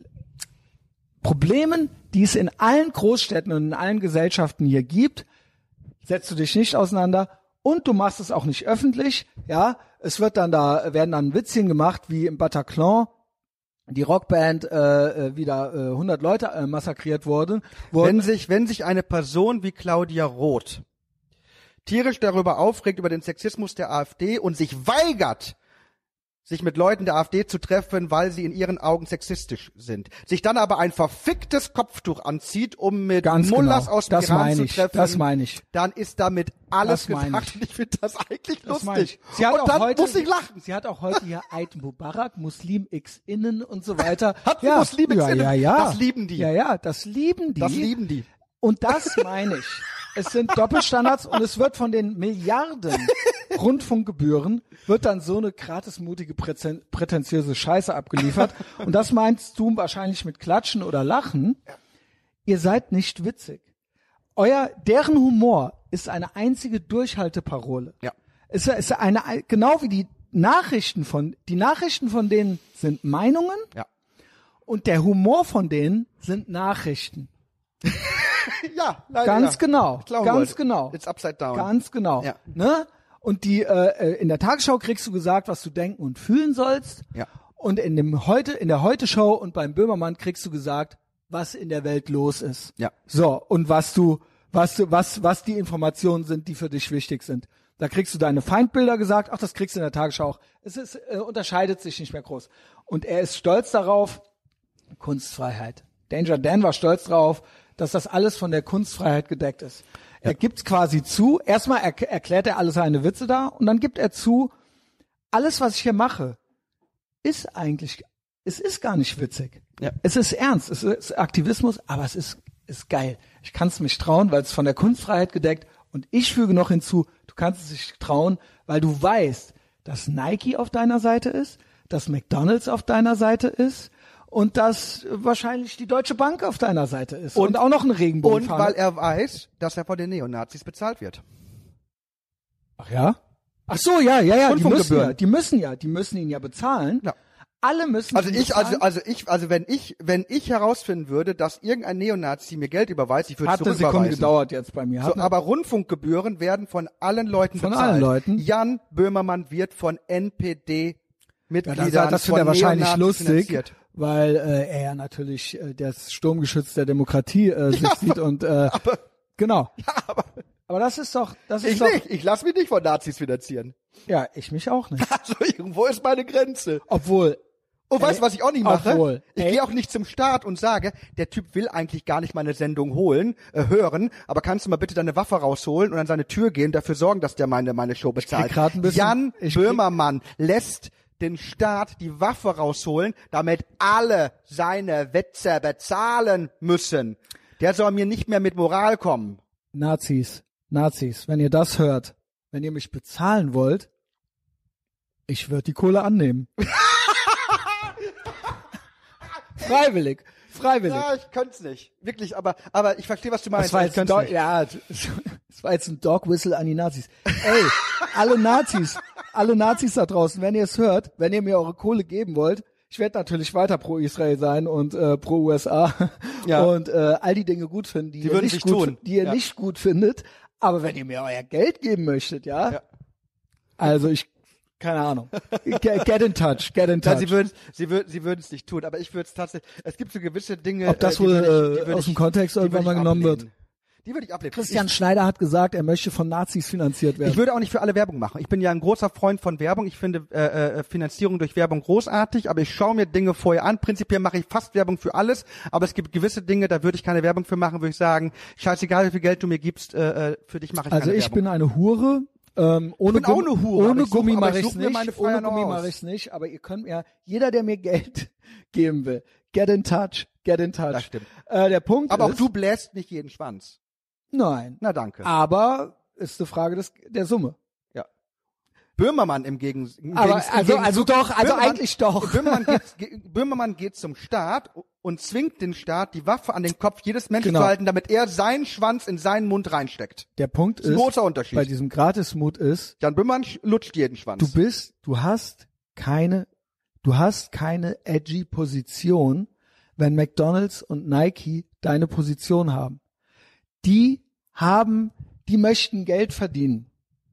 Problemen, die es in allen Großstädten und in allen Gesellschaften hier gibt, setzt du dich nicht auseinander und du machst es auch nicht öffentlich, ja. Es wird dann da, werden dann Witzchen gemacht, wie im Bataclan, die Rockband äh, äh, wieder äh, hundert Leute äh, massakriert wurden. wurden. Wenn sich, wenn sich eine Person wie Claudia Roth tierisch darüber aufregt, über den Sexismus der AfD und sich weigert, sich mit Leuten der AfD zu treffen, weil sie in ihren Augen sexistisch sind, sich dann aber ein verficktes Kopftuch anzieht, um mit Ganz Mullahs genau. aus dem Das Iran meine zu ich. treffen, Das meine ich. dann ist damit alles Das meine gesagt ich. und ich finde das eigentlich Das meine lustig. ich. Sie hat und auch dann heute, muss ich lachen. Sie hat auch heute hier Eid Mubarak, Muslim X innen und so weiter. Hat sie ja, Muslim X ja, innen? ja, ja. Das lieben die. Ja, ja, das lieben die. Das lieben die. Und das meine ich. Es sind Doppelstandards und es wird von den Milliarden Rundfunkgebühren wird dann so eine gratismutige, präzen- prätentiöse Scheiße abgeliefert. Und das meinst du wahrscheinlich mit Klatschen oder Lachen. Ihr seid nicht witzig. Euer, deren Humor ist eine einzige Durchhalteparole. Ja. Es ist eine, genau wie die Nachrichten von, die Nachrichten von denen sind Meinungen Ja. und der Humor von denen sind Nachrichten. Ja, leider, Ganz ja. genau, Klauen ganz wollte. genau. It's upside down. Ganz genau. Ja. Ne? Und die äh, in der Tagesschau kriegst du gesagt, was du denken und fühlen sollst. Ja. Und in dem heute in der Heute Show und beim Böhmermann kriegst du gesagt, was in der Welt los ist. Ja. So, und was du was du was was die Informationen sind, die für dich wichtig sind. Da kriegst du deine Feindbilder gesagt. Ach, das kriegst du in der Tagesschau auch. Es ist äh, unterscheidet sich nicht mehr groß. Und er ist stolz darauf, Kunstfreiheit. Danger Dan war stolz darauf, dass das alles von der Kunstfreiheit gedeckt ist. Er ja. gibt's quasi zu, erstmal er, erklärt er alle seine Witze da und dann gibt er zu, alles, was ich hier mache, ist eigentlich, es ist gar nicht witzig. Ja. Es ist ernst, es ist Aktivismus, aber es ist, ist geil. Ich kann es mich trauen, weil es von der Kunstfreiheit gedeckt und ich füge noch hinzu, du kannst es dich trauen, weil du weißt, dass Nike auf deiner Seite ist, dass McDonald's auf deiner Seite ist, und dass wahrscheinlich die Deutsche Bank auf deiner Seite ist. Und, und auch noch ein Regenbogen. Und weil er weiß, dass er von den Neonazis bezahlt wird. Ach ja? Ach so, ja, ja, ja. Die müssen ja, Rundfunkgebühren. die müssen ja, die müssen ihn ja bezahlen. Ja. Alle müssen Also ihn ich, bezahlen. also, also ich, also wenn ich, wenn ich herausfinden würde, dass irgendein Neonazi mir Geld überweist, ich würde es Hat eine Sekunde zurücküberweisen. gedauert jetzt bei mir. So, Hat eine- aber Rundfunkgebühren werden von allen Leuten Von bezahlt. allen Leuten? Jan Böhmermann wird von N P D-Mitgliedern ja, das, das von findet er wahrscheinlich Neonazis lustig, finanziert. weil äh, er ja natürlich äh, das Sturmgeschütz der Demokratie äh, sich Ja, sieht und äh, aber- genau. Ja, aber Aber das ist doch, das ist Ich doch, nicht. Ich lass mich nicht von Nazis finanzieren. ja, ich mich auch nicht. Also irgendwo ist meine Grenze. Obwohl, Und weißt du, was ich auch nicht mache? Obwohl, ich ey. gehe auch nicht zum Staat und sage, der Typ will eigentlich gar nicht meine Sendung holen, äh, hören, aber kannst du mal bitte deine Waffe rausholen und an seine Tür gehen, dafür sorgen, dass der meine meine Show bezahlt. grad ein bisschen- Jan ich krieg- Böhmermann lässt den Staat die Waffe rausholen, damit alle seine Witze bezahlen müssen. Der soll mir nicht mehr mit Moral kommen. Nazis, Nazis, wenn ihr das hört, wenn ihr mich bezahlen wollt, ich würde die Kohle annehmen. Freiwillig, freiwillig. Ja, ich könnte es nicht. Wirklich, aber aber ich verstehe, was du meinst. Das war Ich jetzt ein könnte Dog, nicht. ja, das war jetzt ein Dog Whistle an die Nazis. Ey, alle Nazis, alle Nazis da draußen, wenn ihr es hört, wenn ihr mir eure Kohle geben wollt, ich werde natürlich weiter pro Israel sein und äh, pro U S A Ja. und äh, all die Dinge gut finden, die, Die ihr, würden nicht sich gut, tun. die ihr Ja. nicht gut findet. Aber wenn ihr mir euer Geld geben möchtet, ja, Ja. also ich, keine Ahnung, get, get in touch, get in touch. Ja, sie würden, sie würden, sie würden es nicht tun, aber ich würde es tatsächlich. Es gibt so gewisse Dinge. Ob das äh, die wohl würde ich, äh, die würde aus dem ich- Kontext die würde irgendwann mal ich genommen ablehnen. wird. Die würde ich ablehnen. Christian ich, Schneider hat gesagt, er möchte von Nazis finanziert werden. ich würde auch nicht für alle Werbung machen. Ich bin ja ein großer Freund von Werbung. Ich finde äh, äh, Finanzierung durch Werbung großartig, aber ich schaue mir Dinge vorher an. Prinzipiell mache ich fast Werbung für alles, aber es gibt gewisse Dinge, da würde ich keine Werbung für machen, würde ich sagen, scheißegal, wie viel Geld du mir gibst, äh, äh, für dich mache ich Also keine ich Werbung. bin eine Hure. Ähm, ohne bin auch Gummi, eine Hure, aber ohne ich such- Gummi aber mache ich ich such mir nicht. meine Ohne Freier noch Gummi aus. mache ich nicht. Aber ihr könnt mir, jeder, der mir Geld geben will, get in touch, get in touch. Das stimmt. Äh, der Punkt Aber auch ist, du bläst nicht jeden Schwanz. nein. Na danke. Aber ist eine Frage des, der Summe. Ja. Böhmermann im Gegen im Aber Gegens- im also, Gegenzug- also doch, also Böhmermann- eigentlich doch. Böhmermann geht, ge- Böhmermann geht zum Staat und zwingt den Staat, die Waffe an den Kopf jedes Menschen Genau. zu halten, damit er seinen Schwanz in seinen Mund reinsteckt. Der Punkt Das ist ist, ein großer Unterschied. bei diesem Gratismut ist, Jan Böhmermann sch- lutscht jeden Schwanz. du bist, du hast keine, du hast keine edgy Position, wenn McDonald's und Nike deine Position haben. Die haben, die möchten Geld verdienen.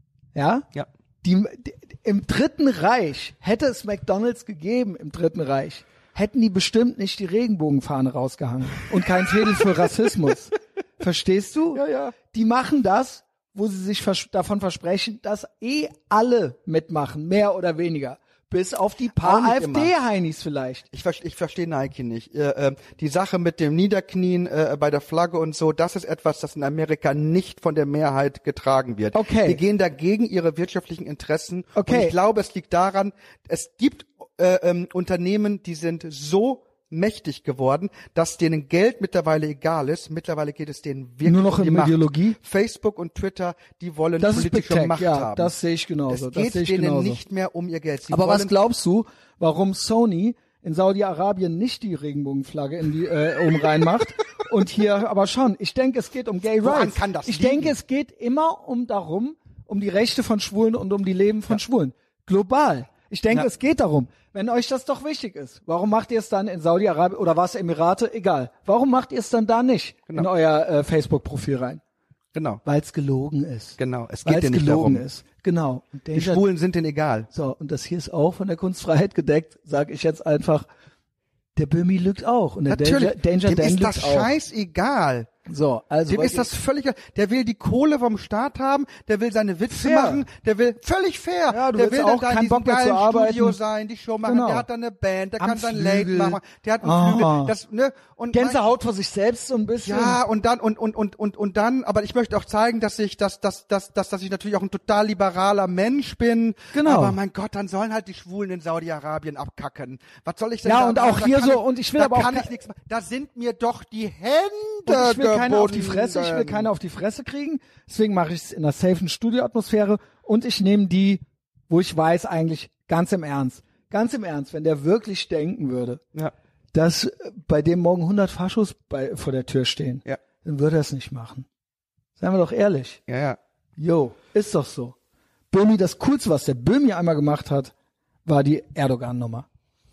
Ja? Ja. Die, die, im Dritten Reich hätte es McDonald's gegeben, im Dritten Reich, hätten die bestimmt nicht die Regenbogenfahne rausgehangen und kein Fädel für Rassismus. Verstehst du? Ja, ja. Die machen das, wo sie sich vers- davon versprechen, dass eh alle mitmachen, mehr oder weniger. Bis auf die Auch paar nicht AfD-Heinis vielleicht. Ich, ver- ich verstehe Nike nicht. Äh, äh, die Sache mit dem Niederknien äh, bei der Flagge und so, das ist etwas, das in Amerika nicht von der Mehrheit getragen wird. Okay. Die gehen dagegen ihre wirtschaftlichen Interessen. Okay. Und ich glaube, es liegt daran, es gibt äh, ähm, Unternehmen, die sind so mächtig geworden, dass denen Geld mittlerweile egal ist. Mittlerweile geht es denen wirklich Nur noch um die um Macht. Ideologie? Facebook und Twitter, die wollen Das ist Big politische Tech, Macht ja, haben. das sehe ich genauso. Es Das geht sehe ich denen genauso. nicht mehr um ihr Geld. Sie Aber was wollen- glaubst du, warum Sony in Saudi-Arabien nicht die Regenbogenflagge in die äh, oben reinmacht und hier aber schon? Ich denke, es geht um Gay Woran Rights. kann das ich liegen? denke, es geht immer um darum, um die Rechte von Schwulen und um die Leben von Schwulen. Global. Ich denke, Ja. es geht darum. Wenn euch das doch wichtig ist, warum macht ihr es dann in Saudi-Arabien oder was Emirate? Egal. Warum macht ihr es dann da nicht Genau. in euer äh, Facebook-Profil rein? Genau, Weil es gelogen ist. genau. Es Weil geht es dir nicht gelogen darum. ist. Genau. Und Die Danger- Schwulen sind denen egal. So, und das hier ist auch von der Kunstfreiheit gedeckt, sage ich jetzt einfach. Der Böhmi lügt auch und der Natürlich, Danger, Danger dem Dan ist lügt das auch. scheißegal. So, also Dem wollt ist ihr- das völlig, der will die Kohle vom Staat haben, der will seine Witze Fair. machen, der will, völlig fair. Ja, du der willst will auch dann da in keinen diesem Bock mehr zu geilen arbeiten. Studio sein, die Show machen, Genau. der hat dann eine Band, der Am kann sein Flügel. Late machen, der hat einen Aha. Flügel, das, ne, und Gänsehaut vor sich selbst so ein bisschen. ja, und dann, und, und, und, und, und dann, aber ich möchte auch zeigen, dass ich, dass, dass, dass, dass, dass ich natürlich auch ein total liberaler Mensch bin. Genau. Aber mein Gott, dann sollen halt die Schwulen in Saudi-Arabien abkacken. Was soll ich denn Ja, da und machen? auch Da hier kann so, ich, und ich will da aber auch kann ke- ich nichts machen. Da sind mir doch die Hände Und ich will keine auf die gebunden. Fresse, ich will keine auf die Fresse kriegen. Deswegen mache ich es in einer safen Studioatmosphäre und ich nehme die, wo ich weiß eigentlich, ganz im Ernst, ganz im Ernst, wenn der wirklich denken würde, Ja, dass äh, bei dem morgen hundert Faschos bei, vor der Tür stehen, ja, dann würde er es nicht machen. Seien wir doch ehrlich. ja, ja. Jo, ist doch so. Böhmi, das Coolste, was der Böhmi einmal gemacht hat, war die Erdogan-Nummer.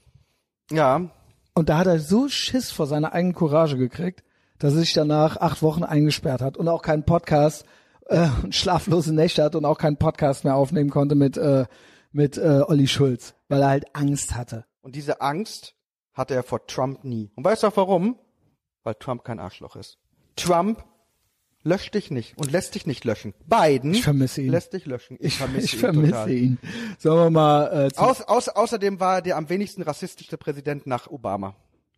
Ja, Und da hat er so Schiss vor seiner eigenen Courage gekriegt, dass er sich danach acht Wochen eingesperrt hat und auch keinen Podcast äh, und schlaflose Nächte hat und auch keinen Podcast mehr aufnehmen konnte mit äh, mit äh, Olli Schulz, weil er halt Angst hatte. und diese Angst hatte er vor Trump nie. Und weißt du auch warum? Weil Trump kein Arschloch ist. Trump löscht dich nicht und lässt dich nicht löschen. Biden Ich vermisse ihn. lässt dich löschen. Ich, Ich, vermisse ich ihn vermisse total. ihn. Sollen wir mal äh, zu, Aus, aus, außerdem war er der am wenigsten rassistische Präsident nach Obama.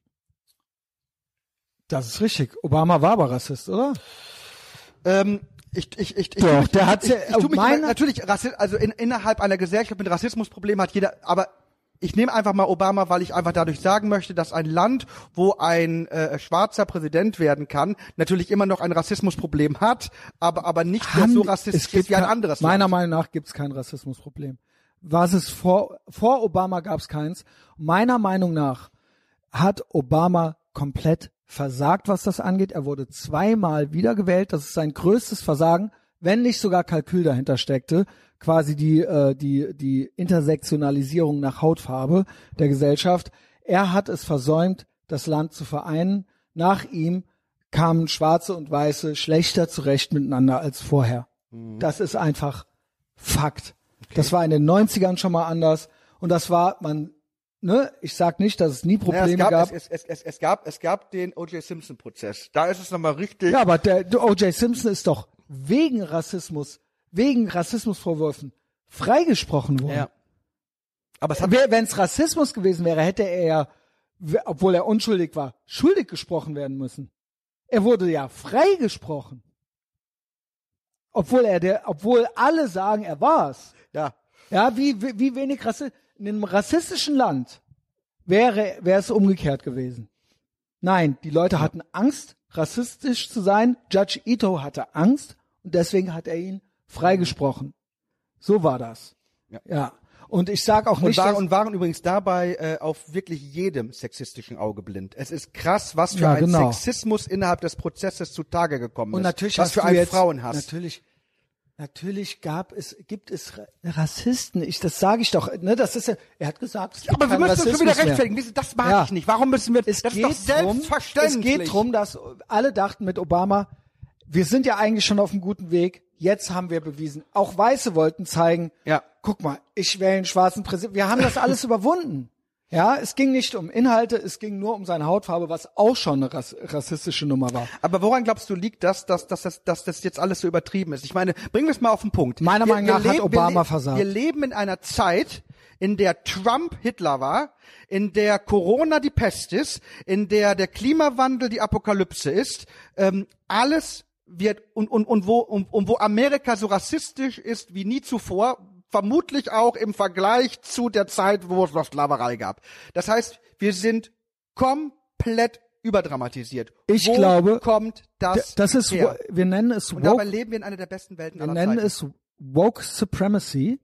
Das ist richtig. Obama war aber Rassist, oder? Ähm, ich, ich, ich, ich, Doch, ich, der hat's ich, ja- ich, ich tu mich meine- immer, natürlich Rassi- also in, innerhalb einer Gesellschaft mit Rassismusproblemen hat jeder, aber ich nehme einfach mal Obama, weil ich einfach dadurch sagen möchte, dass ein Land, wo ein äh, schwarzer Präsident werden kann, natürlich immer noch ein Rassismusproblem hat, aber aber nicht mehr Haben so die- rassistisch es gibt ist wie ein kein- anderes Meiner Land. Meinung nach gibt es kein Rassismusproblem. Was es vor, vor Obama gab es keins. Meiner Meinung nach hat Obama komplett versagt, was das angeht. Er wurde zweimal wiedergewählt. Das ist sein größtes Versagen, wenn nicht sogar Kalkül dahinter steckte. Quasi die, äh, die, die Intersektionalisierung nach Hautfarbe der Gesellschaft. Er hat es versäumt, das Land zu vereinen. Nach ihm kamen Schwarze und Weiße schlechter zurecht miteinander als vorher. Das ist einfach Fakt. Das war in den neunzigern schon mal anders. Und das war, man, ne, ich sag nicht, dass es nie Ja, Probleme es, gab, gab. Es, es, es, es, gab, es gab den O J Simpson-Prozess. Da ist es nochmal richtig. Ja, aber der, der O J Simpson ist doch wegen Rassismus, wegen Rassismusvorwürfen freigesprochen worden. Ja. Aber es hat, Wenn es Rassismus gewesen wäre, hätte er ja, w- obwohl er unschuldig war, schuldig gesprochen werden müssen. Er wurde ja freigesprochen. Obwohl er der, obwohl alle sagen, er war's. ja. Ja, wie, wie, wie wenig Rassi in einem rassistischen Land wäre, wäre es umgekehrt gewesen. Nein, die Leute hatten Angst, rassistisch zu sein. Judge Ito hatte Angst und deswegen hat er ihn freigesprochen. So war das. Ja. Ja. Und ich sag auch Und nicht, waren, dass, und waren übrigens dabei äh, auf wirklich jedem sexistischen Auge blind. Es ist krass, was für Ja, ein genau. Sexismus innerhalb des Prozesses zutage gekommen und ist. natürlich was hast für du ein jetzt, Frauenhass. Natürlich, natürlich gab es, gibt es Ra- Rassisten. Ich, das sage ich doch. Ne, das ist ja. Er hat gesagt, es gibt Aber wir keinen müssen uns schon wieder Rassismus mehr. rechtfertigen. Wieso, das mag Ja. ich nicht. Warum müssen wir, Es das geht ist doch drum, selbstverständlich. es geht drum, dass alle dachten mit Obama, wir sind ja eigentlich schon auf einem guten Weg. Jetzt haben wir bewiesen. Auch Weiße wollten zeigen, Ja. guck mal, ich wähle einen schwarzen Präsidenten. Wir haben das alles überwunden. Ja, es ging nicht um Inhalte, es ging nur um seine Hautfarbe, was auch schon eine rass rassistische Nummer war. Aber woran glaubst du, liegt das, dass, dass, dass, dass das jetzt alles so übertrieben ist? Ich meine, bringen wir es mal auf den Punkt. Meiner Wir- Meinung wir nach hat leben- Obama wir le- versagt. Wir leben in einer Zeit, in der Trump Hitler war, in der Corona die Pest ist, in der der Klimawandel die Apokalypse ist. Ähm, alles wird und und und wo und, und wo Amerika so rassistisch ist wie nie zuvor, vermutlich auch im Vergleich zu der Zeit, wo es noch Sklaverei gab. Das heißt, wir sind komplett überdramatisiert. Ich wo glaube, kommt das, Das ist, her? wo- wir nennen es Und dabei woke, leben wir in einer der besten Welten wir aller nennen Zeiten. es woke Supremacy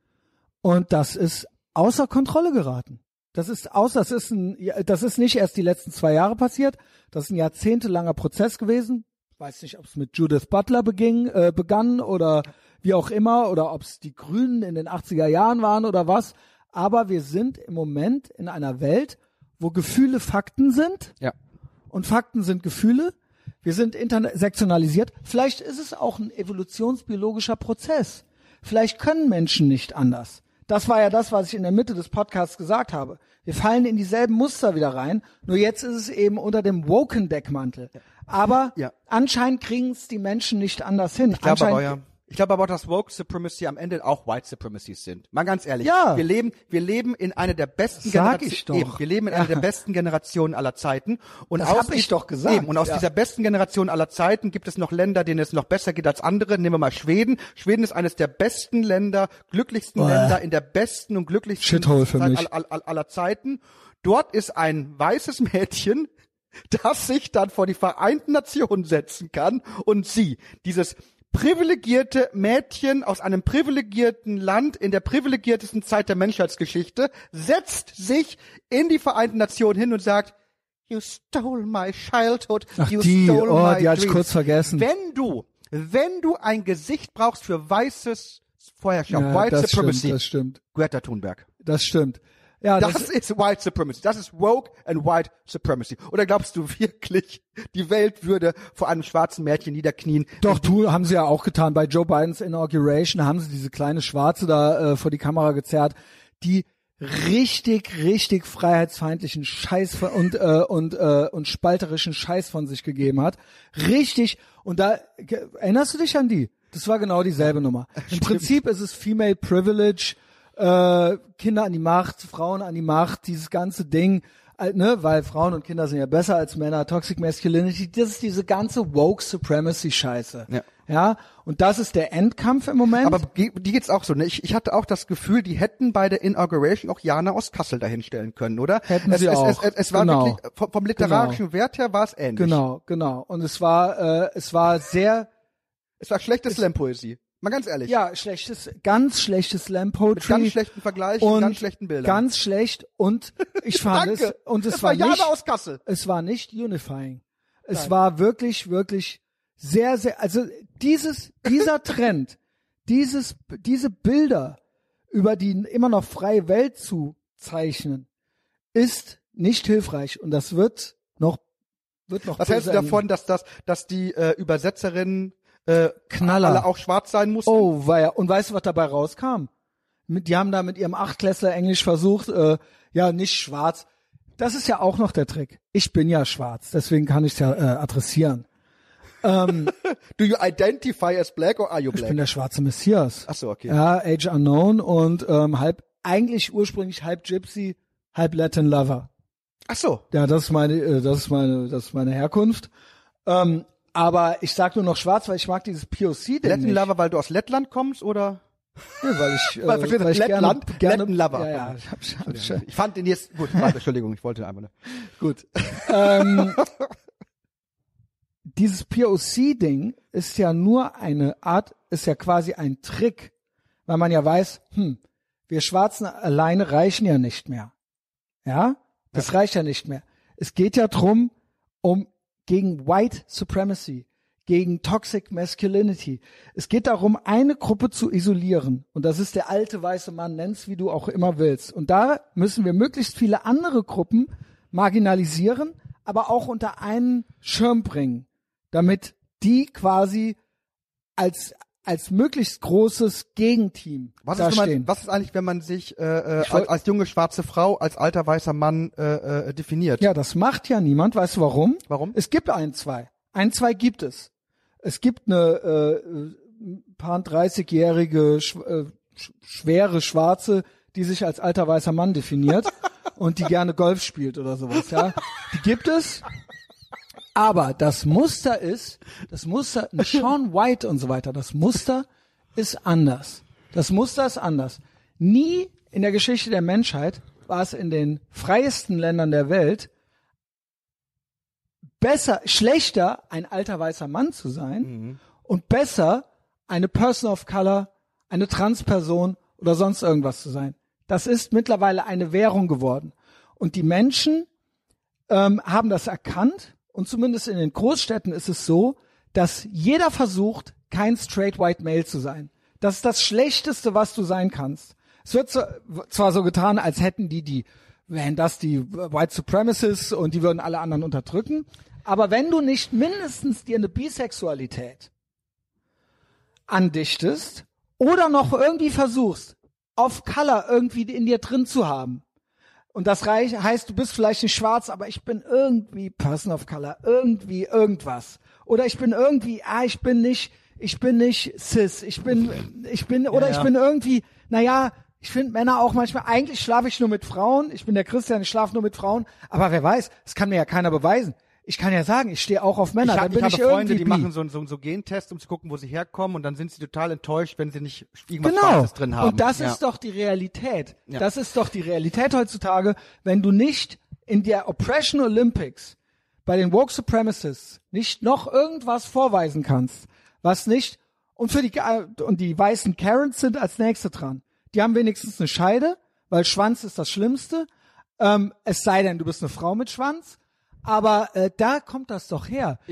und das ist außer Kontrolle geraten. Das ist aus, das ist ein, ja, das ist nicht erst die letzten zwei Jahre passiert. Das ist ein jahrzehntelanger Prozess gewesen. Ich weiß nicht, ob es mit Judith Butler beging, äh, begann oder wie auch immer oder ob es die Grünen in den achtziger Jahren waren oder was. Aber wir sind im Moment in einer Welt, wo Gefühle Fakten sind Ja. und Fakten sind Gefühle. Wir sind intersektionalisiert. Vielleicht ist es auch ein evolutionsbiologischer Prozess. Vielleicht können Menschen nicht anders. Das war ja das, was ich in der Mitte des Podcasts gesagt habe. Wir fallen in dieselben Muster wieder rein, nur jetzt ist es eben unter dem Woken-Deckmantel. Aber Ja. anscheinend kriegen es die Menschen nicht anders hin. Ich glaube Anscheinend- aber, ja. Ich glaube aber, dass Woke Supremacy am Ende auch White Supremacies sind. Mal ganz ehrlich. Ja. Wir leben, wir leben in einer der besten Sag Generation- ich doch. Eben, wir leben in einer Ja. der besten Generationen aller Zeiten. Und Das aus hab ich dies- doch gesagt. Eben, und aus Ja. dieser besten Generation aller Zeiten gibt es noch Länder, denen es noch besser geht als andere. Nehmen wir mal Schweden. Schweden ist eines der besten Länder, glücklichsten Boah. Länder in der besten und glücklichsten Shithole für Zeit mich. all- all- all- aller Zeiten. Dort ist ein weißes Mädchen, das sich dann vor die Vereinten Nationen setzen kann und sie, dieses privilegierte Mädchen aus einem privilegierten Land in der privilegiertesten Zeit der Menschheitsgeschichte, setzt sich in die Vereinten Nationen hin und sagt, you stole my childhood, Ach, you die, stole oh, my die hatte ich dreams. kurz vergessen. Wenn du, wenn du ein Gesicht brauchst für weißes Vorherrschaft, Ja, White das Supremacy, stimmt, das stimmt. Greta Thunberg. Das stimmt. Ja, Das, das, ist White Supremacy. Das ist Woke and White Supremacy. Oder glaubst du wirklich, die Welt würde vor einem schwarzen Mädchen niederknien? Doch, tu, haben sie ja auch getan. Bei Joe Bidens Inauguration haben sie diese kleine Schwarze da äh, vor die Kamera gezerrt, die richtig, richtig freiheitsfeindlichen Scheiß von, und äh, und äh, und spalterischen Scheiß von sich gegeben hat. Richtig. Und da erinnerst du dich an die? Das war genau dieselbe Nummer. Im Stimmt. Prinzip ist es Female Privilege, äh, Kinder an die Macht, Frauen an die Macht, dieses ganze Ding, äh, ne, weil Frauen und Kinder sind ja besser als Männer, Toxic Masculinity, das ist diese ganze Woke Supremacy Scheiße. Ja. Ja, und das ist der Endkampf im Moment. Aber die die geht's auch so, ne? Ich, ich hatte auch das Gefühl, die hätten bei der Inauguration auch Jana aus Kassel dahinstellen können, oder? Hätten es, sie es, auch. Es, es, es war Genau. wirklich, vom, vom literarischen Genau. Wert her war es ähnlich. Genau, genau. Und es war, äh, es war sehr, Es war schlechte Slam-Poesie. Mal ganz ehrlich. ja, schlechtes, ganz schlechtes Slam Poetry. Mit ganz schlechten Vergleichen, und ganz schlechten Bildern. Ganz schlecht und ich fand Danke. es, und es Es war war Jana nicht, aus Kassel. es war nicht unifying. Es Nein. war wirklich, wirklich sehr, sehr, also dieses, dieser Trend, dieses, diese Bilder über die immer noch freie Welt zu zeichnen, ist nicht hilfreich und das wird noch, wird noch Was hältst du böse davon, dass das, dass die äh, Übersetzerinnen äh, Knaller. alle auch schwarz sein mussten? Oh, war ja. Und weißt du, was dabei rauskam? Mit, die haben da mit ihrem Achtklässler Englisch versucht, äh, ja, nicht schwarz. Das ist ja auch noch der Trick. Ich bin ja schwarz, deswegen kann ich es ja äh, adressieren. Ähm, Do you identify as black or are you ich black? bin der schwarze Messias. Ach so, okay. Ja, Age Unknown und ähm, halb, eigentlich ursprünglich halb Gypsy, halb Latin Lover. Ach so. Ja, das ist meine, äh, das ist meine, das ist meine Herkunft. Ähm, aber ich sag nur noch schwarz, weil ich mag dieses P O C-Ding Latin nicht. Lover, weil du aus Lettland kommst, oder? Ja, weil ich, äh, Weil, verstehst du, weil ich Lettland, gerne, gerne, Latin Lover. Ja, ja, ich hab, ich hab, ich, Ich fand den jetzt, gut, warte, Entschuldigung, ich wollte einfach, ne? gut. ähm, dieses P O C-Ding ist ja nur eine Art, ist ja quasi ein Trick, weil man ja weiß, hm, wir Schwarzen alleine reichen ja nicht mehr. Ja? Das ja. reicht ja nicht mehr. Es geht ja drum, um gegen White Supremacy, gegen Toxic Masculinity. Es geht darum, eine Gruppe zu isolieren. Und das ist der alte weiße Mann, nenn's wie du auch immer willst. Und da müssen wir möglichst viele andere Gruppen marginalisieren, aber auch unter einen Schirm bringen, damit die quasi als als möglichst großes Gegenteam Was da ist, wenn stehen. man, was ist eigentlich, wenn man sich äh, äh, wollt- als, als junge schwarze Frau, als alter weißer Mann äh, äh, definiert? Ja, das macht ja niemand. Weißt du warum? Warum? Es gibt ein, zwei. Ein, zwei gibt es. Es gibt eine äh, paar dreißigjährige sch äh, sch schwere Schwarze, die sich als alter weißer Mann definiert und die gerne Golf spielt oder sowas. Ja, die gibt es. Aber das Muster ist, das Muster, Shaun White und so weiter, das Muster ist anders. Das Muster ist anders. Nie in der Geschichte der Menschheit war es in den freiesten Ländern der Welt besser, schlechter, ein alter weißer Mann zu sein mhm. und besser, eine Person of Color, eine Transperson oder sonst irgendwas zu sein. Das ist mittlerweile eine Währung geworden. Und die Menschen ähm, haben das erkannt. Und zumindest in den Großstädten ist es so, dass jeder versucht, kein straight white male zu sein. Das ist das Schlechteste, was du sein kannst. Es wird zwar so getan, als hätten die die, wären das die White Supremacists und die würden alle anderen unterdrücken. Aber wenn du nicht mindestens dir eine Bisexualität andichtest oder noch irgendwie versuchst, off color irgendwie in dir drin zu haben, und das heißt, du bist vielleicht nicht schwarz, aber ich bin irgendwie Person of Color, irgendwie irgendwas. Oder ich bin irgendwie, ah, ich bin nicht, ich bin nicht cis, ich bin, ich bin, oder ja, ja. ich bin irgendwie, naja, ich finde Männer auch manchmal, eigentlich schlafe ich nur mit Frauen, ich bin der Christian, ich schlafe nur mit Frauen, aber wer weiß, das kann mir ja keiner beweisen. Ich kann ja sagen, ich stehe auch auf Männer, Ich, hab, dann bin ich ich, habe Freunde, irgendwie die bi. machen so, so, so Gentests, um zu gucken, wo sie herkommen, und dann sind sie total enttäuscht, wenn sie nicht irgendwas Genau. Schwarzes drin haben. Und das ja. ist doch die Realität. Ja. Das ist doch die Realität heutzutage, wenn du nicht in der Oppression Olympics bei den Woke Supremacists nicht noch irgendwas vorweisen kannst, was nicht, und für die, und die weißen Karens sind als Nächste dran. Die haben wenigstens eine Scheide, weil Schwanz ist das Schlimmste. Ähm, es sei denn, du bist eine Frau mit Schwanz. Aber äh, da kommt das doch her. Ich,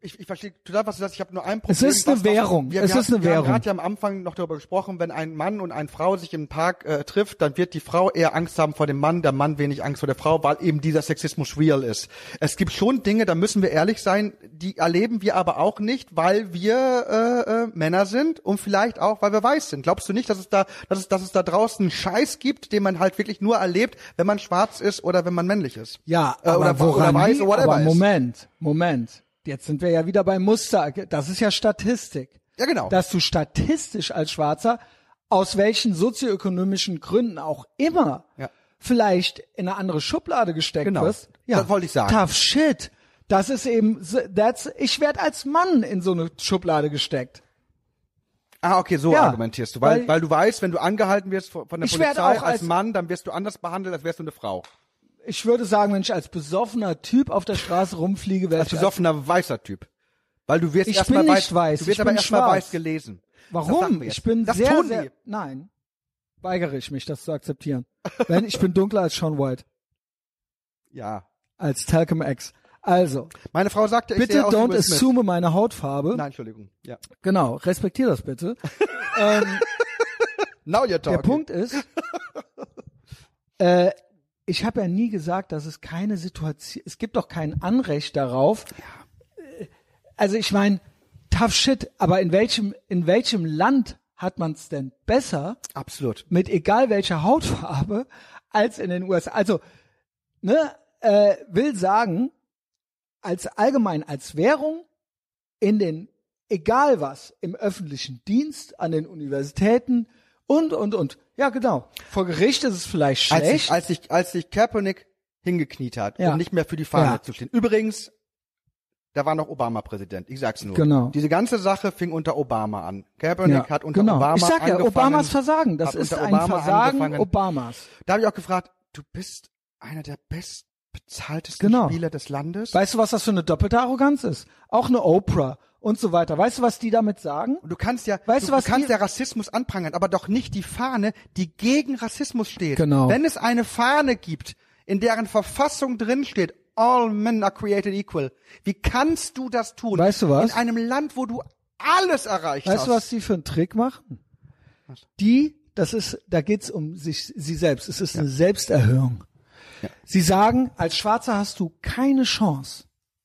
ich, ich verstehe total, was du sagst. Ich habe nur ein Problem. Es ist eine was, Währung. Was, wir, es wir ist eine hatten, wir Währung. Wir haben gerade ja am Anfang noch darüber gesprochen, wenn ein Mann und eine Frau sich im Park äh, trifft, dann wird die Frau eher Angst haben vor dem Mann, der Mann wenig Angst vor der Frau, weil eben dieser Sexismus real ist. Es gibt schon Dinge, da müssen wir ehrlich sein, die erleben wir aber auch nicht, weil wir äh, äh, Männer sind und vielleicht auch, weil wir weiß sind. Glaubst du nicht, dass es da, dass es, dass es da draußen einen Scheiß gibt, den man halt wirklich nur erlebt, wenn man schwarz ist oder wenn man männlich ist? Ja, äh, aber oder, woran oder weiß liegt, oder whatever aber ist. Moment, Moment. Jetzt sind wir ja wieder beim Muster. Das ist ja Statistik. Ja, genau. Dass du statistisch als Schwarzer, aus welchen sozioökonomischen Gründen auch immer, Ja. vielleicht in eine andere Schublade gesteckt Genau. wirst. Ja, Das wollte ich sagen. Tough shit. Das ist eben, that's, ich werde als Mann in so eine Schublade gesteckt. Ah, okay, so Ja, argumentierst du. Weil, weil- weil du weißt, wenn du angehalten wirst von von der Ich werd Polizei auch als als- Mann, dann wirst du anders behandelt, als wärst du eine Frau. Ich würde sagen, wenn ich als besoffener Typ auf der Straße rumfliege, wäre Als ich besoffener weißer Typ. Weil du wirst Ich erstmal bin weiß, nicht weiß, du wirst ich aber bin erstmal schwarz. weiß gelesen. Das Warum? sagen wir jetzt. Ich bin das sehr, tun sehr, die. nein, weigere ich mich, das zu akzeptieren. Wenn ich bin dunkler als Sean White, Ja. als Talcum X. Also, Meine Frau sagte, ich bitte sehe aus wie don't Will Smith. assume meine Hautfarbe. Nein, Entschuldigung. Ja. Genau, respektier das bitte. ähm, Now you're talking. der Punkt ist, äh, ich habe ja nie gesagt, dass es keine Situation, es gibt doch kein Anrecht darauf. Äh, Also ich meine, tough shit, aber in welchem, in welchem Land hat man es denn besser? Absolut. Mit egal welcher Hautfarbe als in den U S A. Also, ne, äh, will sagen, als allgemein als Währung in den, egal was, im öffentlichen Dienst, an den Universitäten und, und, und. Ja, genau. Vor Gericht ist es vielleicht Als schlecht. sich, als sich, als sich Kaepernick hingekniet hat, Ja. um nicht mehr für die Fahne Ja. zu stehen. Übrigens, da war noch Obama Präsident. Ich sag's nur. Genau. Diese ganze Sache fing unter Obama an. Kaepernick ja, hat unter genau. Obama Ich sag ja, angefangen. Obamas Versagen. Das hat ist unter ein Obama Versagen angefangen. Obamas. Da habe ich auch gefragt, du bist einer der bestbezahltesten Genau. Spieler des Landes. Weißt du, was das für eine doppelte Arroganz ist? Auch eine Oprah und so weiter. Weißt du, was die damit sagen? Und du kannst ja, Weißt du, du, was du kannst die- ja Rassismus anprangern, aber doch nicht die Fahne, die gegen Rassismus steht. Genau. Wenn es eine Fahne gibt, in deren Verfassung drin steht, all men are created equal. Wie kannst du das tun? Weißt du was? In einem Land, wo du alles erreicht Weißt hast. du, was die für einen Trick machen? Die, das ist, da geht's um sich, sie selbst. Es ist eine Selbsterhöhung. Sie sagen, als Schwarzer hast du keine Chance.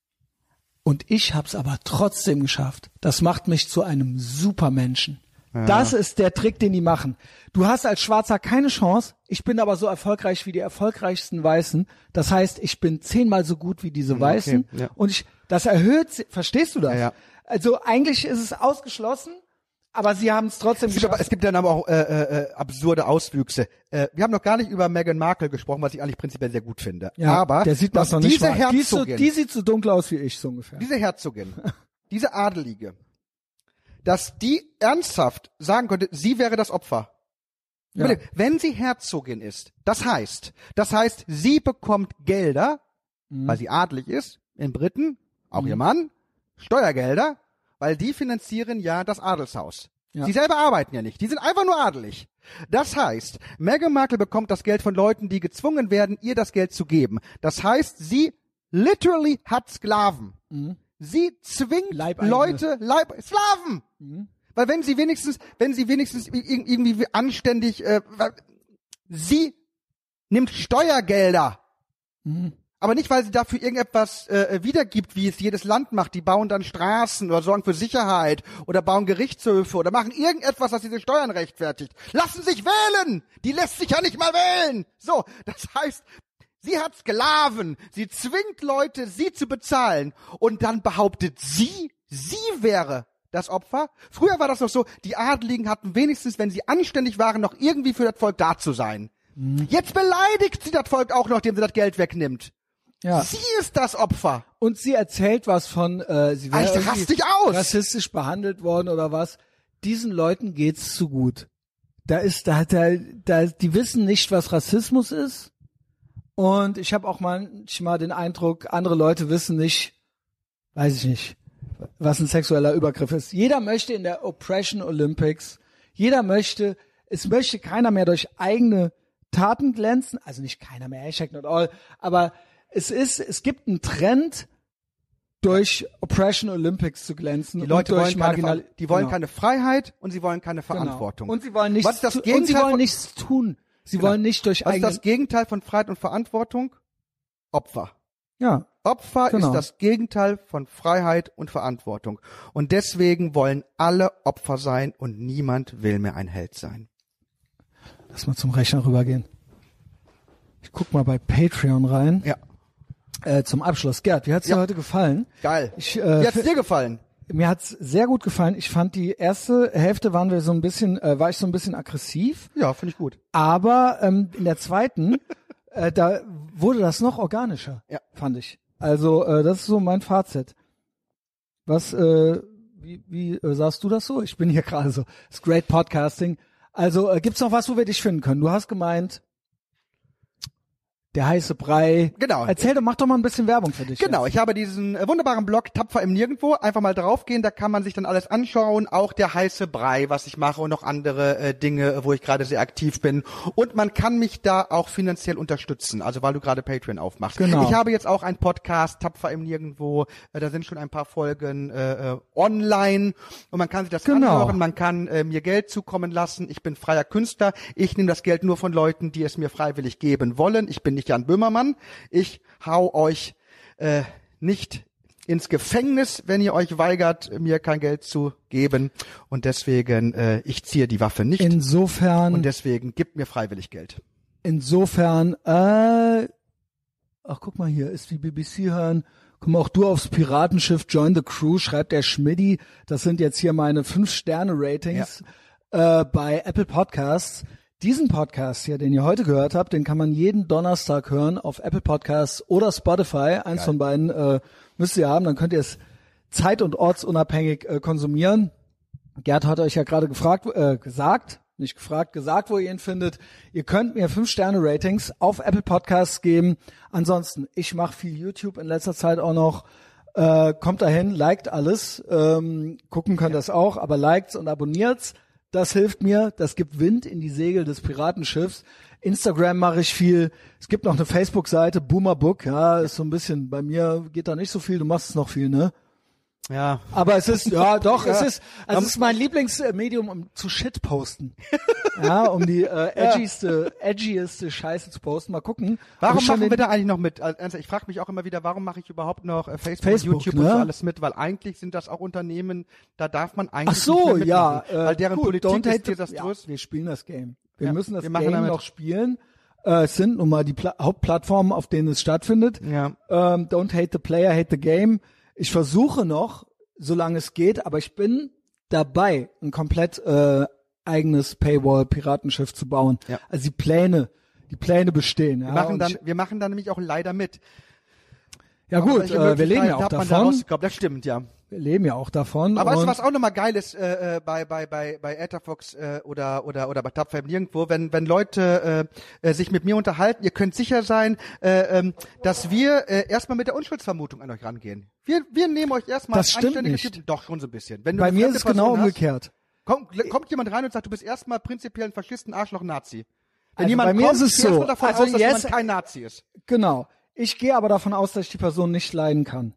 Und ich hab's aber trotzdem geschafft. Das macht mich zu einem Supermenschen. Das ist der Trick, den die machen. Du hast als Schwarzer keine Chance. Ich bin aber so erfolgreich wie die erfolgreichsten Weißen. Das heißt, ich bin zehnmal so gut wie diese Weißen. ja. Und ich, das erhöht, verstehst du das? Ja, ja. Also eigentlich ist es ausgeschlossen, aber sie haben es trotzdem Es gibt, aber, geschafft. es gibt dann aber auch äh, äh, absurde Auswüchse. Äh, wir haben noch gar nicht über Meghan Markle gesprochen, was ich eigentlich prinzipiell sehr gut finde. Ja, aber der sieht man was noch nicht diese mal. Die, ist so, Herzogin, die sieht so dunkel aus wie ich, so ungefähr. diese Herzogin, diese Adelige, dass die ernsthaft sagen könnte, sie wäre das Opfer. Ja. Überleg, wenn sie Herzogin ist, das heißt, das heißt, sie bekommt Gelder, Mhm. weil sie adelig ist, in Briten, auch ihr Mann, Steuergelder, weil die finanzieren ja das Adelshaus. Ja. Sie selber arbeiten ja nicht, die sind einfach nur adelig. Das heißt, Meghan Markle bekommt das Geld von Leuten, die gezwungen werden, ihr das Geld zu geben. Das heißt, sie literally hat Sklaven. Sie zwingt Leibeigene. Leute, Leib, Sklaven. Mhm. Weil wenn sie wenigstens, wenn sie wenigstens ir- irgendwie anständig, äh, sie nimmt Steuergelder. Mhm. Aber nicht, weil sie dafür irgendetwas äh, wiedergibt, wie es jedes Land macht. Die bauen dann Straßen oder sorgen für Sicherheit oder bauen Gerichtshöfe oder machen irgendetwas, was diese Steuern rechtfertigt. Lassen sich wählen! Die lässt sich ja nicht mal wählen! So, das heißt, sie hat Sklaven. Sie zwingt Leute, sie zu bezahlen. Und dann behauptet sie, sie wäre das Opfer. Früher war das noch so, die Adeligen hatten wenigstens, wenn sie anständig waren, noch irgendwie für das Volk da zu sein. Jetzt beleidigt sie das Volk auch noch, indem sie das Geld wegnimmt. Ja. Sie ist das Opfer. Und sie erzählt was von, äh, sie wäre Alter, irgendwie rast dich aus! rassistisch behandelt worden oder was. Diesen Leuten geht's zu gut. Da ist, da hat er, da, die wissen nicht, was Rassismus ist. Und ich habe auch manchmal den Eindruck, andere Leute wissen nicht, weiß ich nicht, was ein sexueller Übergriff ist. Jeder möchte in der Oppression Olympics, jeder möchte, es möchte keiner mehr durch eigene Taten glänzen, also nicht keiner mehr, Hashtag not all, aber es ist, es gibt einen Trend, durch Oppression Olympics zu glänzen. Die Leute und wollen durch keine, Marginal die wollen genau. keine Freiheit und sie wollen keine Verantwortung. Genau. Und sie wollen nichts, Was ist das tu- Gegenteil und sie wollen von, nichts tun. Sie genau. wollen nicht durch Was ist eigene... das Gegenteil von Freiheit und Verantwortung? Opfer. Ja. Opfer Genau. ist das Gegenteil von Freiheit und Verantwortung. Und deswegen wollen alle Opfer sein und niemand will mehr ein Held sein. Lass mal zum Rechner rübergehen. Ich guck mal bei Patreon rein. Ja. Äh, zum Abschluss. Gerd, wie hat's dir Ja. heute gefallen? Geil. Ich, äh, Wie hat's dir gefallen? Mir hat's sehr gut gefallen. Ich fand die erste Hälfte waren wir so ein bisschen, äh, war ich so ein bisschen aggressiv. Ja, finde ich gut. Aber ähm, in der zweiten, äh, da wurde das noch organischer, Ja. fand ich. Also äh, das ist so mein Fazit. Was, äh, wie, wie äh, sahst du das so? Ich bin hier gerade so. It's great Podcasting. Also äh, gibt's noch was, wo wir dich finden können? Du hast gemeint, der heiße Brei. Genau. Erzähl doch, mach doch mal ein bisschen Werbung für dich. Genau, jetzt. ich habe diesen äh, wunderbaren Blog Tapfer im Nirgendwo. Einfach mal draufgehen, da kann man sich dann alles anschauen. Auch der heiße Brei, was ich mache und noch andere äh, Dinge, wo ich gerade sehr aktiv bin. Und man kann mich da auch finanziell unterstützen, also weil du gerade Patreon aufmachst. Genau. Ich habe jetzt auch einen Podcast, Tapfer im Nirgendwo. Äh, da sind schon ein paar Folgen äh, äh, online und man kann sich das Genau. anhören. Man kann äh, mir Geld zukommen lassen. Ich bin freier Künstler. Ich nehme das Geld nur von Leuten, die es mir freiwillig geben wollen. Ich bin nicht Jan Böhmermann. Ich hau euch äh, nicht ins Gefängnis, wenn ihr euch weigert, mir kein Geld zu geben. Und deswegen, äh, ich ziehe die Waffe nicht. Insofern, Und deswegen gibt mir freiwillig Geld. insofern, äh, ach guck mal hier, ist wie B B C hören. Komm auch du aufs Piratenschiff, join the crew, schreibt der Schmidti. Das sind jetzt hier meine fünf Sterne Ratings äh, bei Apple Podcasts. Diesen Podcast hier, den ihr heute gehört habt, den kann man jeden Donnerstag hören auf Apple Podcasts oder Spotify. Eins Geil. von beiden äh, müsst ihr haben, dann könnt ihr es zeit- und ortsunabhängig äh, konsumieren. Gerd hat euch ja gerade gefragt, äh, gesagt, nicht gefragt, gesagt, wo ihr ihn findet. Ihr könnt mir fünf Sterne Ratings auf Apple Podcasts geben. Ansonsten, ich mache viel YouTube in letzter Zeit auch noch. Äh, kommt dahin, liked alles. Ähm, gucken könnt ihr das auch, aber liked und abonniert's. Das hilft mir, das gibt Wind in die Segel des Piratenschiffs. Instagram mache ich viel. Es gibt noch eine Facebook-Seite, Boomerbook. Ja, ist so ein bisschen, bei mir geht da nicht so viel, du machst es noch viel, ne? Ja. Aber es ist, ja doch, Ja. es ist, also es ist mein Lieblingsmedium, um zu shitposten. Ja, um die äh, edgyste, edgieste Scheiße zu posten. Mal gucken. ob Warum ich schon machen wir den- da eigentlich noch mit? Also ich frage mich auch immer wieder, warum mache ich überhaupt noch äh, Facebook, Facebook, YouTube ne? und so alles mit? Weil eigentlich sind das auch Unternehmen, da darf man eigentlich Ach nicht so, mehr ja. mitmachen, Äh, weil deren gut, Politik don't ist hate the- desaströs. Ja, wir spielen das Game. Wir Ja, müssen das wir machen Game damit. noch spielen. Äh, es sind nun mal die Pla- Hauptplattformen, auf denen es stattfindet. Ja. Ähm, don't hate the player, hate the game. Ich versuche noch, solange es geht, aber ich bin dabei, ein komplett äh, eigenes Paywall-Piratenschiff zu bauen. Ja. Also die Pläne, die Pläne bestehen. Ja, Wir machen und dann, ich, wir machen dann nämlich auch leider mit. ja Aber gut, welche äh, wir leben ja Möglichkeiten auch hat man da davon. rausgekommen? Das stimmt, ja. Wir leben ja auch davon. Aber weißt du, und was auch nochmal geil ist äh, äh, bei bei bei bei Etherfox äh, oder oder oder bei Tapfer im Nirgendwo, wenn wenn Leute äh, äh, sich mit mir unterhalten, ihr könnt sicher sein, äh, ähm, dass wir äh, erstmal mit der Unschuldsvermutung an euch rangehen. Wir wir nehmen euch erstmal Das als stimmt anständige nicht. Typen. Doch schon so ein bisschen. Wenn du bei eine mir ist fremde es genau Person hast, umgekehrt. Kommt, kommt jemand rein und sagt, du bist erstmal prinzipiell ein Faschisten, Arschloch, Nazi. Wenn Also jemand bei mir kommt, ist es geh erst so. mal davon Also aus, dass jetzt- jemand kein Nazi ist. Genau. Ich gehe aber davon aus, dass ich die Person nicht leiden kann.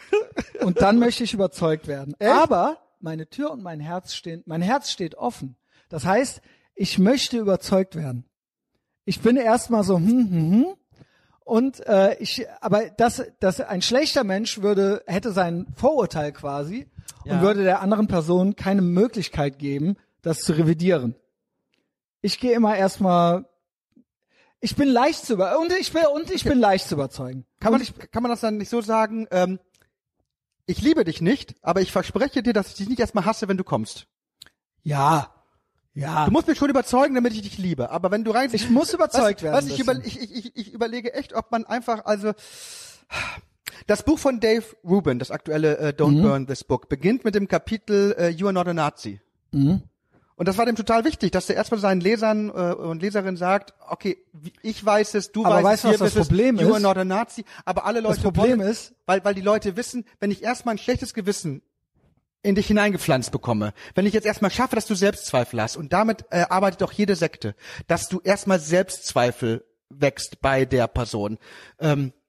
Und dann möchte ich überzeugt werden. Echt? Aber meine Tür und mein Herz stehen, mein Herz steht offen. Das heißt, ich möchte überzeugt werden. Ich bin erstmal so, hm, hm, hm. Und äh, ich, aber das, das ein schlechter Mensch würde, hätte sein Vorurteil quasi Ja. und würde der anderen Person keine Möglichkeit geben, das zu revidieren. Ich gehe immer erstmal, ich bin leicht zu über und ich bin und ich bin leicht zu überzeugen. Kann man, Und ich, nicht, kann man das dann nicht so sagen, ähm, ich liebe dich nicht, aber ich verspreche dir, dass ich dich nicht erstmal hasse, wenn du kommst. ja, ja. Du musst mich schon überzeugen, damit ich dich liebe. Aber wenn du rein... Ich muss überzeugt was, werden. Was ich, über, ich, ich, ich, ich überlege echt, ob man einfach, also... Das Buch von Dave Rubin, das aktuelle äh, Don't Mhm. Burn This Book, beginnt mit dem Kapitel äh, You are not a Nazi. Mhm. Und das war dem total wichtig, dass der erstmal seinen Lesern äh, und Leserinnen sagt, okay, wie- ich weiß es, du Aber weißt weißt du, es, was wir das wissen es, Problem you are ist? not a Nazi, aber alle Leute Das Problem wollen, ist, weil, weil die Leute wissen, wenn ich erstmal ein schlechtes Gewissen in dich hineingepflanzt bekomme, wenn ich jetzt erstmal schaffe, dass du Selbstzweifel hast, und damit äh, arbeitet auch jede Sekte, dass du erstmal Selbstzweifel wächst bei der Person, ähm,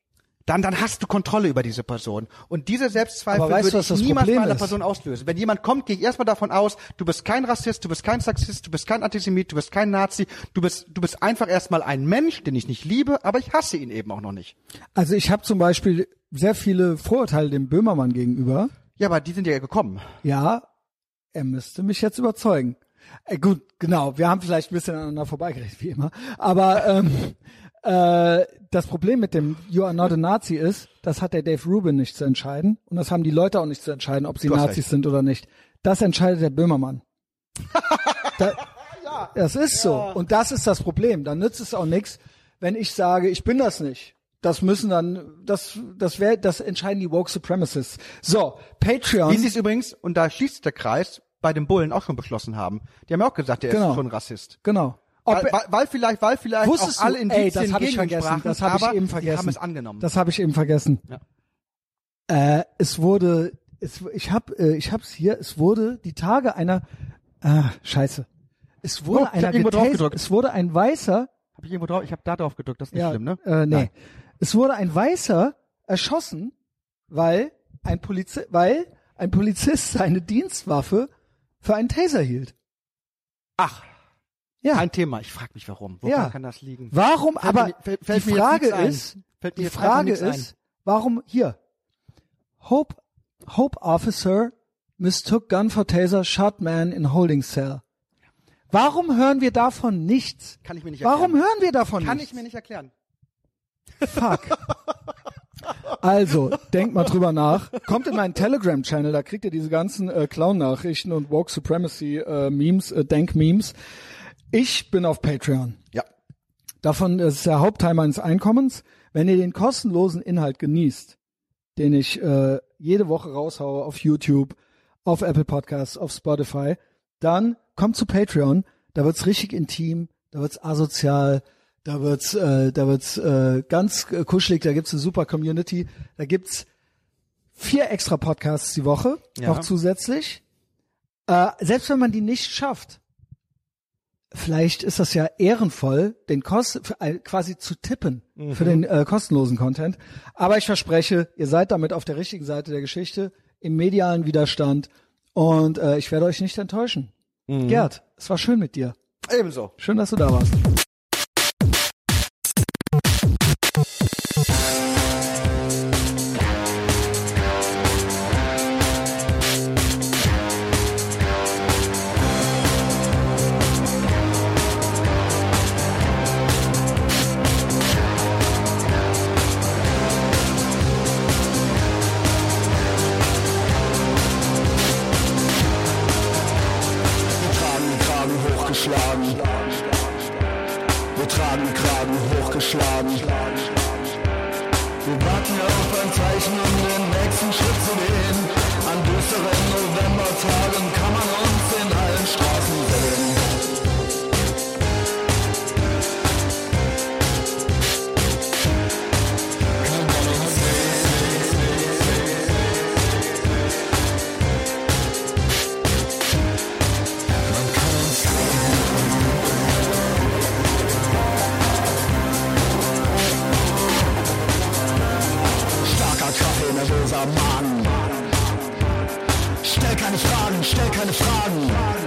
dann, dann hast du Kontrolle über diese Person. Und diese Selbstzweifel Aber weißt du, würde was ich das niemals Problem bei einer ist? Person auslösen. Wenn jemand kommt, gehe ich erstmal davon aus, du bist kein Rassist, du bist kein Sexist, du bist kein Antisemit, du bist kein Nazi, du bist, du bist einfach erstmal ein Mensch, den ich nicht liebe, aber ich hasse ihn eben auch noch nicht. Also ich habe zum Beispiel sehr viele Vorurteile dem Böhmermann gegenüber. Ja, aber die sind ja gekommen. Ja, er müsste mich jetzt überzeugen. Äh, gut, genau, wir haben vielleicht ein bisschen aneinander vorbeigeredet, wie immer. Aber ähm, äh, das Problem mit dem You are not a Nazi ist, das hat der Dave Rubin nicht zu entscheiden. Und das haben die Leute auch nicht zu entscheiden, ob sie Du hast Nazis recht. sind oder nicht. Das entscheidet der Böhmermann. da, Ja. Das ist so. Und das ist das Problem. Dann nützt es auch nichts, wenn ich sage, ich bin das nicht. Das müssen dann, das, das wäre, das entscheiden die Woke Supremacists. So, Patreon. Wie sie es übrigens, und da schließt der Kreis, bei den Bullen auch schon beschlossen haben. Die haben ja auch gesagt, der Genau. ist schon Rassist. Genau. Ob, Weil, weil, weil vielleicht, weil vielleicht wusstest auch alle du, Indizien ey, das habe ich gegen ihn vergessen. sprachen, Das habe ich aber eben sie vergessen. haben es angenommen. Das habe ich eben vergessen. Ja. Äh, es wurde, es, ich habe, äh, ich hab's hier. Es wurde die Tage einer, ah, scheiße. Es wurde Oh, ich hab einer irgendwo drauf getasert. gedrückt. Es wurde ein Weißer. Hab ich irgendwo drauf, ich habe da drauf gedrückt, das ist nicht Ja, schlimm, ne? Äh, nee. Nein. Es wurde ein Weißer erschossen, weil ein Polizi weil ein Polizist seine Dienstwaffe für einen Taser hielt. Ach, Ja. kein Thema. Ich frage mich, warum. Woran Ja. kann das liegen? Warum? Fällt Aber mir- fällt- fällt die mir jetzt Frage nichts ein. ist, Fällt mir die jetzt einfach Frage nichts ein. ist, warum hier? Hope, Hope Officer mistook gun for taser, shot man in holding cell. Warum hören wir davon nichts? Kann ich mir nicht Warum erklären. hören wir davon Kann nichts? ich mir nicht erklären. Fuck. Also, denkt mal drüber nach. Kommt in meinen Telegram-Channel, da kriegt ihr diese ganzen äh, Clown-Nachrichten und Woke Supremacy-Memes, äh, Denk-Memes. Ich bin auf Patreon. Ja. Davon das ist der Hauptteil meines Einkommens. Wenn ihr den kostenlosen Inhalt genießt, den ich äh, jede Woche raushaue auf YouTube, auf Apple Podcasts, auf Spotify, dann kommt zu Patreon. Da wird's richtig intim, da wird's asozial, da wird's, äh, da wird's äh, ganz äh, kuschelig. Da gibt's eine super Community. Da gibt's vier extra Podcasts die Woche Ja. noch zusätzlich. Äh, selbst wenn man die nicht schafft. Vielleicht ist das ja ehrenvoll, den Kost für, äh, quasi zu tippen Mhm. für den äh, kostenlosen Content. Aber ich verspreche, ihr seid damit auf der richtigen Seite der Geschichte, im medialen Widerstand und äh, ich werde euch nicht enttäuschen. Mhm. Gerd, es war schön mit dir. Ebenso. Schön, dass du da warst. Wir tragen den Kragen hochgeschlagen. Wir tragen den Kragen hochgeschlagen. Wir warten auf ein Zeichen, um den nächsten Schritt zu gehen. An düsteren Novembertagen kann man uns in allen Straßen sehen. Kann man uns Man kann uns Starker Kaffee, nervöser Magen. Stell keine Fragen, stell keine Fragen.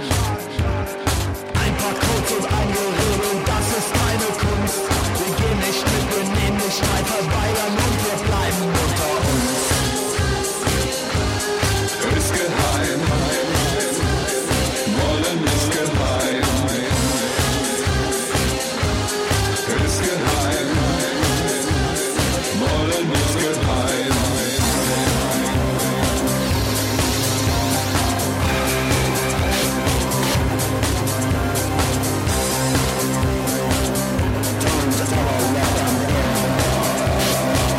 Ein paar Codes und ein Gerede und das ist keine Kunst. Wir gehen nicht mit, wir nehmen nicht teil, verweigern und wir bleiben unter uns. Ist geheim, wollen ist geheim, ist geheim, wollen ist geheim. Don't ever let them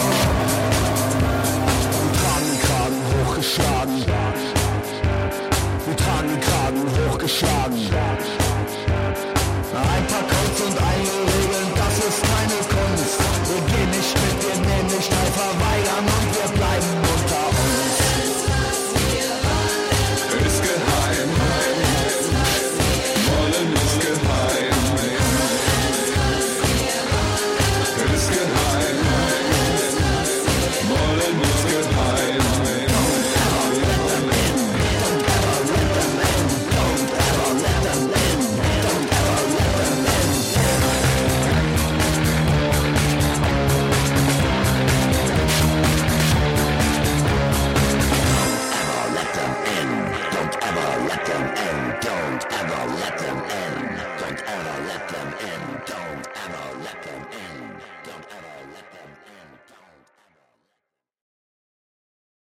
let them in. Don't ever let them